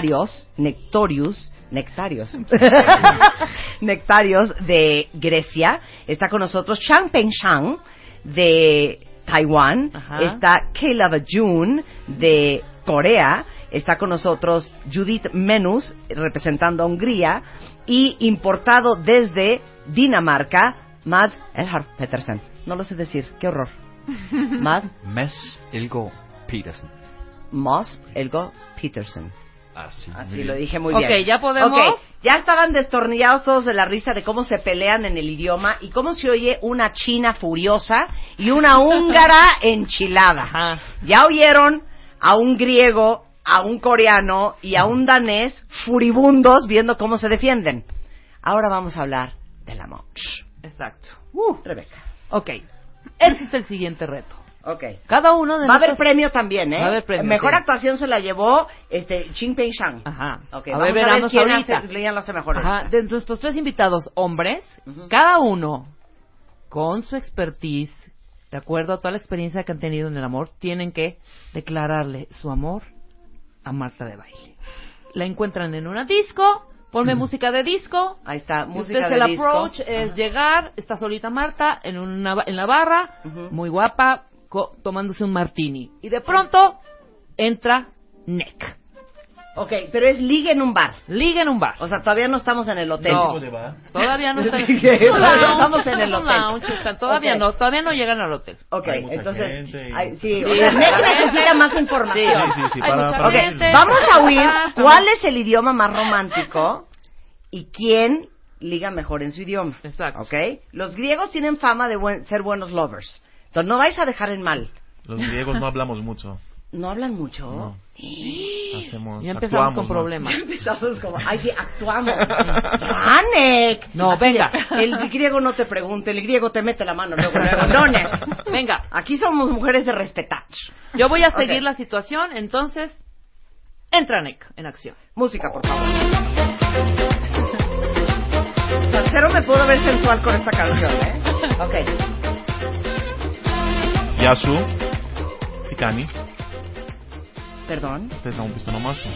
de Grecia, está con nosotros Chang Pei-shang de Taiwán, está K-Love Jun de Corea, está con nosotros Judith Menus representando a Hungría y importado desde Dinamarca, Mads Elgar Petersen. No lo sé decir, qué horror. Mads Elgar Petersen. Mads Elgar Petersen. Así lo dije muy bien. Ok, ya podemos. Ok, ya estaban destornillados todos de la risa de cómo se pelean en el idioma y cómo se oye una china furiosa y una húngara enchilada. Ajá. Ya oyeron a un griego, a un coreano y a un danés furibundos viendo cómo se defienden. Ahora vamos a hablar del amor. Exacto. Rebeca. Ok. Ese es el siguiente reto. Ok. Cada uno de Va a haber nosotros... premio también, ¿eh? Va a haber premio, Mejor sí. actuación se la llevó Xing Peng Shang. Ajá. Okay, A vamos ver, a ver veamos quién ahorita. lo hace mejor. Ajá. De nuestros 3 invitados hombres, cada uno con su expertise, de acuerdo a toda la experiencia que han tenido en el amor, tienen que declararle su amor a Marta de Baile. La encuentran en una disco, ponme música de disco. Ahí está, Y música ustedes de el disco. approach es llegar, está solita Marta en la barra, muy guapa, tomándose un martini. Y de pronto entra Nick. Ok, pero es liga en un bar. Liga en un bar. O sea, todavía no estamos en el hotel. No, todavía no están. Estamos en el hotel. Todavía Ok. no, todavía no llegan al hotel. Ok, Hay mucha entonces, gente y- ay, sí, Sí, o sea, la Nick gente- necesita más información. Sí, Hay mucha Ok, gente. vamos a oír Ajá, cuál es el idioma más romántico y quién liga mejor en su idioma. Exacto. Ok, los griegos tienen fama de ser buenos lovers. Entonces no vais a dejar en mal. Los griegos no hablamos mucho. ¿No hablan mucho? No. Hacemos, Ya empezamos actuamos con más. problemas. Empezamos como, ay, sí, actuamos. ¡Anek! No, venga. El griego no te pregunta, el griego te mete la mano luego. No, Nek. Venga, Aquí somos mujeres de respetar. yo voy a seguir Ok. la situación, entonces entra Nick en acción. Música, por favor. Cero me puedo ver sensual con esta canción, ¿eh? Ok. Γεια σου. Τι κάνεις? Perdón. Θες να μου πεις το όνομά σου?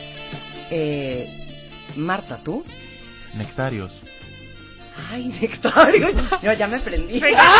Marta, ¿tú? Νεκτάριος. Ay, Nectario. Yo ya me prendí.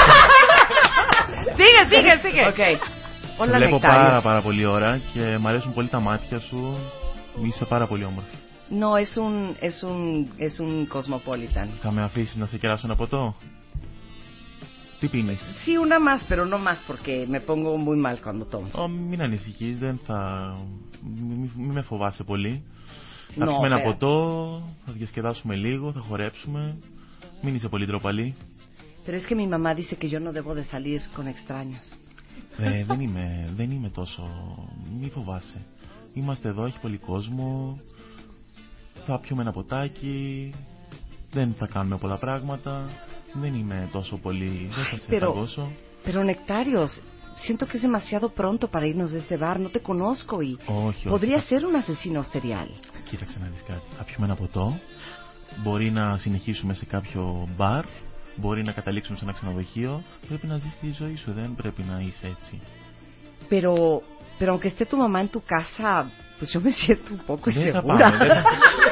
Sigue. Ok. Σε Hola, βλέπω Nectarios. πάρα πολύ ώρα και μου αρέσουν πολύ τα μάτια σου. Είσαι πάρα πολύ όμορφη. No, es un cosmopolitan. Θα με αφήσεις να σε κεράσω ένα ποτό? Τι πίνεις? Sí, una más, pero no más porque me pongo muy mal cuando tomo. Μην ανησυχείς, δεν θα... Μην με φοβάσαι πολύ. Θα No, πιούμε ένα espera. ποτό, θα διασκεδάσουμε λίγο, θα χορέψουμε. Μην είσαι πολύ ντροπαλή. Pero es que mi mamá dice que yo no debo de salir con extraños. Δεν είμαι τόσο... Μη φοβάσαι. Είμαστε εδώ, έχει πολύ κόσμο. Θα πιούμε ένα ποτάκι. Δεν θα κάνουμε πολλά πράγματα. Δεν είμαι τόσο πολύ... Δεν θα σε φαγώσω. Pero Nectarios, siento que es demasiado pronto para irnos de este bar. No te conozco y Όχι, podría όχι. ser un asesino serial. Κοίταξε να δεις κάτι. Θα πιούμε ένα ποτό. Μπορεί να συνεχίσουμε σε κάποιο μπαρ. Μπορεί να καταλήξουμε σε ένα ξενοδοχείο. Πρέπει να ζεις τη ζωή σου. Δεν πρέπει να είσαι έτσι. Pero aunque esté tu mamá en tu casa, pues yo me siento un poco Δεν θα insegura. πάμε. δεν θα-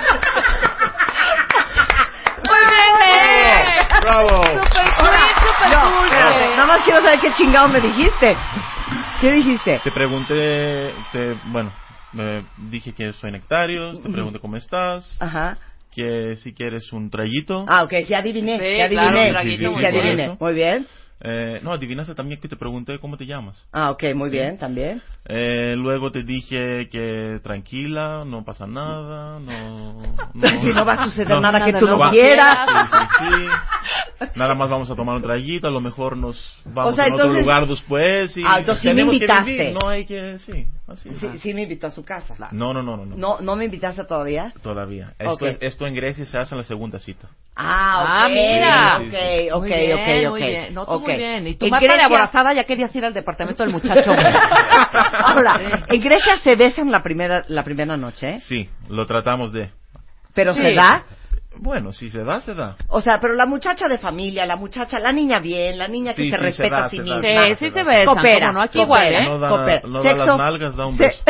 Muy bien, Bravo. Super sweet, super No, dulce. espérate, nada más quiero saber qué chingado me dijiste. ¿Qué dijiste? Te pregunté, bueno, me dije que soy Nectarios, te pregunté cómo estás, Ajá. que si quieres un traguito. Ah, ok, sí adiviné, Sí, sí adiviné. claro, Sí, traguito, sí, muy sí bien. adiviné. Por eso. Muy bien. No, adivinaste también que te pregunté cómo te llamas. Ah, ok, muy Sí. bien, también. Luego te dije que tranquila, no pasa nada, no... Sí, no va a suceder nada que Nada, tú no no va- quieras. Sí. Nada más vamos a tomar un traguito, a lo mejor nos vamos O sea, a otro entonces- lugar después y Ah, entonces sí me tenemos que invitaste. vivir, no hay que... Sí, así. Sí, sí me invitó a su casa. No. ¿No me invitaste todavía? Todavía. Ok. Esto en Grecia se hace en la segunda cita. Ah, ok. Ah, mira. Sí, Ok, sí. ok, Muy bien, ok, ok. muy bien. No, tú Ok. muy bien. Y tu En Marta de Grecia- aborazada ya querías ir al departamento del muchacho. Ahora, en Grecia se besan la primera noche, ¿eh? Sí, lo tratamos de... Pero Sí. se da. Bueno, si se da, se da. O sea, pero la muchacha de familia, la niña bien, la niña que Sí, se sí, respeta se da, a sí se da, misma. se da, Sí, sí se besan. Coopera, ¿Cómo no? Aquí coopera, igual, ¿eh? No da, Coopera. no da las nalgas, da un beso.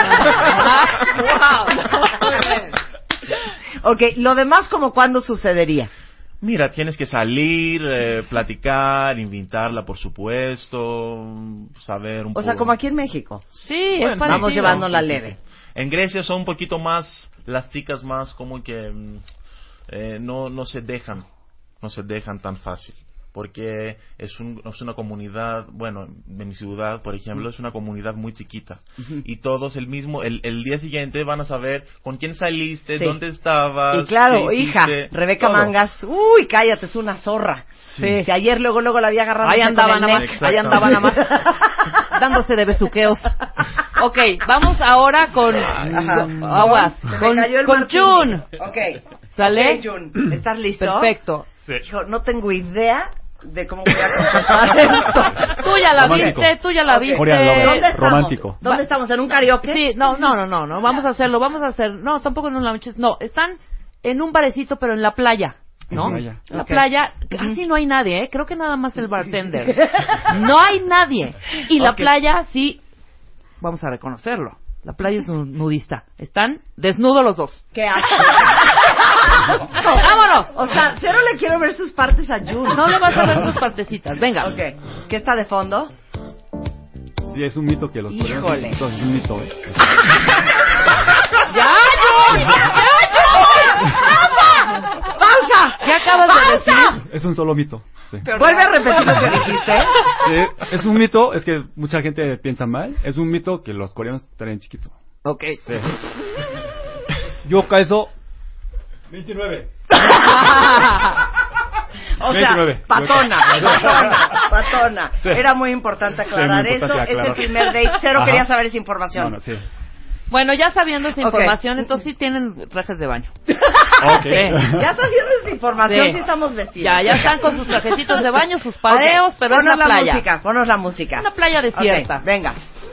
Wow. Muy bien. Ok, lo demás como cuándo sucedería. Mira, tienes que salir, platicar, invitarla, por supuesto, saber un poco... O sea, como aquí en México. Sí, Bueno, es parecido. Vamos llevándola Sí, sí, leve. sí. En Grecia son un poquito más, las chicas más como que no se dejan tan fácil. Porque es una comunidad, bueno, de mi ciudad, por ejemplo, es una comunidad muy chiquita. Y todos el día siguiente van a saber con quién saliste, Sí. dónde estabas. Y claro, qué hija, hiciste, Rebeca todo. Mangas, uy, cállate, es una zorra. Sí. Si ayer luego la había agarrado. Ahí andaban nada más, Exacto. ahí andaban nada más, dándose de besuqueos. Ok, vamos ahora con Ajá. aguas, Se me con cayó el con martini. June. Ok. ¿Sale? Ok, Jun, ¿estás listo? Perfecto. Sí. Hijo, no tengo idea de cómo voy a contestar esto. Tú ya la Romántico. viste, tú ya la viste. Korean Lover. ¿Dónde estamos? Romántico. ¿Dónde estamos? ¿En un karaoke? Sí, no, vamos a hacerlo, no, tampoco en una noche, no, están en un barecito pero en la playa, ¿no? En la playa. En la Ok. playa, casi no hay nadie, creo que nada más el bartender. No hay nadie. Y la Ok. playa sí, vamos a reconocerlo, la playa es nudista, están desnudos los dos. ¡Qué asco! ¡Vámonos! O sea, cero le quiero ver sus partes a Jun. No le vas a ver sus partecitas, venga. Ok. ¿Qué está de fondo? Sí, es un mito que los Híjole. coreanos son es un mito. ¡Ya, Jun! ¡Pausa! ¿Qué acabas de decir? Es un solo mito. Sí. Vuelve a repetir lo que dijiste. Sí, es un mito, es que mucha gente piensa mal. Es un mito que los coreanos traen chiquito. Ok. Sí. Yokaeso 29. O sea, 29. patona. Sí. Era muy importante aclarar Sí, muy importante eso. aclarar. Es el primer date. Cero Ajá. quería saber esa información. No, sí. Bueno, ya sabiendo esa Ok. información, entonces sí tienen trajes de baño. Ok. Sí. Ya sabiendo esa información, Sí. sí estamos vestidos. Ya están con sus trajecitos de baño, sus padeos, Ok. pero es Ponos la playa. Música, ponos la música. Una playa desierta. Ok, venga.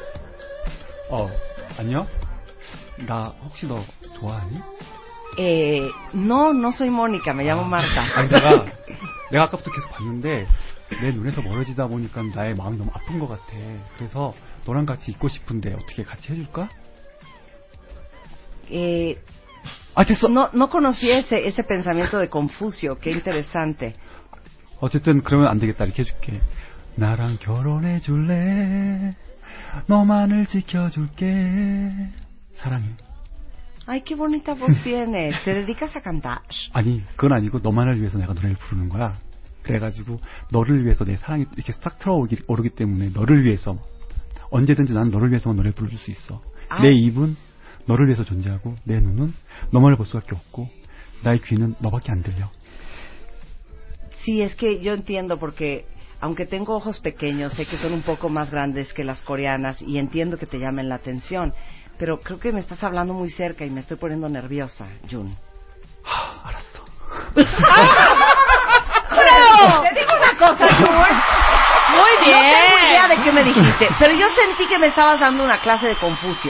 안녕? 나 혹시 너 좋아하니? No soy Mónica, me llamo Marta. 아니 내가 아까부터 계속 봤는데 내 눈에서 멀어지다 보니까 나의 마음이 너무 아픈 것 같아. 그래서 너랑 같이 있고 싶은데 어떻게 같이 해줄까? 됐어. No conocí ese pensamiento de Confucio, qué interesante. 어쨌든 그러면 안 되겠다. 이렇게 해줄게. 나랑 결혼해 줄래? 너만을 지켜줄게. 사랑해. Ay, qué bonita voz tienes. ¿Te dedicas a cantar? 아니 그건 아니고 너만을 위해서 내가 노래를 부르는 거야. 그래가지고 너를 위해서 내 사랑이 이렇게 싹 틀어오르기 때문에 너를 위해서 언제든지 난 너를 위해서만 노래 부를 수 있어. 내 입은 너를 위해서 존재하고 내 눈은 너만을 볼 수밖에 없고 나의 귀는 너밖에 안 들려. Sí, es que yo entiendo porque aunque tengo ojos pequeños, sé que son un poco más grandes que las coreanas y entiendo que te llamen la atención, pero creo que me estás hablando muy cerca y me estoy poniendo nerviosa, Jun. 알았어. ¡Bravo! Te digo una cosa, Jun. Muy bien. No tengo idea de qué me dijiste, pero yo sentí que me estabas dando una clase de Confucio.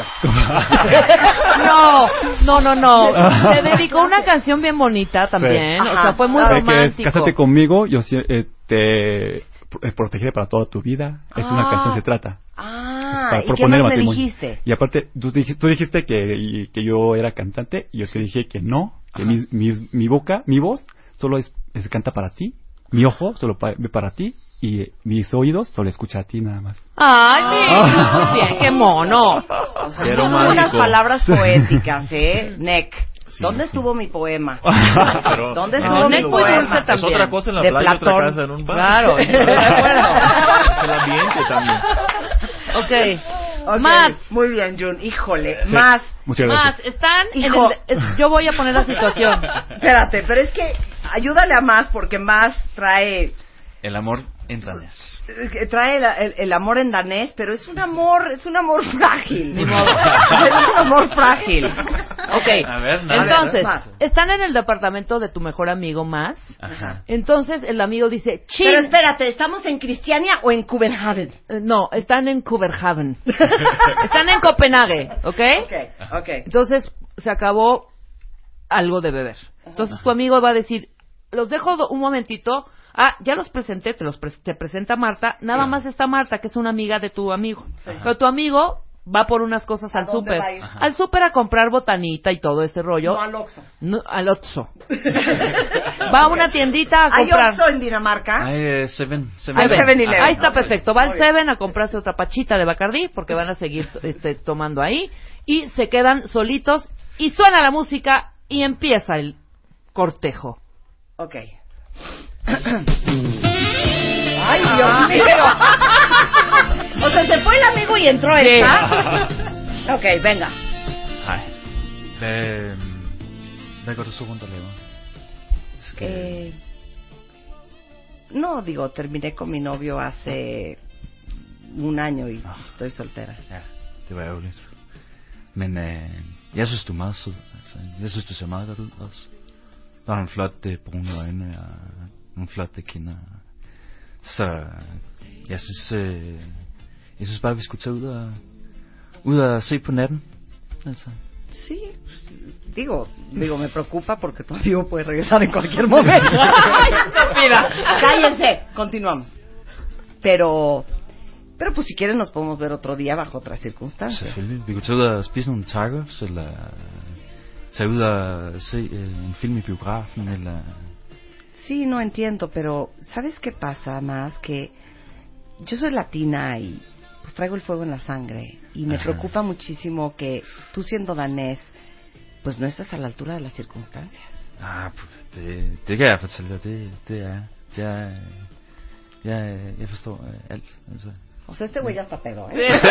No. Te dedicó una canción bien bonita también. Sí. O sea, fue muy Ajá. romántico. Cásate conmigo, yo te protegeré para toda tu vida. Es una canción se trata. Para ¿y qué proponer más me matrimonio. dijiste? Y aparte, tú dijiste que yo era cantante y yo te dije que no, que mi voz solo canta para ti, mi ojo solo ve para ti y mis oídos solo escucha a ti nada más. Ay, bien, bien, qué mono. O sea, Qué son romántico. unas palabras poéticas, Neck. ¿Dónde estuvo mi poema? Pero ¿Dónde en estuvo el mi Neck muy poema? dulce Es también. otra cosa en la De playa, otra Platón. casa en un bar. Claro, estoy de acuerdo. Es el ambiente también. Ok. Ok, Más. Muy bien, Jun. Híjole, Sí. más. Muchas Más, gracias. están Hijo. yo voy a poner la situación. Espérate, pero es que ayúdale a más porque más trae El amor en danés. el amor en danés, pero es un amor frágil. Ni modo. Es un amor frágil. Ok. A ver, nada. Entonces, más. están en el departamento de tu mejor amigo más. Ajá. Entonces el amigo dice, "Chin". Pero espérate, ¿estamos en Cristiania o en Copenhagen? No, están en Copenhagen. Están en Copenhague, ¿ok? Ok. Entonces se acabó algo de beber. Entonces tu amigo va a decir, los dejo un momentito. Ya los presenté, te presenta Marta. Nada más está Marta, que es una amiga de tu amigo. Pero tu amigo va por unas cosas al dónde súper. va a ir? Al súper a comprar botanita y todo ese rollo. No al Oxxo. No, al Oxxo. Va a una tiendita a ¿Hay comprar. Oxxo en Dinamarca? Hay Seven. Hay 7-Eleven. Ahí está perfecto. Va al Muy bien. Seven a comprarse otra pachita de Bacardí porque van a seguir tomando ahí y se quedan solitos y suena la música y empieza el cortejo. Ok. Ay, Dios mío. O sea, se fue el amigo y entró Sí. esta. Ok, venga. Hvad går du så rundt og laver? No, digo, terminé con mi novio hace un año y estoy soltera. Ja, det var ærgerligt. Men jeg synes, du er meget sød. Altså, jeg synes, du ser meget godt ud også. Der er nogle flotte brune øjne og nogle flotte kinder. Så jeg synes bare, vi skulle tage ud og se på natten. Altså. Sí, digo, me preocupa porque tu amigo puede regresar en cualquier momento. Ay, estúpida. Cállense, continuamos. Pero pues si quieren nos podemos ver otro día bajo otras circunstancias. Selvfølgelig. Vi kunne tage ud og spise nogle tacos, eller tage ud og se en film i biografen, eller... Sí, no entiendo, pero ¿sabes qué pasa más? Que yo soy latina y pues traigo el fuego en la sangre y me preocupa muchísimo que tú siendo danés pues no estás a la altura de las circunstancias. Det kan jeg fortælle dig, det er jeg forstår alt, altså. O sea, este güey ya está pedo, ¿eh?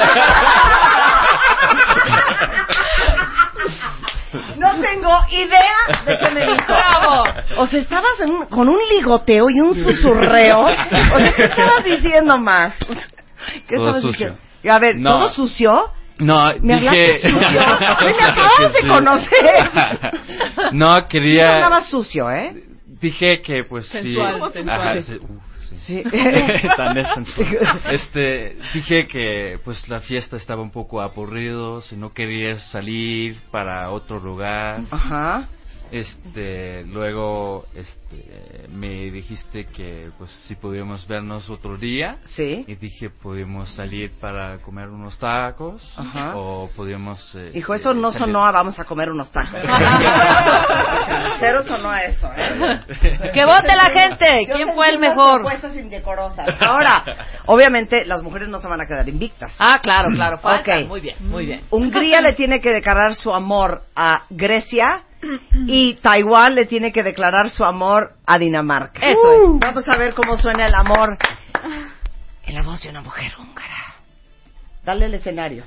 No tengo idea de qué me dijo. ¡Bravo! O sea, estabas con un ligoteo y un susurreo. O sea, ¿qué estabas diciendo más? ¿Qué Todo estabas sucio. diciendo? A ver, No. ¿todo sucio? No, ¿Me hablaste sucio? Me acabas de Sí. conocer. No, quería... No hablabas sucio, ¿eh? Dije que pues Sensual, sí. sensual. Ajá, sí. Sí. Tan es sensual. Dije que pues la fiesta estaba un poco aburrido, si no querías salir para otro lugar. Ajá. Luego me dijiste que pues si podíamos vernos otro día. Sí. Y dije podíamos salir para comer unos tacos. Ajá. O podíamos Hijo, eso no salir. sonó a vamos a comer unos tacos. Cero sonó a eso, ¿eh? ¡Que vote la gente! Yo ¿Quién sentí fue el unas mejor? propuestas indecorosas. Ahora, obviamente, las mujeres no se van a quedar invictas. Ah, claro, falta. Ok. Muy bien, muy bien. Hungría le tiene que declarar su amor a Grecia y Taiwán le tiene que declarar su amor a Dinamarca. Eso es. Vamos a ver cómo suena el amor en la voz de una mujer húngara. Dale el escenario.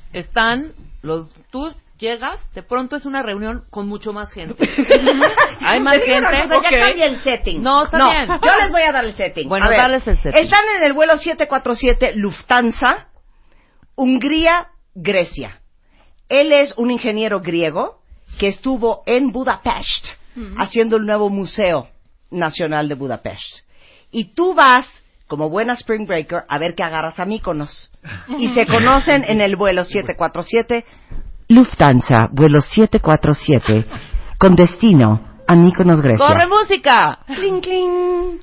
Tú llegas, de pronto es una reunión con mucho más gente. Hay más Te digo una gente. cosa, ya cambia el setting. No, está bien. Yo les voy a dar el setting. Bueno, A ver, darles el setting. Están en el vuelo 747 Lufthansa, Hungría, Grecia. Él es un ingeniero griego que estuvo en Budapest haciendo el nuevo Museo Nacional de Budapest. Y tú vas, como buena Spring Breaker, a ver que agarras a Mykonos. Y se conocen en el vuelo 747 Lufthansa, vuelo 747, con destino a Mykonos, Grecia. ¡Corre música! Kling, kling.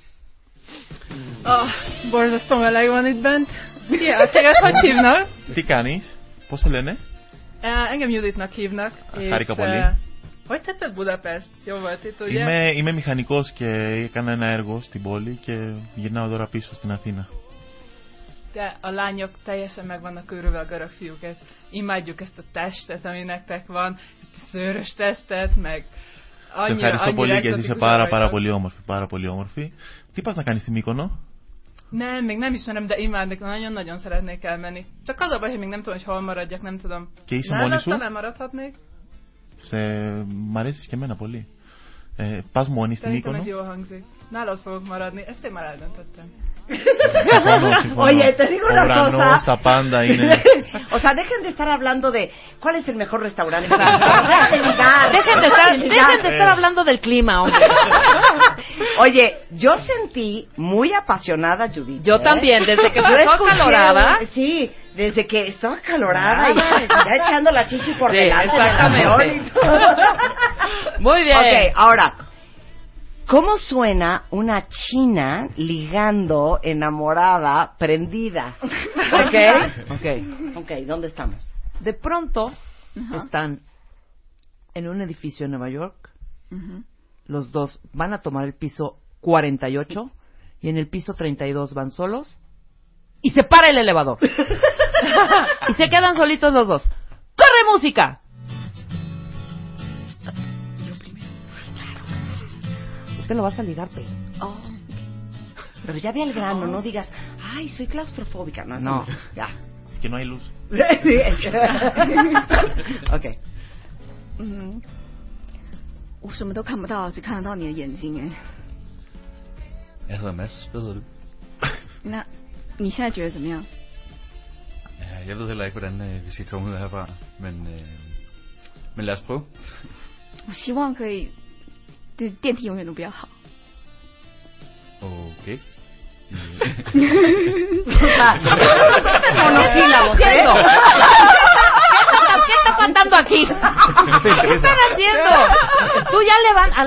Borzasztó meleg van itt bent. Ja, téged hogy hívnak? Tikanis, πώς σε λένε? Engem Juditnak hívnak. Χάρηκα πολύ. Hogy tetszett Budapest? Jó volt itt, ugye? Είμαι μηχανικός και έκανα ένα έργο στην πόλη και γυρνάω τώρα πίσω στην Αθήνα. De a lányok teljesen meg vannak őrülve a görög fiúket. Imádjuk ezt a testet, ami nektek van, ezt a szőrös testet, meg Σε ευχαριστώ πολύ και εσύ είσαι πάρα πολύ όμορφη. Τι πας να κάνεις στη Μύκονο? Nem, még nem ismerem, de imádnék, nagyon-nagyon szeretnék elmenni. Csak az a baj, hogy még nem tudom, hogy hol maradjak, nem tudom. Και είσαι μόνη σου? Talán maradhatnék. Μ' αρέσεις και εμένα πολύ. Πας μόνη στη Szerintem Μύκονο? ez jól hangzik. Nálad fogok maradni, ezt én már eldöntöttem. Συμφωνώ. Oye, te digo una cosa. Ουρανός, τα πάντα είναι... O sea, dejen de estar hablando de cuál es el mejor restaurante. Dejen de estar hablando del clima, hombre. Oye, yo sentí muy apasionada a Judith. Yo también, desde que Yo empezó escuché, acalorada. Sí, desde que estaba acalorada y ya echando la chichi por Sí, delante. exactamente. del avión y todo. Muy bien. Ok, ahora, ¿cómo suena una china ligando, enamorada, prendida? Ok, ¿dónde estamos? De pronto están en un edificio en Nueva York. Los dos van a tomar el piso 48 y en el piso 32 van solos y se para el elevador. Y se quedan solitos los dos. ¡Corre música! Te lo vas a ligar, Pe. Oh, pero ya ve al grano, no digas, ay, soy claustrofóbica. No. Ya. Es que no hay luz. Sí. Ok. 我什么都看不到，只看得到你的眼睛哎。 Jeg hedder Mads. Hvad hedder du? 那你现在觉得怎么样？ Ja, jeg ved heller ikke, hvordan vi skal komme ud herfra, men lad os prøve. 我希望可以电梯永远都不要好。 Ok. Monosílabos, ¿eh? ¿Qué está faltando aquí? ¿Qué están haciendo? Tú ya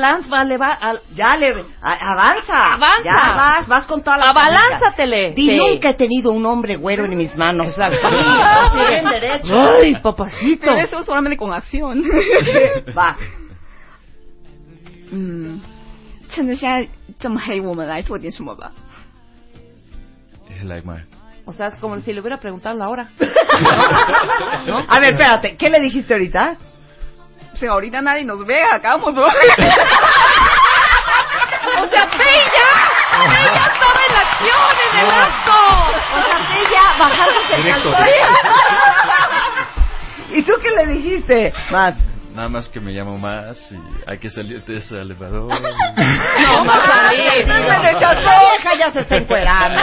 avanza. Ya vas con toda la Abalánzatele. Di, Sí. nunca he tenido un hombre güero en mis manos. Exacto. Bien derecho. Ay, papacito. Pero eso solamente con acción. Va. 趁着现在这么黑，我们来做点什么吧。 Like my... O sea, es como si le hubiera preguntado la hora. ¿No? A ver, espérate, ¿qué le dijiste ahorita? Si ahorita nadie nos ve, hagamos. O sea, ¡Ella estaba en la acción, en el acto! O sea, ella bajándose el Directo. calzón. ¿Y tú qué le dijiste? Más. Nada más que me llamo más y hay que salir de ese elevador. No, más salir. La vieja ya se está encuerando.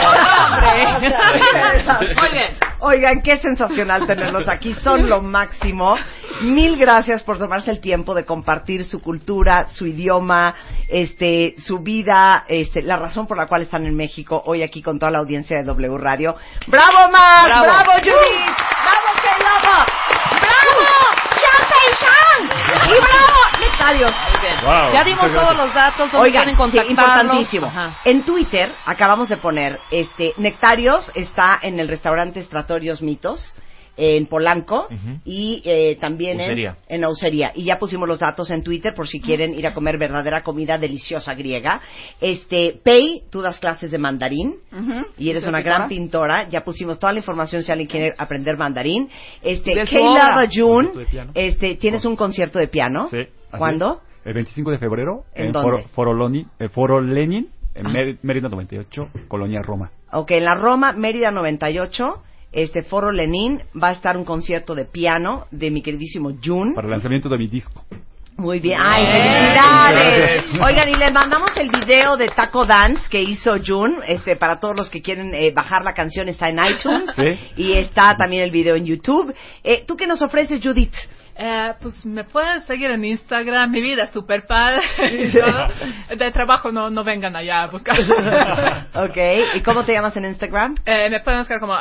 Hombre. Oigan, qué sensacional tenerlos aquí. Son lo máximo. Mil gracias por tomarse el tiempo de compartir su cultura, su idioma, su vida, la razón por la cual están en México hoy aquí con toda la audiencia de W Radio. ¡Bravo, Mar! Bravo. ¡Bravo, Judith! ¡Bravo, Keilova! ¡Bravo, Champagne! ¡Y bravo, Nectarios! Wow, Ya dimos todos los datos, donde Oigan, pueden contactarlos. sí, importantísimo. Ajá. En Twitter acabamos de poner, Nectarios está en el restaurante Estratorios Mitos, en Polanco, y también Osería. en Osería. Y ya pusimos los datos en Twitter por si quieren ir a comer verdadera comida deliciosa griega. Pei, tú das clases de mandarín y eres Soy una pintora. gran pintora. Ya pusimos toda la información si alguien quiere aprender mandarín. De su Keila obra. Bajun, Concierto de piano. tienes un concierto de piano. Sí, así ¿Cuándo? es. El 25 de febrero ¿En en dónde? Foro Lenin, en Mérida 98, Colonia Roma. Ok, en la Roma, Mérida 98, Foro Lenin, va a estar un concierto de piano de mi queridísimo Jun. Para el lanzamiento de mi disco. Muy bien. ¡Ay, felicidades! Oigan, y les mandamos el video de Taco Dance que hizo Jun, para todos los que quieren bajar la canción, está en iTunes. Sí. Y está también el video en YouTube. ¿Tú qué nos ofreces, Judith? Pues me pueden seguir en Instagram, mi vida es súper padre y todo. De trabajo no vengan allá a buscar. Ok, ¿y cómo te llamas en Instagram? Me pueden buscar como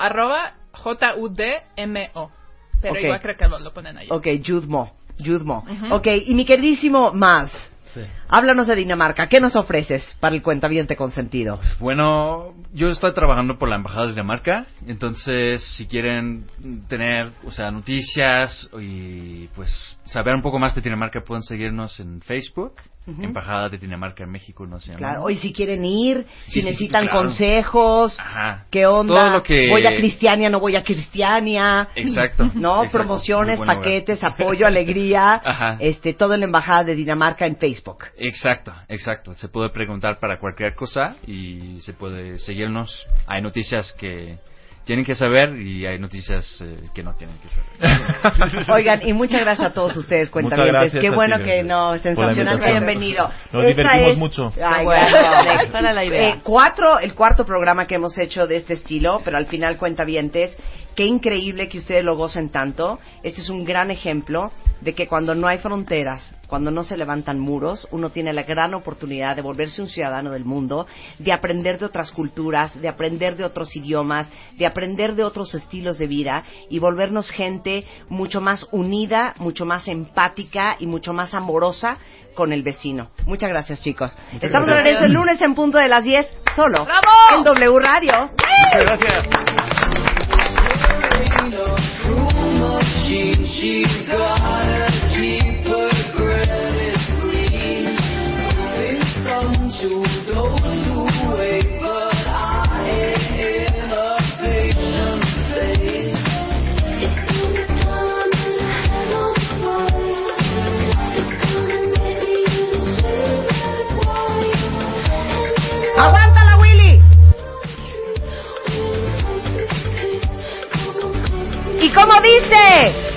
@JUDMO, pero Ok. igual creo que lo ponen ahí. Ok, Judmo. Ok, y mi queridísimo Maz, háblanos de Dinamarca. ¿Qué nos ofreces para el cuentaviente consentido? Bueno, yo estoy trabajando por la Embajada de Dinamarca, entonces si quieren tener, noticias y pues saber un poco más de Dinamarca pueden seguirnos en Facebook, Embajada de Dinamarca en México, no sé. Claro, hoy si quieren ir, Sí, si necesitan claro. consejos, Ajá. ¿qué onda? Todo lo que... ¿Voy a Cristiania, no voy a Cristiania? Exacto. ¿No? Exacto. Promociones, Muy buen lugar. paquetes, apoyo, alegría. Ajá. Todo en la Embajada de Dinamarca en Facebook. Exacto. Se puede preguntar para cualquier cosa y se puede seguirnos. Hay noticias que tienen que saber y hay noticias que no tienen que saber. Oigan, y muchas gracias a todos ustedes, cuentavientes. gracias Qué a bueno ti, que gracias. no, sensacional, Por la invitación. bienvenido. Nos Esta divertimos es- mucho. Ay, Bueno, gracias. esa era la idea. El cuarto programa que hemos hecho de este estilo, pero al final cuentavientes, qué increíble que ustedes lo gocen tanto. Este es un gran ejemplo de que cuando no hay fronteras, cuando no se levantan muros, uno tiene la gran oportunidad de volverse un ciudadano del mundo, de aprender de otras culturas, de aprender de otros idiomas, de aprender de otros estilos de vida y volvernos gente mucho más unida, mucho más empática y mucho más amorosa con el vecino. Muchas gracias, chicos. Estamos de regreso el lunes en punto de las 10, solo en W Radio. Muchas gracias. ¡Aguántala, Willy! ¿Y cómo dice?